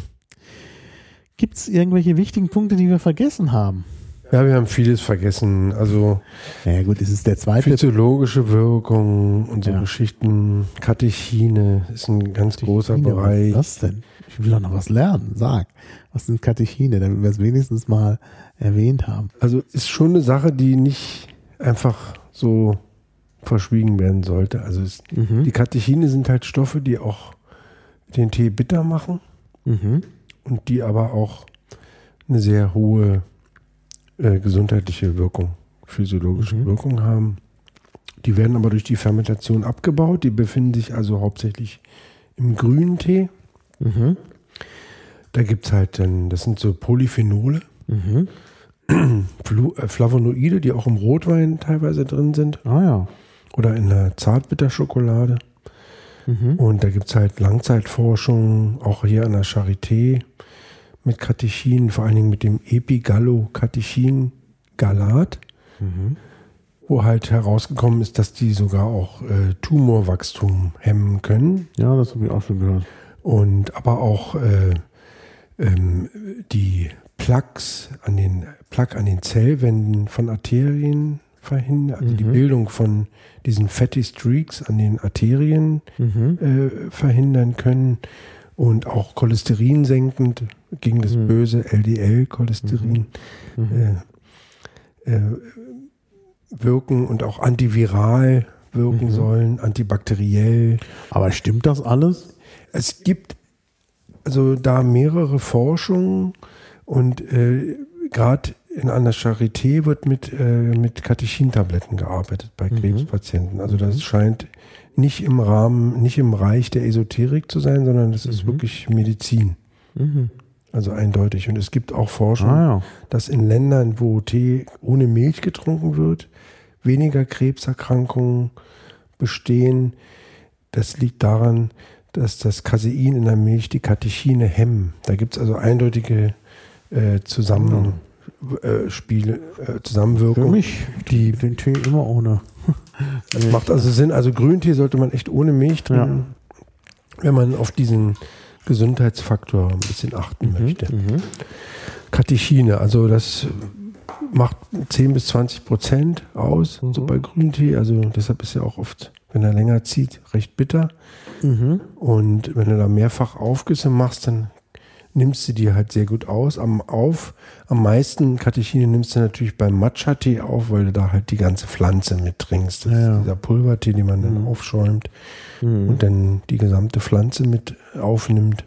Gibt es irgendwelche wichtigen Punkte, die wir vergessen haben? Ja, wir haben vieles vergessen. Also Naja gut, es ist der zweite. physiologische Wirkung und so Ja. Geschichten. Katechine ist ein ganz großer Katechine, Bereich. Was ist das denn? Ich will doch noch was lernen. Sag, was sind Katechine, damit wir es wenigstens mal erwähnt haben. Also ist schon eine Sache, die nicht einfach so verschwiegen werden sollte. Also es, Mhm. die Katechine sind halt Stoffe, die auch den Tee bitter machen Mhm. und die aber auch eine sehr hohe äh, gesundheitliche Wirkung, physiologische Mhm. Wirkung haben. Die werden aber durch die Fermentation abgebaut. Die befinden sich also hauptsächlich im grünen Tee. Mhm. Da gibt es halt dann, das sind so Polyphenole, Mhm. Flu, äh, Flavonoide, die auch im Rotwein teilweise drin sind Ah ja. oder in der Zartbitterschokolade. Mhm. Und da gibt es halt Langzeitforschung, auch hier an der Charité mit Katechin, vor allen Dingen mit dem Epigallocatechin. Galat, Mhm. wo halt herausgekommen ist, dass die sogar auch äh, Tumorwachstum hemmen können. Ja, das habe ich auch schon gehört. Und aber auch äh, ähm, die Plaques an den Plaque an den Zellwänden von Arterien verhindern, also Mhm. die Bildung von diesen Fatty Streaks an den Arterien Mhm. äh, verhindern können und auch cholesterinsenkend gegen das Mhm. böse L D L-Cholesterin Mhm. äh, äh, wirken und auch antiviral wirken Mhm. sollen, antibakteriell. Aber stimmt das alles? Es gibt also da mehrere Forschungen und äh, gerade in einer Charité wird mit, äh, mit Katechintabletten gearbeitet bei Mhm. Krebspatienten. Also das scheint nicht im Rahmen, nicht im Reich der Esoterik zu sein, sondern das ist Mhm. wirklich Medizin. Mhm. Also eindeutig. Und es gibt auch Forschung, Ah ja. dass in Ländern, wo Tee ohne Milch getrunken wird, weniger Krebserkrankungen bestehen. Das liegt daran, dass das Casein in der Milch die Katechine hemmen. Da gibt es also eindeutige äh, Zusammen, äh, Spiele, äh, Zusammenwirkung. Für mich, die den Tee immer ohne. das macht also Sinn. Also Grüntee sollte man echt ohne Milch trinken, wenn man auf diesen Gesundheitsfaktor ein bisschen achten möchte. Mhm. Katechine, also das macht zehn bis zwanzig Prozent aus, Mhm. so bei Grüntee. Also deshalb ist ja auch oft, wenn er länger zieht, recht bitter. Mhm. Und wenn du da mehrfach Aufgüsse machst, dann nimmst du die halt sehr gut aus. Am, auf, am meisten Katechine nimmst du natürlich beim Matcha-Tee auf, weil du da halt die ganze Pflanze mit trinkst. Das Ja, ja. ist dieser Pulvertee, den man dann Mhm. aufschäumt Mhm. und dann die gesamte Pflanze mit aufnimmt.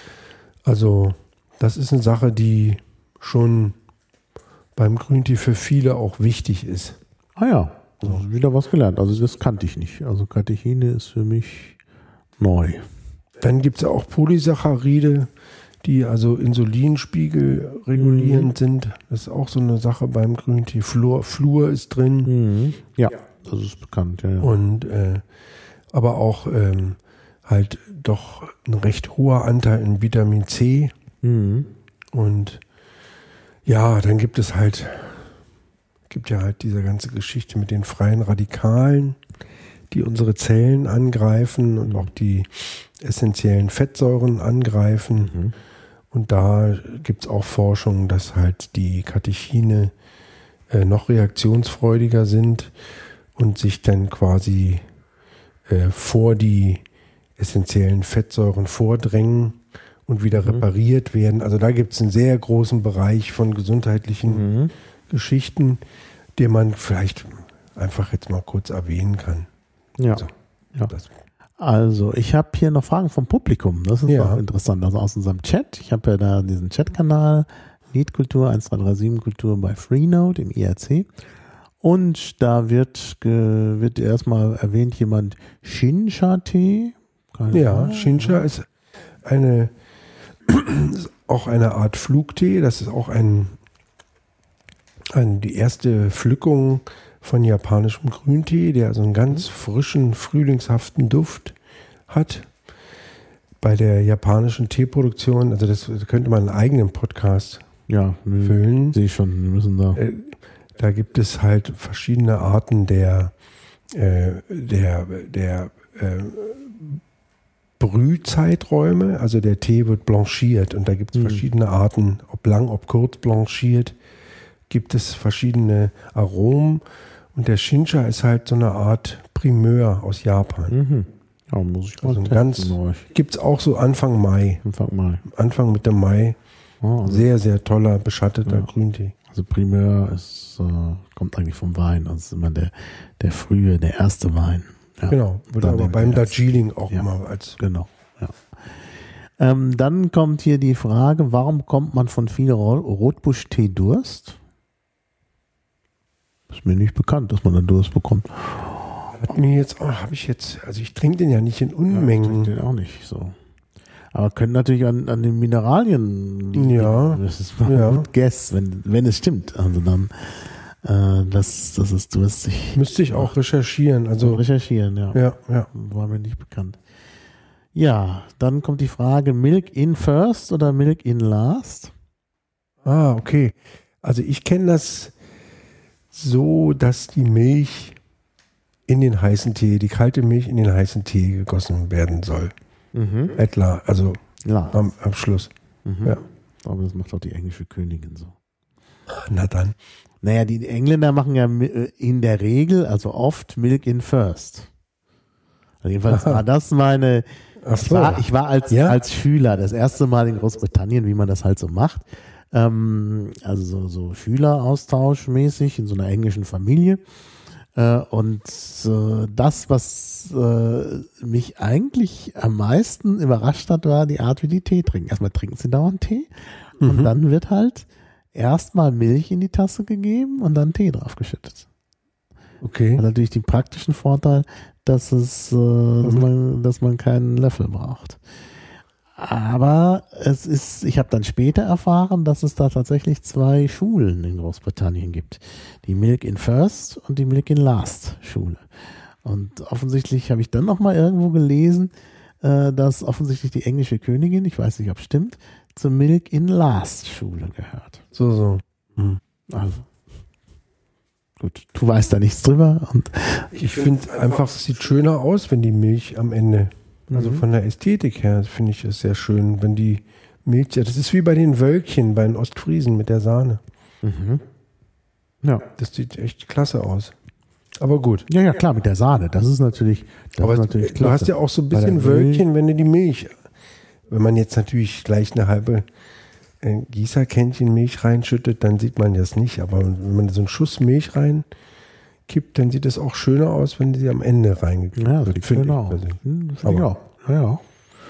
Also das ist eine Sache, die schon beim Grüntee für viele auch wichtig ist. Ah ja, also wieder was gelernt. Also das kannte ich nicht. Also Katechine ist für mich neu. Dann gibt es ja auch Polysaccharide, die also Insulinspiegel regulierend Mhm. sind. Das ist auch so eine Sache beim Grüntee. Fluor, Fluor ist drin. Mhm. Ja, das ist bekannt. Ja, ja. Und äh, aber auch ähm, halt doch ein recht hoher Anteil in Vitamin C. Mhm. Und ja, dann gibt es halt, gibt ja halt diese ganze Geschichte mit den freien Radikalen, die unsere Zellen angreifen und auch die essentiellen Fettsäuren angreifen. Mhm. Und da gibt es auch Forschung, dass halt die Katechine äh, noch reaktionsfreudiger sind und sich dann quasi äh, vor die essentiellen Fettsäuren vordrängen und wieder Mhm. repariert werden. Also da gibt es einen sehr großen Bereich von gesundheitlichen Mhm. Geschichten, den man vielleicht einfach jetzt mal kurz erwähnen kann. Ja. Also, Ja. das, Also, ich habe hier noch Fragen vom Publikum. Das ist Ja. auch interessant. Also aus unserem Chat. Ich habe ja da diesen Chatkanal Liedkultur eins zwei drei sieben Kultur bei Freenode im I R C. Und da wird, ge, wird erstmal erwähnt jemand Shincha-Tee. Keine ja, Ahnung. Shincha ist eine ist auch eine Art Flugtee. Das ist auch ein, ein die erste Pflückung von japanischem Grüntee, der so einen ganz frischen, frühlingshaften Duft hat. Bei der japanischen Teeproduktion, also das könnte man einen eigenen Podcast Ja, wir- füllen. sehe ich schon. Wir müssen da. Äh, Da gibt es halt verschiedene Arten der, äh, der, der äh, Brühzeiträume. Also der Tee wird blanchiert und da gibt es Mhm. verschiedene Arten, ob lang, ob kurz blanchiert, gibt es verschiedene Aromen. Und der Shincha ist halt so eine Art Primeur aus Japan. Mhm. Ja, muss ich mal Also ein testen ganz, bei euch. gibt es auch so Anfang Mai. Anfang mal. Anfang Mitte Mai. Oh, also, Sehr, sehr toller, beschatteter Ja. Grüntee. also Primeur ist, äh, kommt eigentlich vom Wein. Das ist immer der, der frühe, der erste Wein. Ja. Genau, wird Dann aber der beim erste. Darjeeling auch Ja. immer als Genau, ja. Ähm, dann kommt hier die Frage, warum kommt man von viel Ro- Rotbusch-Tee Durst? Ist mir nicht bekannt, dass man dann Durst bekommt. Hat mir jetzt, oh, habe ich jetzt, also ich trinke den ja nicht in Ja, Unmengen. ich denke den auch nicht so. Aber können natürlich an, an den Mineralien liegen. Ja, Das ist mal ja. gut guess, wenn, wenn es stimmt. Also dann, äh, das, das ist durstig. Müsste ich auch recherchieren. Also Also, recherchieren, ja. ja, ja. War mir nicht bekannt. Ja, dann kommt die Frage, Milk in first oder Milk in last? Ah, okay. Also ich kenne das so, dass die Milch in den heißen Tee, die kalte Milch in den heißen Tee gegossen werden soll. Mhm. Etwa, also Ja. am, am Schluss. Mhm. Ja. Aber das macht auch die englische Königin so. Na dann. Naja, die Engländer machen ja in der Regel, also oft Milk in First. Also jedenfalls war das meine, Ach ich so. war, ich war als, Ja? als Schüler das erste Mal in Großbritannien, wie man das halt so macht. Ähm, also so, so Schüleraustauschmäßig in so einer englischen Familie. Äh, und äh, das, was äh, mich eigentlich am meisten überrascht hat, war die Art, wie die Tee trinken. Erstmal trinken sie dauernd Tee und Mhm. dann wird halt erstmal Milch in die Tasse gegeben und dann Tee draufgeschüttet. Okay. Hat natürlich den praktischen Vorteil, dass es, äh, dass man, dass man keinen Löffel braucht. Aber es ist, ich habe dann später erfahren, dass es da tatsächlich zwei Schulen in Großbritannien gibt. Die Milk in First und die Milk in Last Schule. Und offensichtlich habe ich dann nochmal irgendwo gelesen, äh, dass offensichtlich die englische Königin, ich weiß nicht, ob es stimmt, zur Milk in Last Schule gehört. So, so. Hm. Also, gut, du weißt da nichts drüber. Und Ich finde einfach, es sieht schöner aus, wenn die Milch am Ende, also Mhm. von der Ästhetik her, finde ich es sehr schön, wenn die Milch, ja, das ist wie bei den Wölkchen, bei den Ostfriesen mit der Sahne. mhm. Ja. Das sieht echt klasse aus. Aber gut. Ja, ja, klar, mit der Sahne. Das ist natürlich, das Aber ist es- natürlich du hast ja auch so ein Bei der bisschen Milch- Wölkchen, wenn du die Milch, wenn man jetzt natürlich gleich eine halbe äh, Gießerkännchen Milch reinschüttet, dann sieht man das nicht. Aber wenn man so einen Schuss Milch reinkippt, dann sieht es auch schöner aus, wenn sie am Ende reingekippt Ja, das wird. sieht finde schön ich aus. persönlich. Hm, das finde ich Aber- auch. Ja, ja.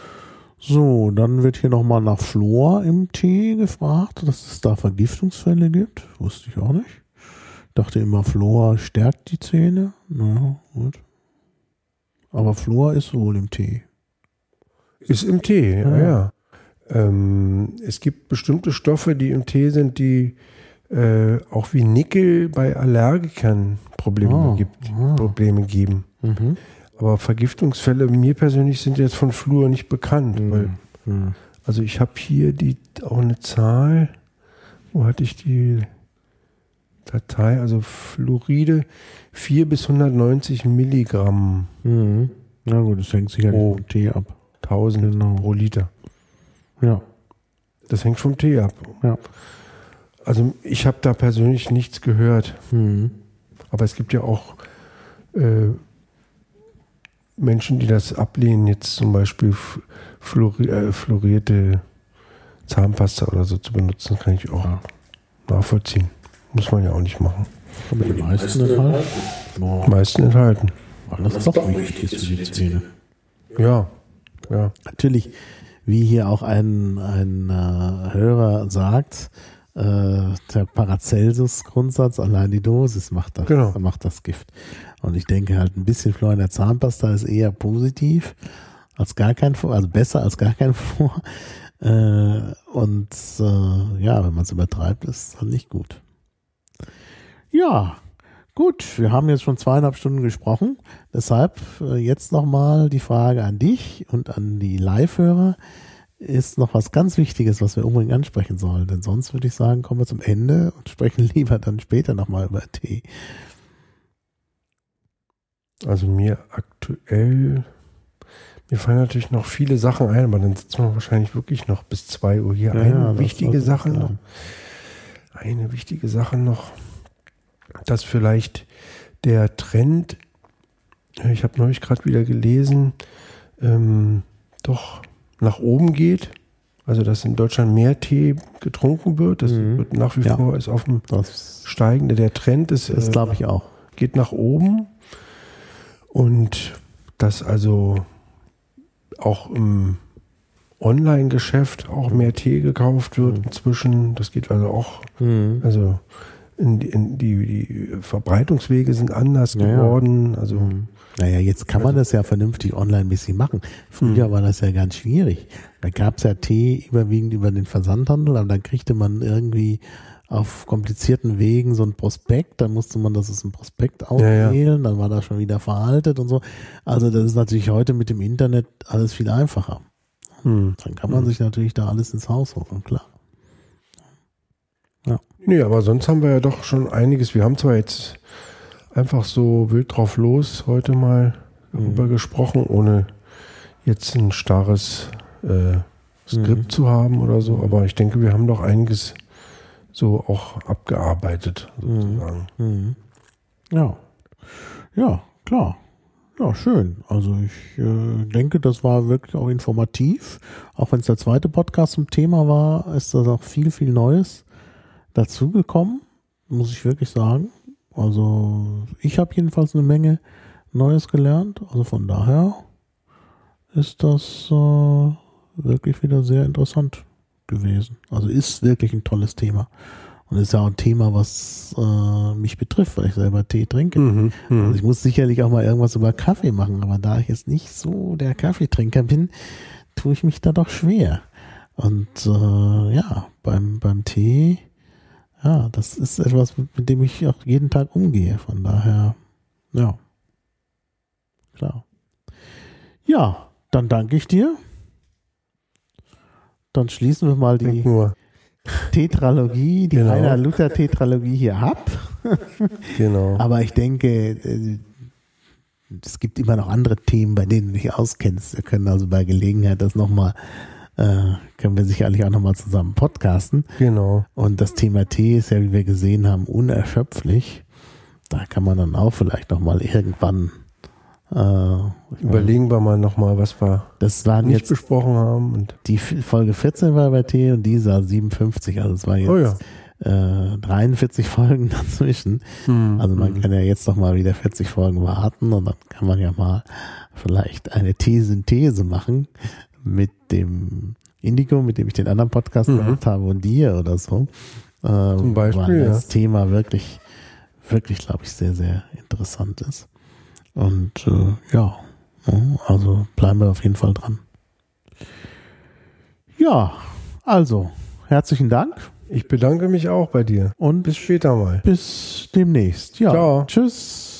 So, dann wird hier nochmal nach Fluor im Tee gefragt, dass es da Vergiftungsfälle gibt. Wusste ich auch nicht. Dachte immer, Fluor stärkt die Zähne. Na gut. Aber Fluor ist wohl im Tee. Ist im Tee, ja. Ah. ja. Ähm, es gibt bestimmte Stoffe, die im Tee sind, die äh, auch wie Nickel bei Allergikern Probleme, Ah, gibt, ah. Probleme geben. Mhm. Aber Vergiftungsfälle mir persönlich sind jetzt von Fluor nicht bekannt. Weil, Mhm. also ich habe hier die auch eine Zahl. Wo hatte ich die Datei? Also Fluoride vier bis hundertneunzig Milligramm Mhm. Na gut, das hängt sicherlich Oh. vom Tee ab. tausend Genau. pro Liter. Ja. Das hängt vom Tee ab. Ja. Also ich habe da persönlich nichts gehört. Mhm. Aber es gibt ja auch äh, Menschen, die das ablehnen, jetzt zum Beispiel f- fluori äh, fluorierte Zahnpasta oder so zu benutzen, kann ich auch Ja. nachvollziehen. Muss man ja auch nicht machen. Aber die meisten enthalten. Boah, Die meisten enthalten. weil das doch wichtig ist für die Zähne. Ja, ja. Natürlich, wie hier auch ein, ein äh, Hörer sagt, äh, der Paracelsus-Grundsatz, allein die Dosis macht das, Genau. macht das Gift. Und ich denke halt, ein bisschen Fluor in der Zahnpasta ist eher positiv als gar kein Fluor, also besser als gar kein Fluor. Äh, und äh, ja, wenn man es übertreibt, ist es halt nicht gut. Ja, gut, wir haben jetzt schon zweieinhalb Stunden gesprochen. Deshalb äh, jetzt nochmal die Frage an dich und an die Live-Hörer. Ist noch was ganz Wichtiges, was wir unbedingt ansprechen sollen? Denn sonst würde ich sagen, kommen wir zum Ende und sprechen lieber dann später nochmal über Tee. Also mir aktuell, mir fallen natürlich noch viele Sachen ein, aber dann sitzen wir wahrscheinlich wirklich noch bis zwei Uhr hier. Ja, Eine ja, das wichtige sollte Sache sein. noch. Eine wichtige Sache noch, dass vielleicht der Trend, ich habe neulich gerade wieder gelesen, ähm, doch nach oben geht. Also dass in Deutschland mehr Tee getrunken wird. Das Mhm. wird nach wie Ja. vor ist auf dem Das steigende. Der Trend ist, ist, äh, glaube ich, auch. geht nach oben. Und dass also auch im Online-Geschäft auch mehr Tee gekauft wird Mhm. inzwischen. Das geht also auch, Mhm. also in, die- in die, die Verbreitungswege sind anders Ja, ja. geworden. Also Mhm. Naja, jetzt kann man das ja vernünftig online ein bisschen machen. Früher war das ja ganz schwierig. Da gab es ja Tee überwiegend über den Versandhandel, aber dann kriegte man irgendwie auf komplizierten Wegen so ein Prospekt, dann musste man das als ein Prospekt Ja, ja. auswählen, dann war das schon wieder veraltet und so. Also das ist natürlich heute mit dem Internet alles viel einfacher. hm. Dann kann man sich natürlich da alles ins Haus holen, klar. Ja. Nee, aber sonst haben wir ja doch schon einiges. Wir haben zwar jetzt einfach so wild drauf los heute mal darüber mhm. gesprochen, ohne jetzt ein starres äh, Skript mhm. zu haben oder so, aber ich denke, wir haben doch einiges so auch abgearbeitet, sozusagen. Mhm. Ja. Ja, klar. Ja, schön. Also ich äh, denke, das war wirklich auch informativ. Auch wenn es der zweite Podcast zum Thema war, ist da noch viel, viel Neues dazugekommen, muss ich wirklich sagen. Also ich habe jedenfalls eine Menge Neues gelernt. Also von daher ist das äh, wirklich wieder sehr interessant gewesen. Also ist wirklich ein tolles Thema. Und ist ja auch ein Thema, was äh, mich betrifft, weil ich selber Tee trinke. Mhm, also ich muss sicherlich auch mal irgendwas über Kaffee machen, aber da ich jetzt nicht so der Kaffeetrinker bin, tue ich mich da doch schwer. Und äh, ja, beim, beim Tee, ja, das ist etwas, mit dem ich auch jeden Tag umgehe. Von daher, ja, klar. Ja, dann danke ich dir. Dann schließen wir mal die Tetralogie, die genau. Rainer Luther Tetralogie hier ab. Genau. Aber ich denke, es gibt immer noch andere Themen, bei denen du dich auskennst. Wir können also bei Gelegenheit das nochmal, äh, können wir sicherlich auch nochmal zusammen podcasten. Genau. Und das Thema Tee ist ja, wie wir gesehen haben, unerschöpflich. Da kann man dann auch vielleicht nochmal irgendwann Äh, Überlegen wir mal nochmal, was wir das waren nicht jetzt besprochen haben. Und die Folge vierzehn war bei T und dieser siebenundfünfzig, also es waren jetzt oh ja. äh, dreiundvierzig Folgen dazwischen. Hm, also man hm. kann ja jetzt noch mal wieder vierzig Folgen warten und dann kann man ja mal vielleicht eine Teesynthese machen mit dem Indigo, mit dem ich den anderen Podcast mhm. gemacht habe und dir oder so. Äh, Zum Beispiel, weil das ja. Thema wirklich, wirklich, glaube ich, sehr, sehr interessant ist. Und äh, ja, also bleiben wir auf jeden Fall dran. Ja, also herzlichen Dank. Ich bedanke mich auch bei dir. Und bis später mal. Bis demnächst. Ja, ciao. Tschüss.